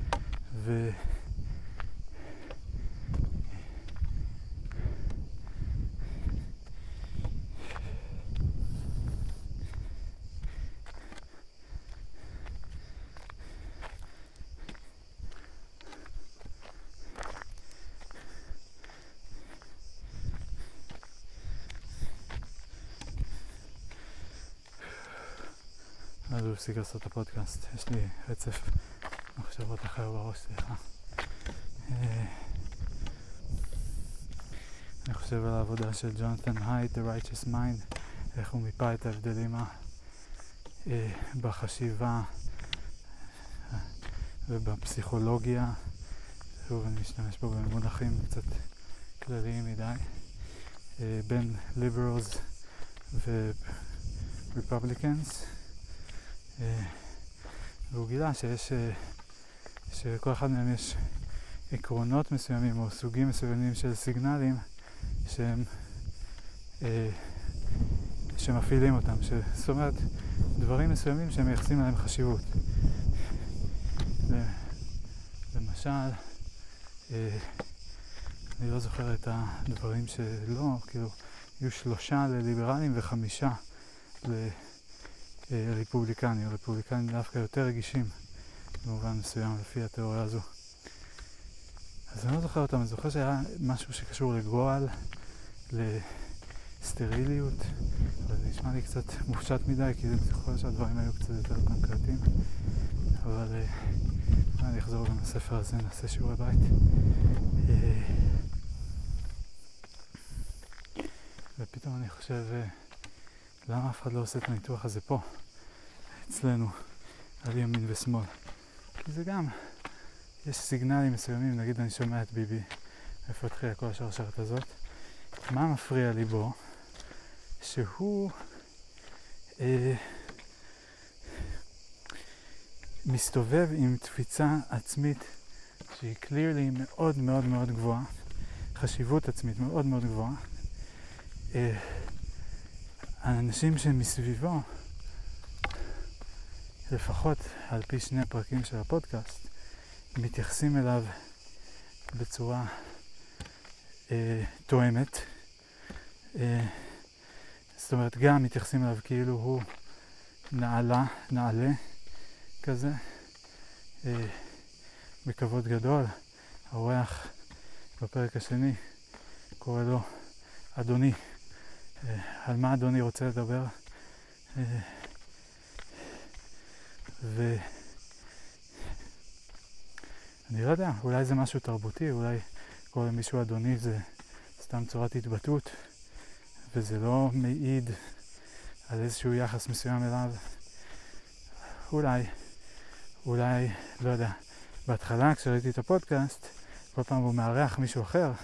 [SPEAKER 1] אז הוא הפסיק לעשות את הפודקאסט. יש לי רצף מחשבות אחר בראש, סליחה. אני חושב על העבודה של ג'ונתן הייט, The Righteous Mind, איך הוא מיפה את ההבדלים בחשיבה ובפסיכולוגיה. שוב, אני משתמש פה במונחים קצת כלליים מדי. בין Liberals ו-Republicans. והוא גילה שכל אחד מהם יש עקרונות מסוימים או סוגים מסוימים של סיגנלים שמפעילים אותם, זאת אומרת דברים מסוימים שהם מייחסים להם חשיבות. למשל, אני לא זוכר את הדברים שלא, כאילו, יהיו 3 לליברלים ו5 לרפובליקנים. רפובליקנים דווקא יותר רגישים במובן מסוים לפי התיאוריה הזו. אז אני לא זוכר אותם, אני זוכר שהיה משהו שקשור לגועל, לסטריליות, אבל זה נשמע לי קצת מופשט מדי, כי אני זוכר שהדברים היו קצת יותר קונקרטיים. אבל אני אחזור גם לספר הזה, נעשה שיעורי בית. ופתאום אני חושב, למה אף אחד לא עושה את הניתוח הזה פה, אצלנו, על ימין ושמאל? כי זה גם, יש סיגנלים מסוימים, נגיד אני שומע את ביבי, איפה התחילה כל השרשרת הזאת, מה מפריע לי בו? שהוא מסתובב עם תפיצה עצמית שהיא clearly מאוד מאוד מאוד גבוהה, חשיבות עצמית מאוד מאוד גבוהה. האנשים שמסביבו, לפחות על פי שני הפרקים של הפודקאסט, מתייחסים אליו בצורה תואמת. זאת אומרת, גם מתייחסים אליו כאילו הוא נעלה כזה, בכבוד גדול. האורח בפרק השני קורא לו אדוני. על מה אדוני רוצה לדבר? ואני לא יודע, אולי זה משהו תרבותי, אולי קורא למישהו אדוני זה סתם צורת התבטאות, וזה לא מעיד על איזשהו יחס מסוים אליו. אולי, לא יודע, בהתחלה כשראיתי את הפודקאסט, כל פעם הוא מארח מישהו אחר,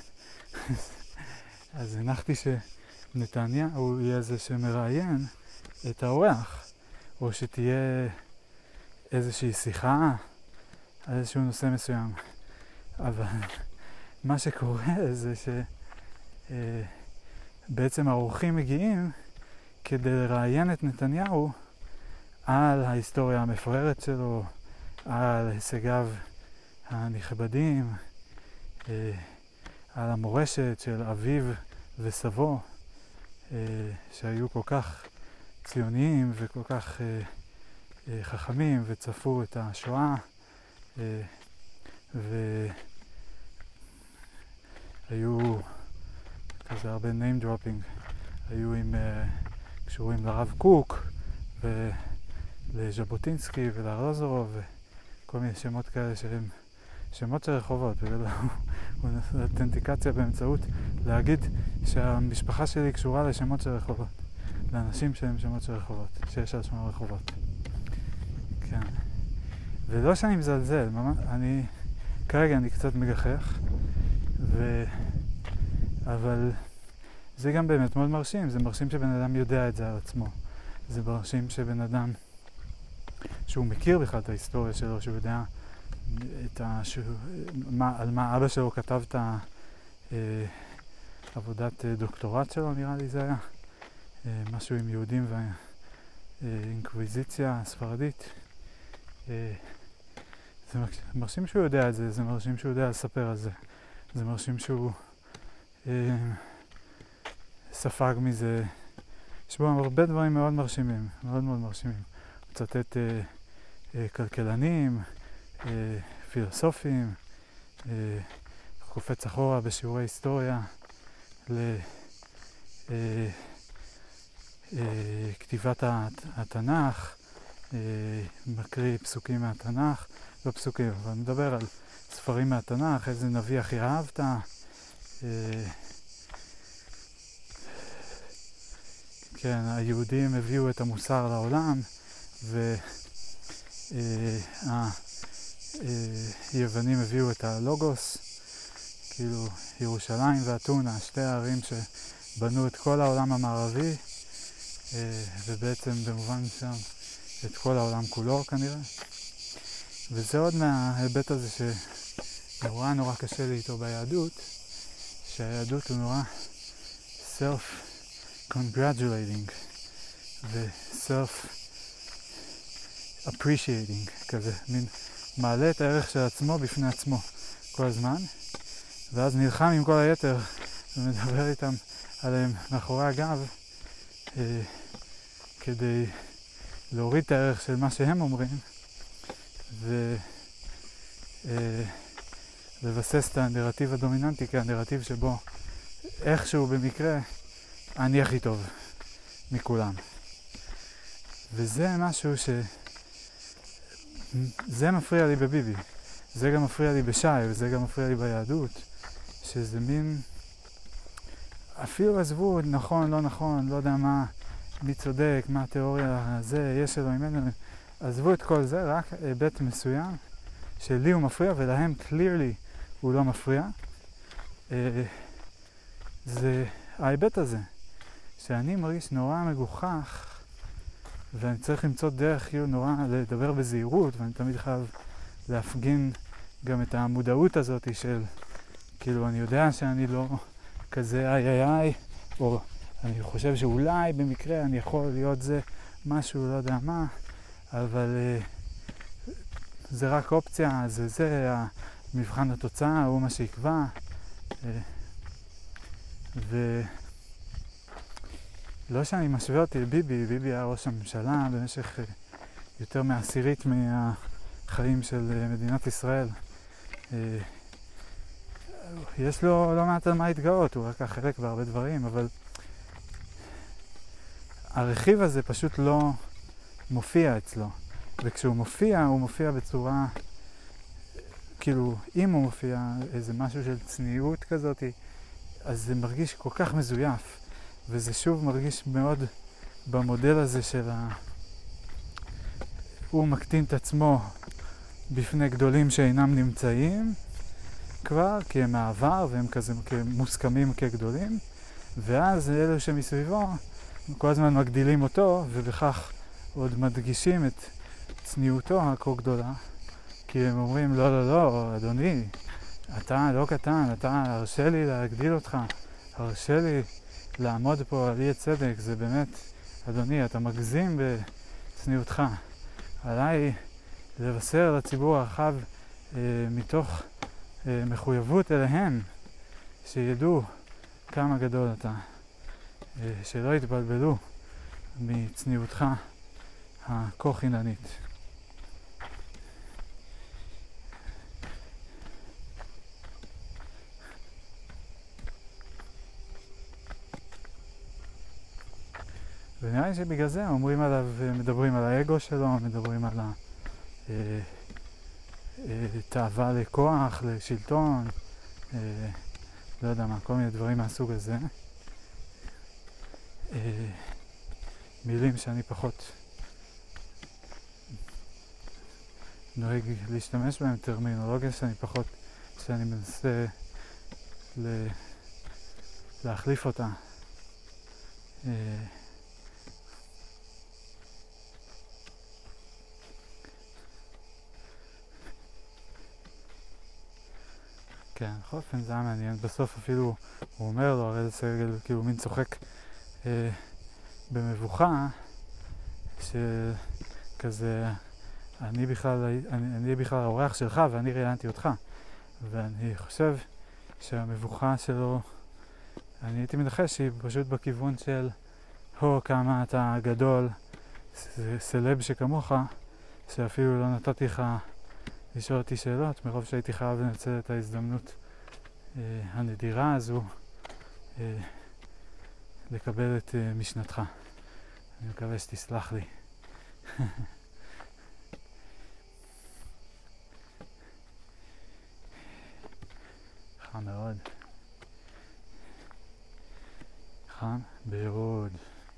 [SPEAKER 1] אז הנחתי שנתניה יהיה זה שמראיין את האורח, או שתהיה איזושהי שיחה על איזשהו נושא מסוים. אבל מה שקורה זה שבעצם האורחים מגיעים כדי לראיין את נתניהו על ההיסטוריה המפוארת שלו, על הישגיו הנכבדים, על המורשת של אביו וסבו, שהיו כל כך ציוניים וכל כך חכמים וצפו את השואה, והיו כזה הרבה name dropping, היו קשורים לרב קוק ולז'בוטינסקי ולארלוזורוב וכל מיני שמות כאלה שהם שמות של רחובות, הוא נעשה אותנטיקציה באמצעות להגיד שהמשפחה שלי קשורה לשמות של רחובות, לאנשים שהם שמות של רחובות, שיש על שמות רחובות. כן. ולא שאני מזלזל, כרגע אני קצת מגחך, אבל זה גם באמת מאוד מרשים, זה מרשים שבן אדם יודע את זה על עצמו. זה מרשים שבן אדם שהוא מכיר בכלל את ההיסטוריה שלו, שהוא יודע על מה אבא שלו כתב את עבודת דוקטורט שלו, נראה לי זה היה. משהו עם יהודים והאינקוויזיציה הספרדית. זה מרשים שהוא יודע את זה, זה מרשים שהוא יודע לספר על זה. זה מרשים שהוא ספג מזה. יש בו הרבה דברים מאוד מרשימים, מאוד מאוד מרשימים. הוא מצטט כלכלנים, פילוסופים, קופץ אחורה בשיעורי היסטוריה לכתיבת התנ"ך, מקריא פסוקים מהתנ"ך, לא פסוקים, אבל מדבר על ספרים מהתנ"ך, איזה נביא הכי אהבת, כן, היהודים הביאו את המוסר לעולם, היוונים הביאו את הלוגוס, כאילו ירושלים ואתונה, שתי הערים שבנו את כל העולם המערבי, ובעצם במובן שם את כל העולם כולו כנראה. וזה עוד מההיבט הזה שנורא קשה לי איתו ביהדות, שהיהדות הוא נורא self-congratulating ו-self-appreciating כזה, מין מעלה את הערך של עצמו בפני עצמו כל הזמן, ואז נלחם עם כל היתר ומדבר איתם עליהם מאחורי הגב, כדי להוריד את הערך של מה שהם אומרים ולבסס את הנרטיב הדומיננטי כהנרטיב שבו איכשהו במקרה אני הכי טוב מכולם. וזה משהו זה מפריע לי בביבי, זה גם מפריע לי בשי, וזה גם מפריע לי ביהדות, שזה מין, אפילו עזבו נכון, לא נכון, לא יודע מה, מי צודק, מה התיאוריה הזה, יש אלוהים, ממנו, עזבו את כל זה, רק היבט מסוים שלי הוא מפריע ולהם clearly הוא לא מפריע. זה ההיבט הזה, שאני מרגיש נורא מגוחך ואני צריך למצוא דרך כאילו נורא לדבר בזהירות, ואני תמיד חייב להפגין גם את המודעות הזאת של כאילו אני יודע שאני לא כזה איי, או אני חושב שאולי במקרה אני יכול להיות זה משהו, לא יודע מה, אבל זה רק אופציה, זה המבחן התוצאה, הוא מה שיקבע. לא שאני משווה אותי לביבי, ביבי היה ראש הממשלה במשך יותר מעשירית מהחיים של מדינת ישראל. יש לו לא מעט על מה להתגאות, הוא רק חלק בהרבה דברים, אבל הרכיב הזה פשוט לא מופיע אצלו. וכשהוא מופיע, הוא מופיע בצורה, כאילו, אם הוא מופיע איזה משהו של צניעות כזאת, אז זה מרגיש כל כך מזויף. וזה שוב מרגיש מאוד במודל הזה של הוא מקטין את עצמו בפני גדולים שאינם נמצאים כבר, כי הם מעבר והם כזה מוסכמים כגדולים, ואז אלו שמסביבו כל הזמן מגדילים אותו, ובכך עוד מדגישים את צניעותו הכה גדולה, כי הם אומרים לא, אדוני, אתה לא קטן, אתה הרשה לי להגדיל אותך, הרשה לי לעמוד פה על אי הצדק, זה באמת, אדוני, אתה מגזים בצניעותך. עליי לבשר לציבור הרחב מתוך מחויבות אליהם, שידעו כמה גדול אתה, שלא יתבלבלו מצניעותך הכה חיננית. ונראה לי שבגלל זה אומרים עליו, מדברים על האגו שלו, מדברים על תאווה לכוח, לשלטון, לא יודע מה, כל מיני דברים מהסוג הזה. מילים שאני פחות נוהג להשתמש בהם, טרמינולוגיה שאני מנסה להחליף אותה. כן, בכל אופן זה היה מעניין. בסוף אפילו הוא אומר לו, הרי זה סגל, כאילו מין צוחק במבוכה, שכזה, אני בכלל האורח שלך ואני ראיינתי אותך. ואני חושב שהמבוכה שלו, אני הייתי מנחש שהיא פשוט בכיוון של כמה אתה גדול, סלב שכמוך, שאפילו לא נתתי לך לשאול אותי שאלות, מרוב שהייתי חייב לנצל את ההזדמנות הנדירה הזו לקבל את משנתך. אני מקווה שתסלח לי. חם מאוד. חם מאוד.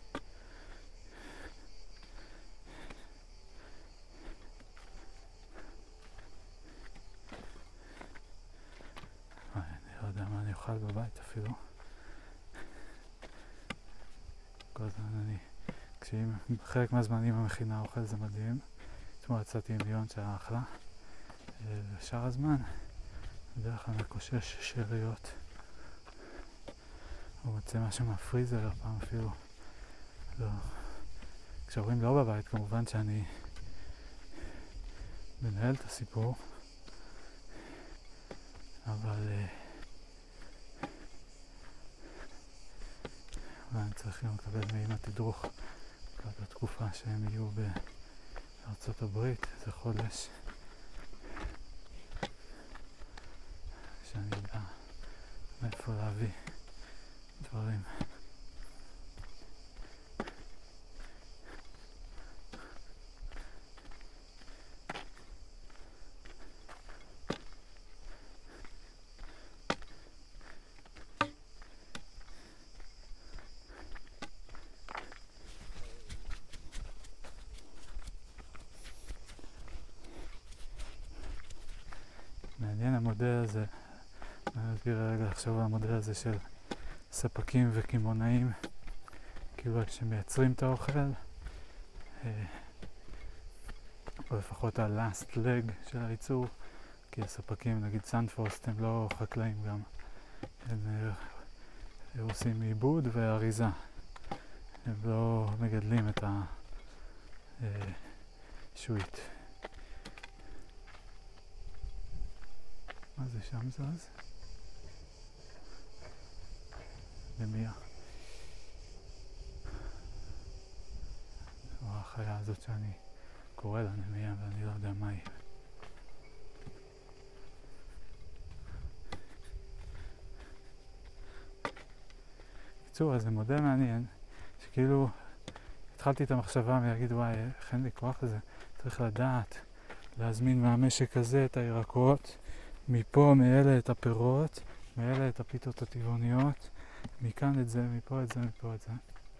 [SPEAKER 1] אוכל בבית אפילו. כל הזמן חלק מהזמן אמא מכינה אוכל, זה מדהים. אתמול יצאתי עם ליון שהיה אחלה. ושאר הזמן בדרך כלל מקושש שאריות. הוא מוצא משהו מהפריזר, הפעם אפילו לא. כשהורים לא בבית, כמובן שאני מנהל את הסיפור, אבל ואני צריך גם לקבל מאמא תדרוך עד התקופה שהם יהיו בארצות הברית, זה חודש שאני יודע מאיפה להביא דברים. מעניין המודל הזה, אני אסביר רגע לחשוב על המודל הזה של ספקים וקימונאים, כאילו שמייצרים את האוכל, או לפחות ה-last leg של הייצור, כי הספקים, נגיד סנפורסט, הם לא חקלאים גם, הם עושים עיבוד ואריזה, הם לא מגדלים את השועית. מה זה שם זז? נמיה. או החיה הזאת שאני קורא לה נמיה ואני לא יודע מה היא. בקיצור, אז זה מודל מעניין, שכאילו התחלתי את המחשבה ולהגיד וואי, איך אין לי כוח לזה, צריך לדעת להזמין מהמשק הזה את הירקות, מפה מאלה את הפירות, מאלה את הפיתות הטבעוניות, מכאן את זה, מפה את זה, מפה את זה.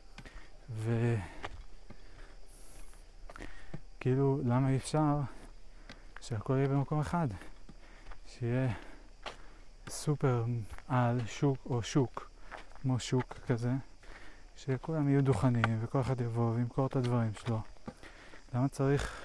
[SPEAKER 1] וכאילו, למה אי אפשר שהכל יהיה במקום אחד? שיהיה סופר על שוק או שוק, כמו שוק כזה, שכולם יהיו דוכנים וכל אחד יבוא וימכור את הדברים שלו. למה צריך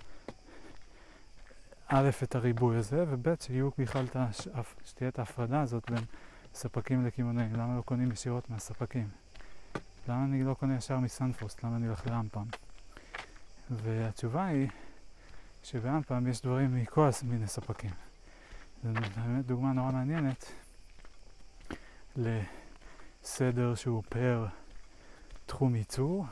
[SPEAKER 1] א' את הריבוי הזה, וב' שיהיו בכלל שתהיה את ההפרדה הזאת בין ספקים לקימונאים. למה לא קונים ישירות מהספקים? למה אני לא קונה ישר מסנפורסט? למה אני הולך לאמפם? והתשובה היא שבאמפם יש דברים מכל מיני ספקים. זו באמת דוגמה נורא מעניינת לסדר שהוא פר תחום ייצור,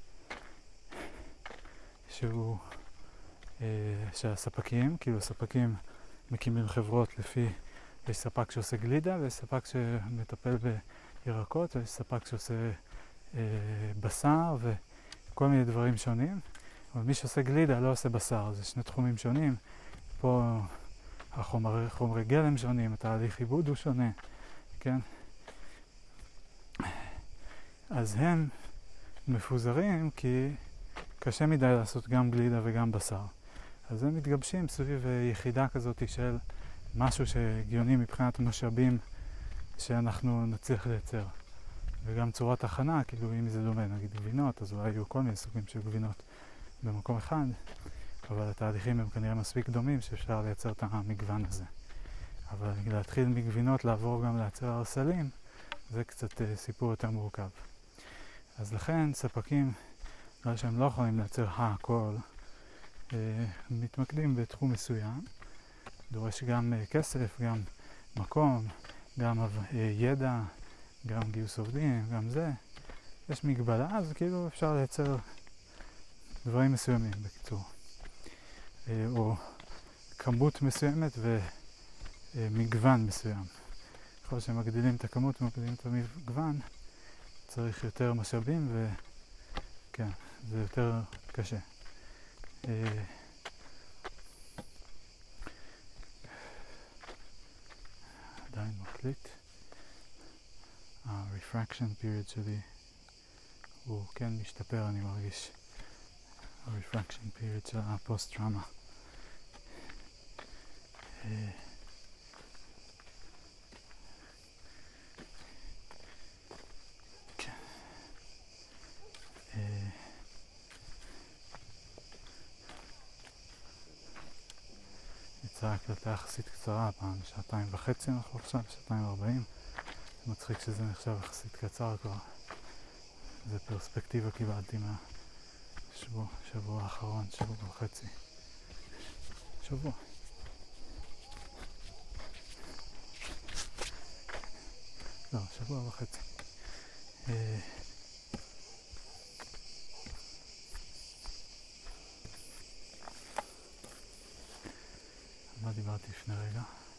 [SPEAKER 1] שהוא שהספקים, כאילו ספקים מקימים חברות לפי, יש ספק שעושה גלידה ויש ספק שמטפל בירקות ויש ספק שעושה בשר וכל מיני דברים שונים, אבל מי שעושה גלידה לא עושה בשר, זה שני תחומים שונים. פה החומרי גלם שונים, התהליך עיבוד הוא שונה, כן? אז הם מפוזרים כי קשה מדי לעשות גם גלידה וגם בשר. אז הם מתגבשים סביב יחידה כזאת של משהו שהגיוני מבחינת משאבים שאנחנו נצליח לייצר. וגם צורת הכנה, כאילו אם זה דומה, נגיד גבינות, אז אולי יהיו כל מיני סוגים של גבינות במקום אחד, אבל התהליכים הם כנראה מספיק דומים שאפשר לייצר את המגוון הזה. אבל להתחיל מגבינות לעבור גם לייצר הרסלים, זה קצת סיפור יותר מורכב. אז לכן ספקים, בגלל שהם לא יכולים לייצר הכל, מתמקדים בתחום מסוים, דורש גם כסף, גם מקום, גם ידע, גם גיוס עובדים, גם זה. יש מגבלה, אז כאילו אפשר לייצר דברים מסוימים בקיצור. או כמות מסוימת ומגוון מסוים. ככל שמגדילים את הכמות ומגדילים את המגוון, צריך יותר משאבים וכן, זה יותר קשה. עדיין מקליט. ה-refraction period שלי הוא כן משתפר, אני מרגיש. ה-refraction period של הפוסט-טראומה. יצאה הקלטה יחסית קצרה, פעם 2.5 אנחנו עכשיו, 2:40. זה מצחיק שזה נחשב יחסית קצר כבר. זה פרספקטיבה קיבלתי מהשבוע האחרון, שבוע וחצי. שבוע. לא, שבוע וחצי. דיברתי לפני רגע?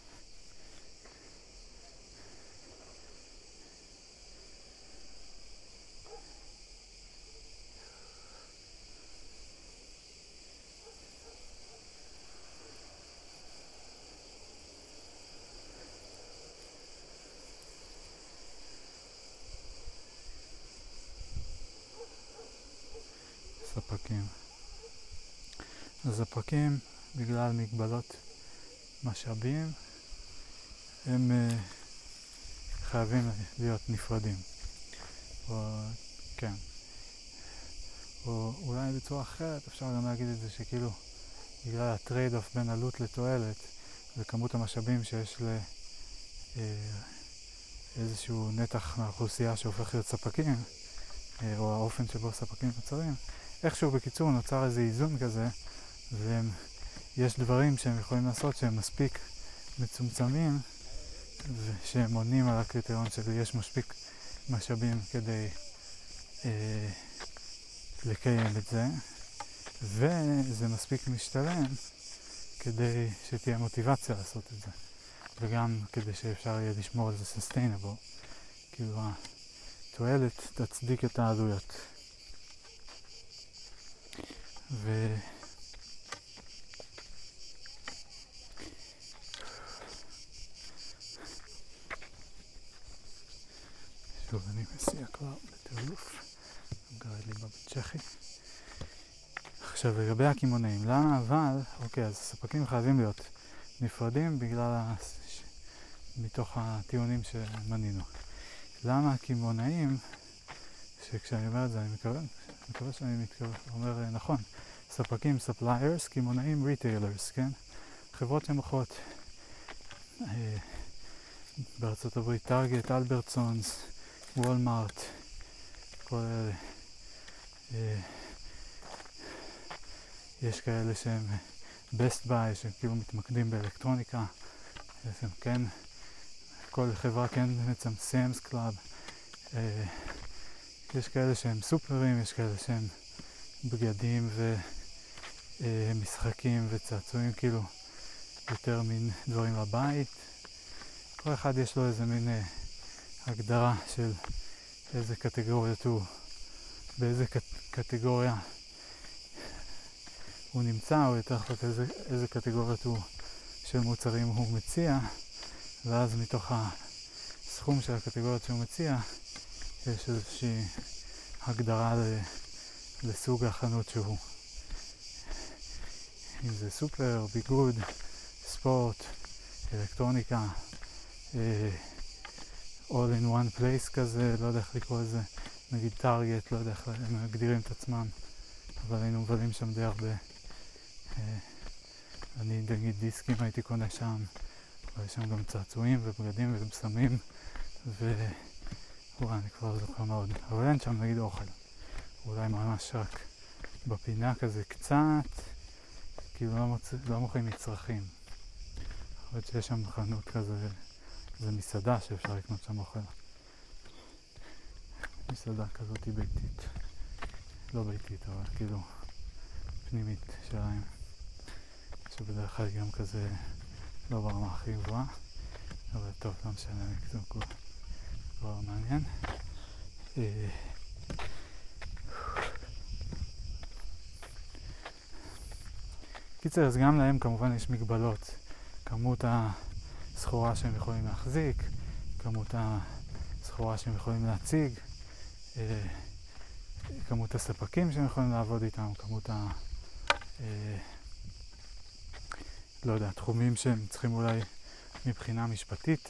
[SPEAKER 1] ספקים. אז ספקים, בגלל מגבלות משאבים, הם חייבים להיות נפרדים. כן. או אולי בצורה אחרת אפשר גם להגיד את זה שכאילו בגלל הטרייד אוף בין עלות לתועלת וכמות המשאבים שיש לאיזשהו נתח מהאוכלוסייה שהופך להיות ספקים, או האופן שבו ספקים נוצרים, איכשהו בקיצור נוצר איזה איזון כזה, ויש דברים שהם יכולים לעשות שהם מספיק מצומצמים ושהם עונים על הקריטריון של יש מספיק משאבים כדי לקיים את זה, וזה מספיק משתלם כדי שתהיה מוטיבציה לעשות את זה, וגם כדי שאפשר יהיה לשמור על זה sustainable, כאילו התועלת תצדיק את העלויות. שוב אני מסיע כבר בטירוף, גרד לי בצ'כי. עכשיו לגבי הקמעונאים, למה אבל, אוקיי, אז הספקים חייבים להיות נפרדים בגלל מתוך הטיעונים שמנינו. למה הקמעונאים, שכשאני אומר את זה אני מקווה שאני אומר נכון, ספקים suppliers, קמעונאים retailers, כן? חברות שמוכרות בארצות הברית, טארגט, אלברטסונס, וולמארט, כל אלה. יש כאלה שהם best buy, שכאילו מתמקדים באלקטרוניקה, כן, כל חברה כן בעצם סאמס קלאב, יש כאלה שהם סופרים, יש כאלה שהם בגדים ומשחקים וצעצועים, כאילו יותר מין דברים לבית. כל אחד יש לו איזה מין הגדרה של איזה קטגוריות הוא, באיזה קטגוריה הוא נמצא, או יותר נכון איזה קטגוריות הוא של מוצרים הוא מציע, ואז מתוך הסכום של הקטגוריות שהוא מציע יש איזושהי הגדרה לסוג החנות שהוא, אם זה סופר, ביגוד, ספורט, אלקטרוניקה, all in one place כזה, לא יודע איך לקרוא לזה, נגיד טארגט, לא יודע איך הם מגדירים את עצמם, אבל היינו מבלים שם די הרבה. אני נגיד דיסקים הייתי קונה שם, ויש שם גם צעצועים ובגדים ובשמים, אני כבר זוכר מאוד, אבל אין שם נגיד אוכל, אולי ממש רק בפינה כזה קצת, כאילו לא מוכרים מצרכים. יכול להיות שיש שם חנות כזה, זה מסעדה שאפשר לקנות שם אוכל. מסעדה כזאת ביתית, לא ביתית אבל כאילו פנימית שלהם, שבדרך כלל גם כזה לא ברמה הכי גבוהה, אבל טוב, לא משנה, זה כבר מעניין. קיצר, אז גם להם כמובן יש מגבלות, כמות הסחורה שהם יכולים להחזיק, כמות הסחורה שהם יכולים להציג, כמות הספקים שהם יכולים לעבוד איתם, כמות לא יודע, תחומים שהם צריכים אולי מבחינה משפטית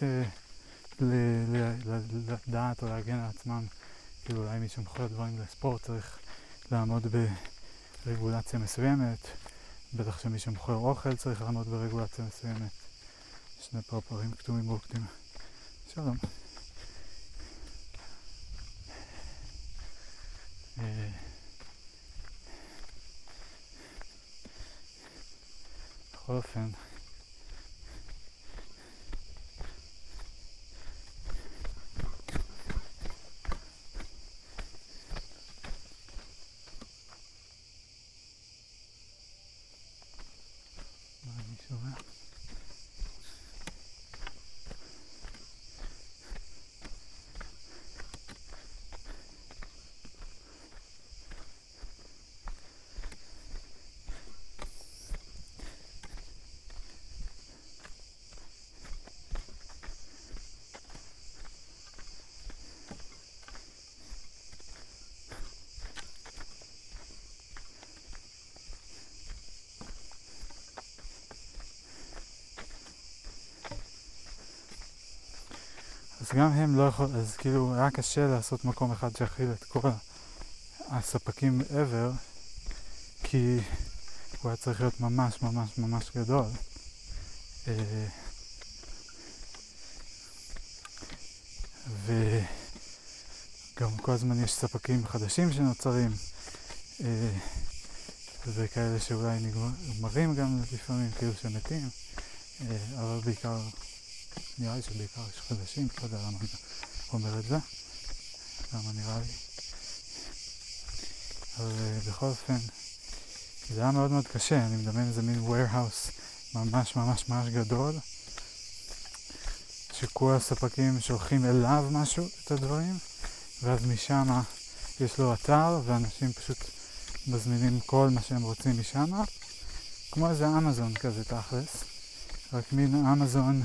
[SPEAKER 1] לדעת או להגן על עצמם, כאילו אולי מי שמוכר דברים לספורט צריך לעמוד ברגולציה מסוימת, בטח שמי שמוכר אוכל צריך לעמוד ברגולציה מסוימת. שני פרפרים כתומים רוקדים. שלום. בכל אופן, מה אני שומע? גם הם לא יכול, אז כאילו היה קשה לעשות מקום אחד שיכיל את כל הספקים ever, כי הוא היה צריך להיות ממש ממש ממש גדול. וגם כל הזמן יש ספקים חדשים שנוצרים, וכאלה שאולי נגמרים גם לפעמים, כאילו שמתים, אבל בעיקר, נראה לי שבעיקר יש חדשים, לא יודע למה אני אומר את זה, למה נראה לי. אבל בכל אופן, זה היה מאוד מאוד קשה, אני מדמיין איזה מין warehouse ממש ממש ממש גדול, שכל הספקים שולחים אליו משהו, את הדברים, ואז משם יש לו אתר, ואנשים פשוט מזמינים כל מה שהם רוצים משם, כמו איזה אמזון כזה תכלס, רק מין אמזון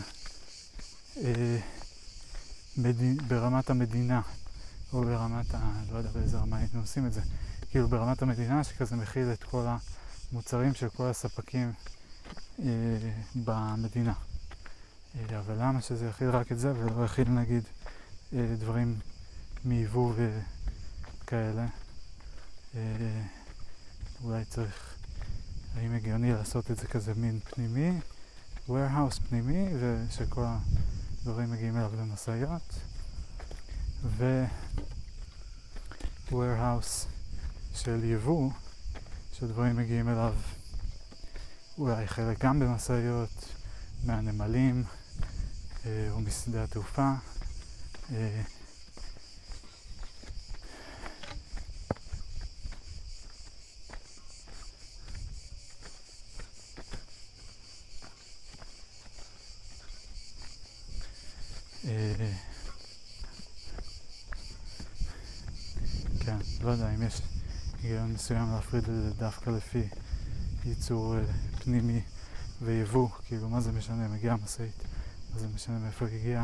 [SPEAKER 1] ברמת המדינה, או ברמת, לא יודע באיזה רמה היינו עושים את זה, כאילו ברמת המדינה שכזה מכיל את כל המוצרים של כל הספקים במדינה. אבל למה שזה יכיל רק את זה ולא יכיל נגיד דברים מייבוא וכאלה? אולי צריך, האם הגיוני לעשות את זה כזה מין פנימי, warehouse פנימי, ושכל הדברים מגיעים אליו במשאיות, warehouse של יבוא, שדברים מגיעים אליו אולי חלק גם במשאיות, מהנמלים או משדה התעופה. כן, לא יודע אם יש היגיון מסוים להפריד את זה דווקא לפי ייצור פנימי ויבוא, כאילו מה זה משנה, מגיעה משאית, מה זה משנה מאיפה הגיעה.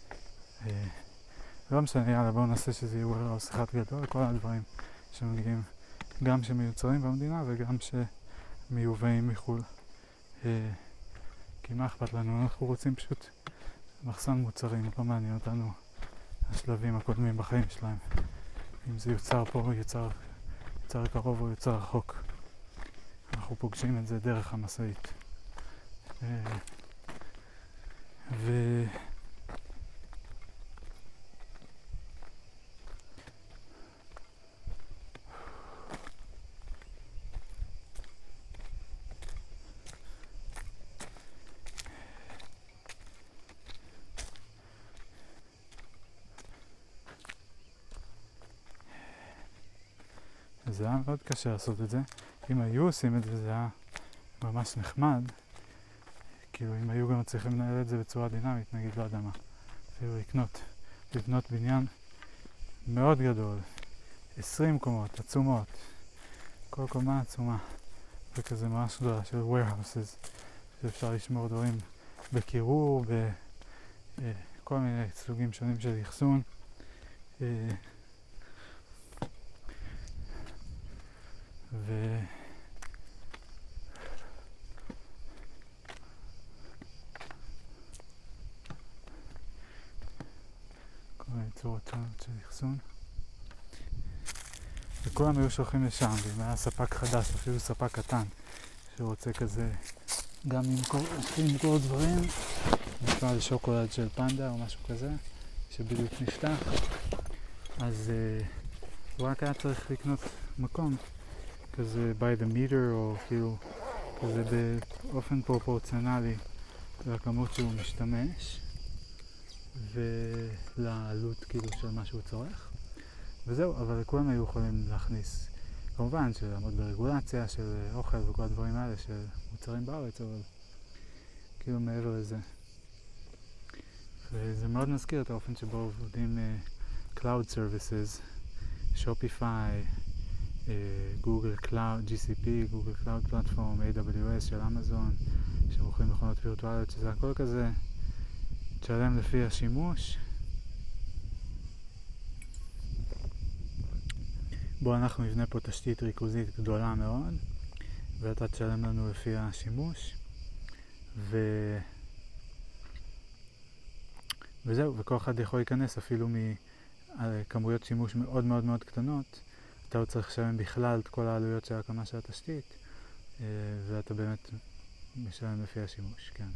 [SPEAKER 1] לא משנה, יאללה בואו נעשה שזה יהיה warehouse אחד גדול, כל הדברים שמגיעים, גם שמיוצרים במדינה וגם שמיובאים מחול. כי מה אכפת לנו, אנחנו רוצים פשוט מחסן מוצרים, לא מעניין אותנו השלבים הקודמים בחיים שלהם. אם זה יוצר פה או יוצר קרוב או יוצר רחוק. אנחנו פוגשים את זה דרך המשאית. זה היה מאוד קשה לעשות את זה. אם היו עושים את זה, זה היה ממש נחמד. כאילו, אם היו גם צריכים לנהל את זה בצורה דינמית, נגיד, לא יודע מה. אפילו לבנות בניין מאוד גדול. 20 קומות, עצומות. כל קומה עצומה. וכזה ממש גדולה של warehouses, שאפשר לשמור דברים בקירור, בכל מיני סוגים שונים של אחסון. כל מיני צורות שונות של אחסון. וכולם היו שולחים לשם, ואם היה ספק חדש, אפילו ספק קטן, שרוצה כזה גם למכור דברים, נקרא שוקולד של פנדה או משהו כזה, שבדיוק נפתח, אז הוא רק היה צריך לקנות מקום כזה by the meter, או כאילו כזה באופן פרופורציונלי לכמות שהוא משתמש ולעלות כאילו של מה שהוא צורך, וזהו. אבל כולם היו יכולים להכניס, כמובן שלעמוד ברגולציה של אוכל וכל הדברים האלה של מוצרים בארץ, אבל כאילו מעבר לזה. וזה מאוד מזכיר את האופן שבו עובדים Cloud Services, Shopify, גוגל Cloud, GCP, גוגל Cloud Platform, AWS של אמזון, שמוכרים מכונות וירטואליות, שזה הכל כזה תשלם לפי השימוש. בו אנחנו נבנה פה תשתית ריכוזית גדולה מאוד, ואתה תשלם לנו לפי השימוש, וזהו, וכל אחד יכול להיכנס אפילו מכמויות שימוש מאוד מאוד מאוד קטנות. אתה לא צריך לשלם בכלל את כל העלויות של ההקמה של התשתית, ואתה באמת משלם לפי השימוש, כן.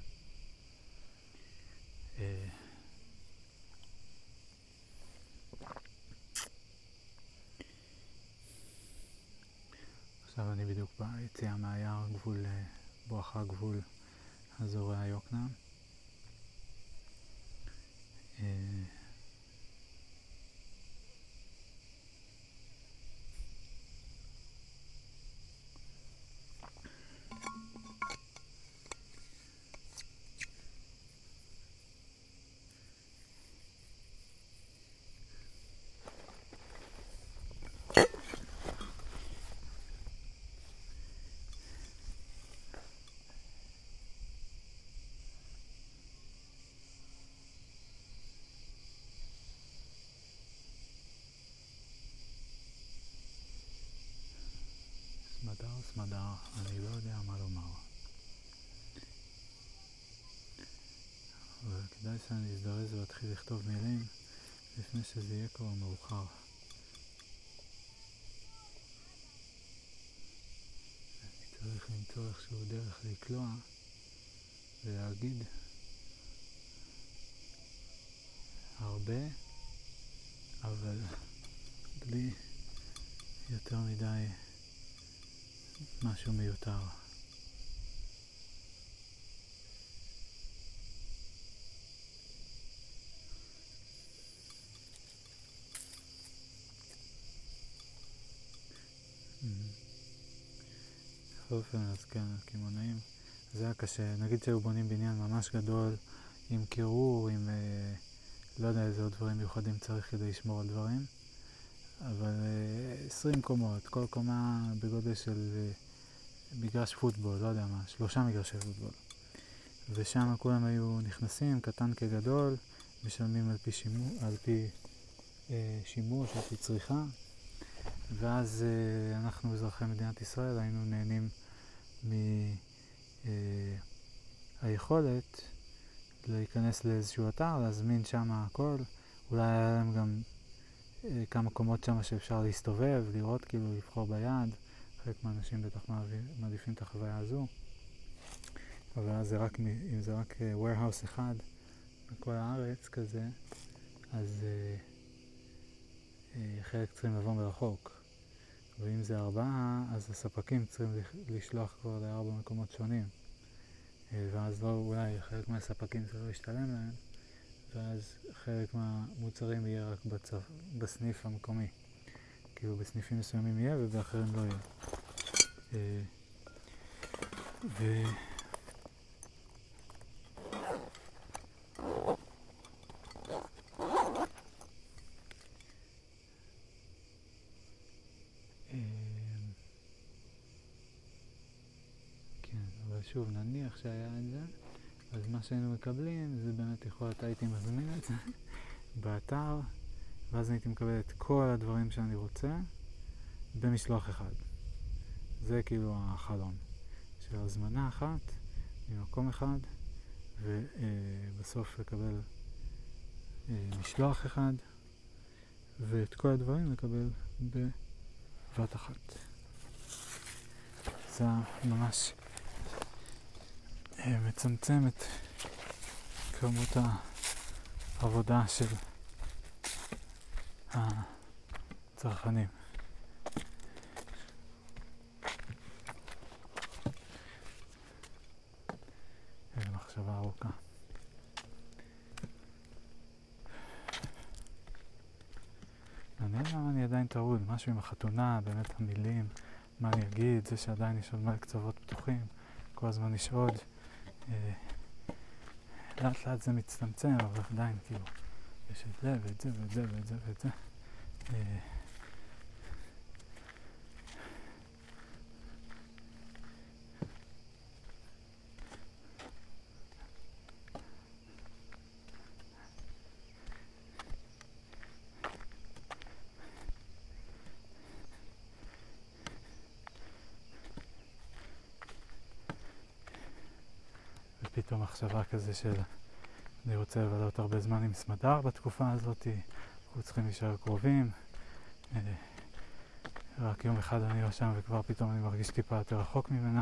[SPEAKER 1] עכשיו אני בדיוק ביציאה מהיער, גבול, בואכה גבול אזורי היוקנעם. סמדר, אני לא יודע מה לומר. אבל כדאי שאני אזדרז ואתחיל לכתוב מילים לפני שזה יהיה כבר מאוחר. אני צריך למצוא איכשהו דרך לקלוע ולהגיד הרבה, אבל בלי יותר מדי משהו מיותר. באופן, אז כן, הכימונאים זה היה קשה. נגיד שהיו בונים בניין ממש גדול עם קירור, עם לא יודע איזה עוד דברים מיוחדים צריך כדי לשמור על דברים, אבל 20 קומות, כל קומה בגודל של מגרש פוטבול, לא יודע מה, 3 מגרשי פוטבול, ושם כולם היו נכנסים, קטן כגדול, משלמים על פי שימוש, על פי צריכה, ואז אנחנו אזרחי מדינת ישראל היינו נהנים מהיכולת להיכנס לאיזשהו אתר, להזמין שם הכל. אולי היה להם גם כמה קומות שם שאפשר להסתובב, לראות, כאילו לבחור ביד. חלק מהאנשים בטח מעדיפים את החוויה הזו, אבל אז אם זה רק warehouse אחד בכל הארץ כזה, אז חלק צריכים לבוא מרחוק, ואם זה 4, אז הספקים צריכים לשלוח כבר ל4 מקומות שונים, ואז לא, אולי חלק מהספקים זה לא ישתלם להם, ואז חלק מהמוצרים יהיה רק בסניף המקומי, כאילו בסניפים מסוימים יהיה ובאחרים לא יהיה. שוב, נניח שהיה את זה, אז מה שהיינו מקבלים זה באמת יכולת, הייתי מזמין את זה באתר, ואז הייתי מקבל את כל הדברים שאני רוצה במשלוח אחד. זה כאילו החלום של הזמנה אחת ממקום אחד, ובסוף לקבל משלוח אחד, ואת כל הדברים לקבל בבת אחת. זה ממש מצמצם את כמות העבודה של הצרכנים. איזו מחשבה ארוכה. מעניין למה אני עדיין טרוד, משהו עם החתונה, באמת המילים, מה אני אגיד, זה שעדיין יש עוד מלא קצוות פתוחים, כל הזמן יש עוד. לאט לאט זה מצטמצם, אבל עדיין כאילו יש את זה ואת זה ואת זה ואת זה ואת זה. ופתאום מחשבה כזה של אני רוצה לבלות הרבה זמן עם סמדר בתקופה הזאת, אנחנו צריכים להישאר קרובים. רק יום אחד אני לא שם וכבר פתאום אני מרגיש טיפה יותר רחוק ממנה.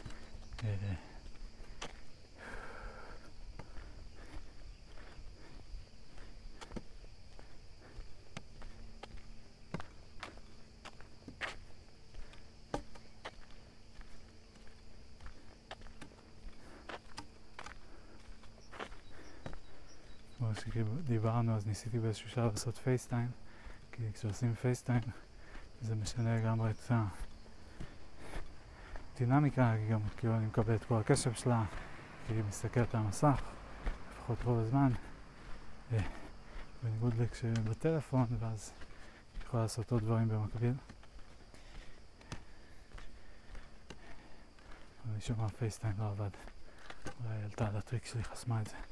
[SPEAKER 1] כמו שדיברנו, אז ניסיתי באיזשהו שלב לעשות פייסטיים, כי כשעושים פייסטיים זה משנה לגמרי את הדינמיקה, גם כאילו אני מקבל את כל הקשב שלה, כי היא מסתכלת על המסך, לפחות רוב הזמן, בניגוד לכשבטלפון, ואז היא יכולה לעשות עוד דברים במקביל. אבל משום מה הפייסטיים לא עבד, אולי העלתה על הטריק שלי, חסמה את זה.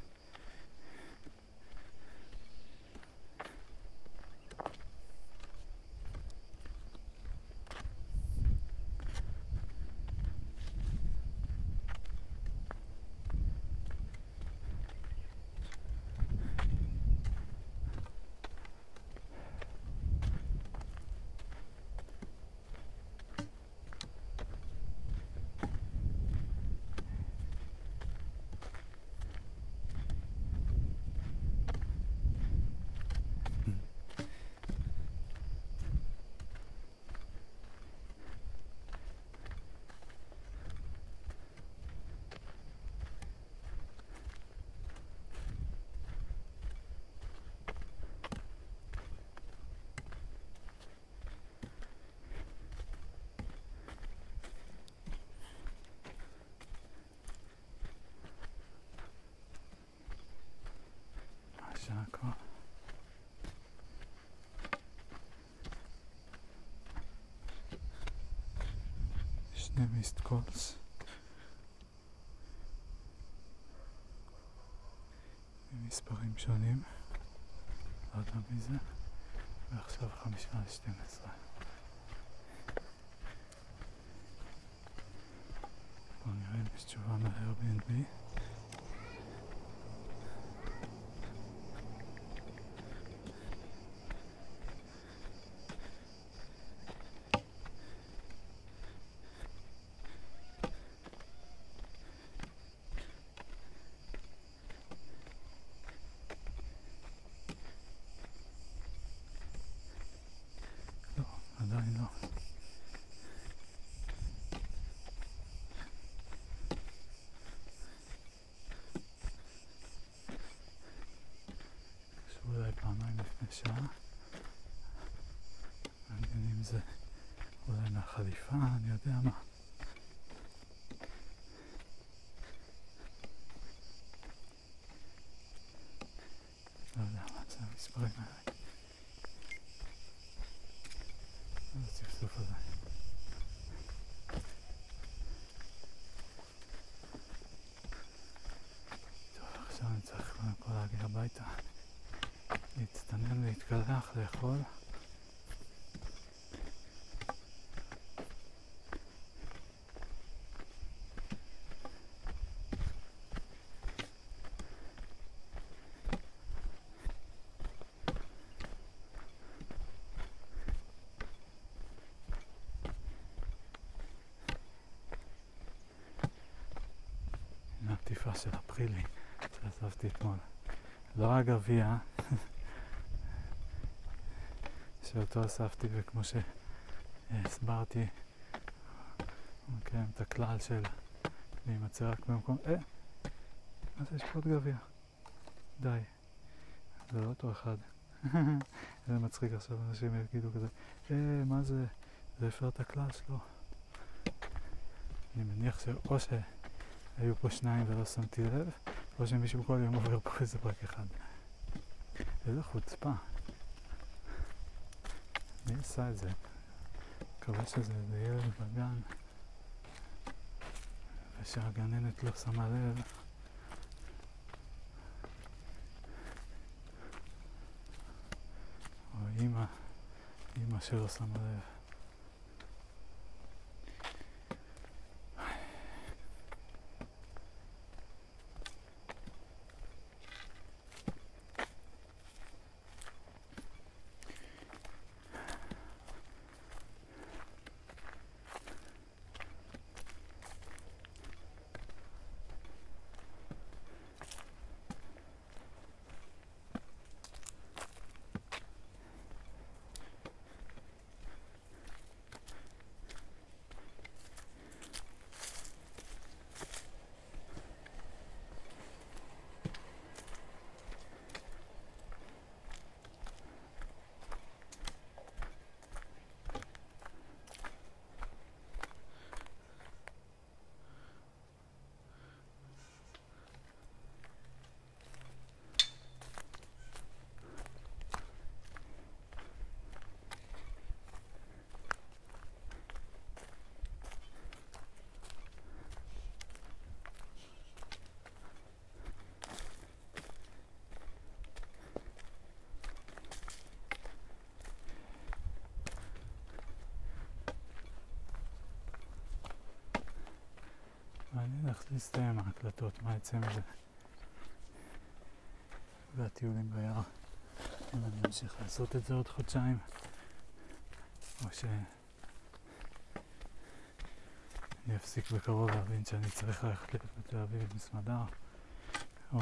[SPEAKER 1] שעה כבר. שני מיסט קולס. במספרים שונים. לא יודע מי זה. ועכשיו 5:12. בואו נראה אם יש תשובה מה-Airbnb. עדיין לא. חשבו אולי פעמיים לפני שעה. מעניין אם זה אולי מהחליפה, אני יודע מה. לא יודע מה זה המספרים האלה. זה צפצוף הזה. טוב, עכשיו אני צריך קודם כל להגיע הביתה, להצטנן, להתקלח, לאכול. העטיפה של אפרילי שעזבתי אתמול. לא הגביע שאותו אספתי, וכמו שהסברתי הוא מקיים את הכלל של להימצא רק במקום. מה זה, יש פה עוד גביע? די, זה לא אותו אחד. זה מצחיק עכשיו, אנשים יגידו כזה, מה זה, זה הפר את הכלל שלו. אני מניח שאו היו פה שניים ולא שמתי לב, או שמישהו כל יום עובר פה איזה רק אחד. איזה חוצפה. מי עשה את זה? מקווה שזה ילד בגן, ושהגננת לא שמה לב. או אמא שלא שמה לב. איך זה יסתיים ההקלטות, מה יצא מזה? והטיולים ביער, אם אני אמשיך לעשות את זה עוד חודשיים, או שאני אפסיק בקרוב להבין שאני צריך ללכת בתל אביב מסמדר, או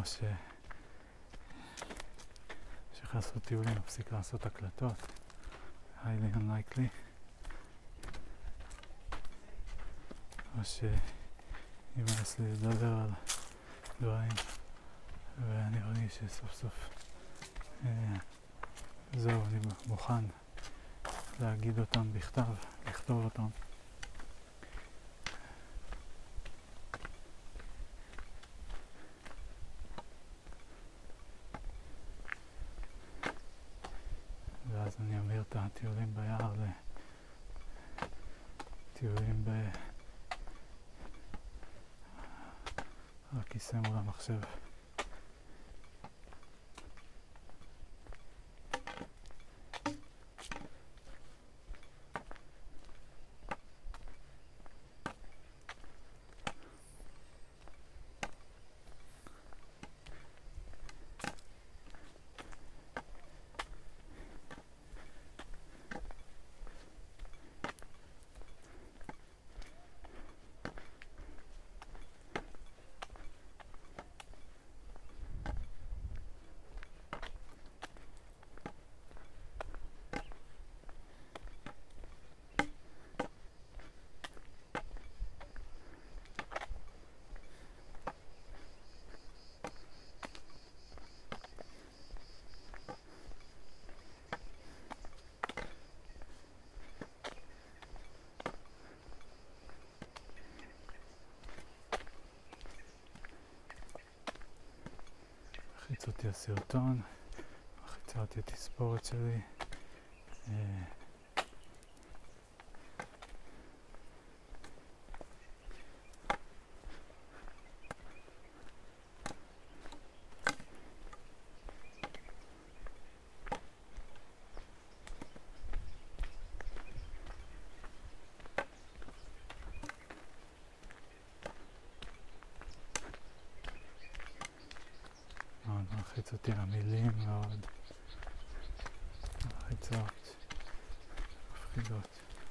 [SPEAKER 1] צריך לעשות טיולים, אפסיק לעשות הקלטות, highly unlikely, או שימאס לי לדבר על דברים ואני מרגיש שסוף סוף זהו, אני מוכן להגיד אותם בכתב, לכתוב אותם. ואז אני אמיר את הטיולים ביער לטיולים הכיסא מול המחשב. מחיץ אותי הסרטון, מחיצה אותי התספורת שלי. מחיץ אותי המילים מאוד מחיצות, מפחידות.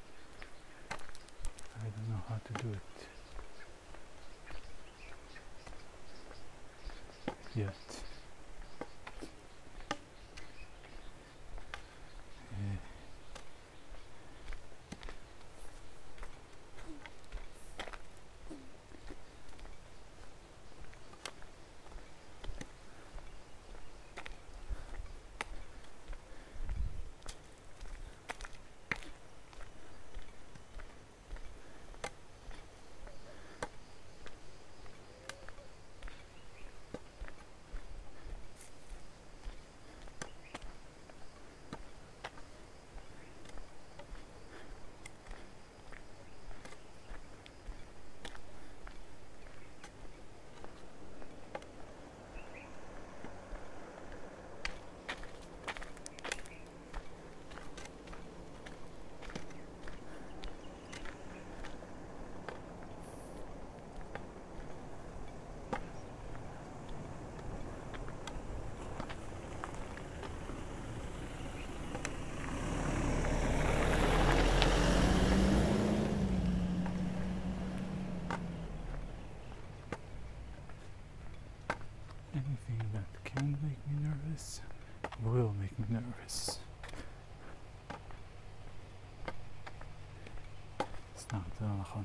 [SPEAKER 1] I don't know how to do it yet. Anything that can make me nervous will make me nervous. סתם, זה לא נכון.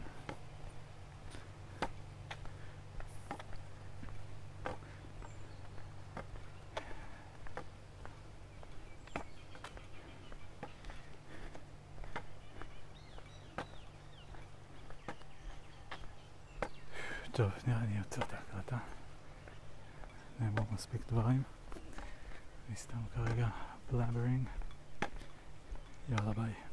[SPEAKER 1] טוב, נראה לי יוצא את ההקלטה. נאמרו מספיק דברים. אני סתם כרגע בלאברינג. יאללה ביי.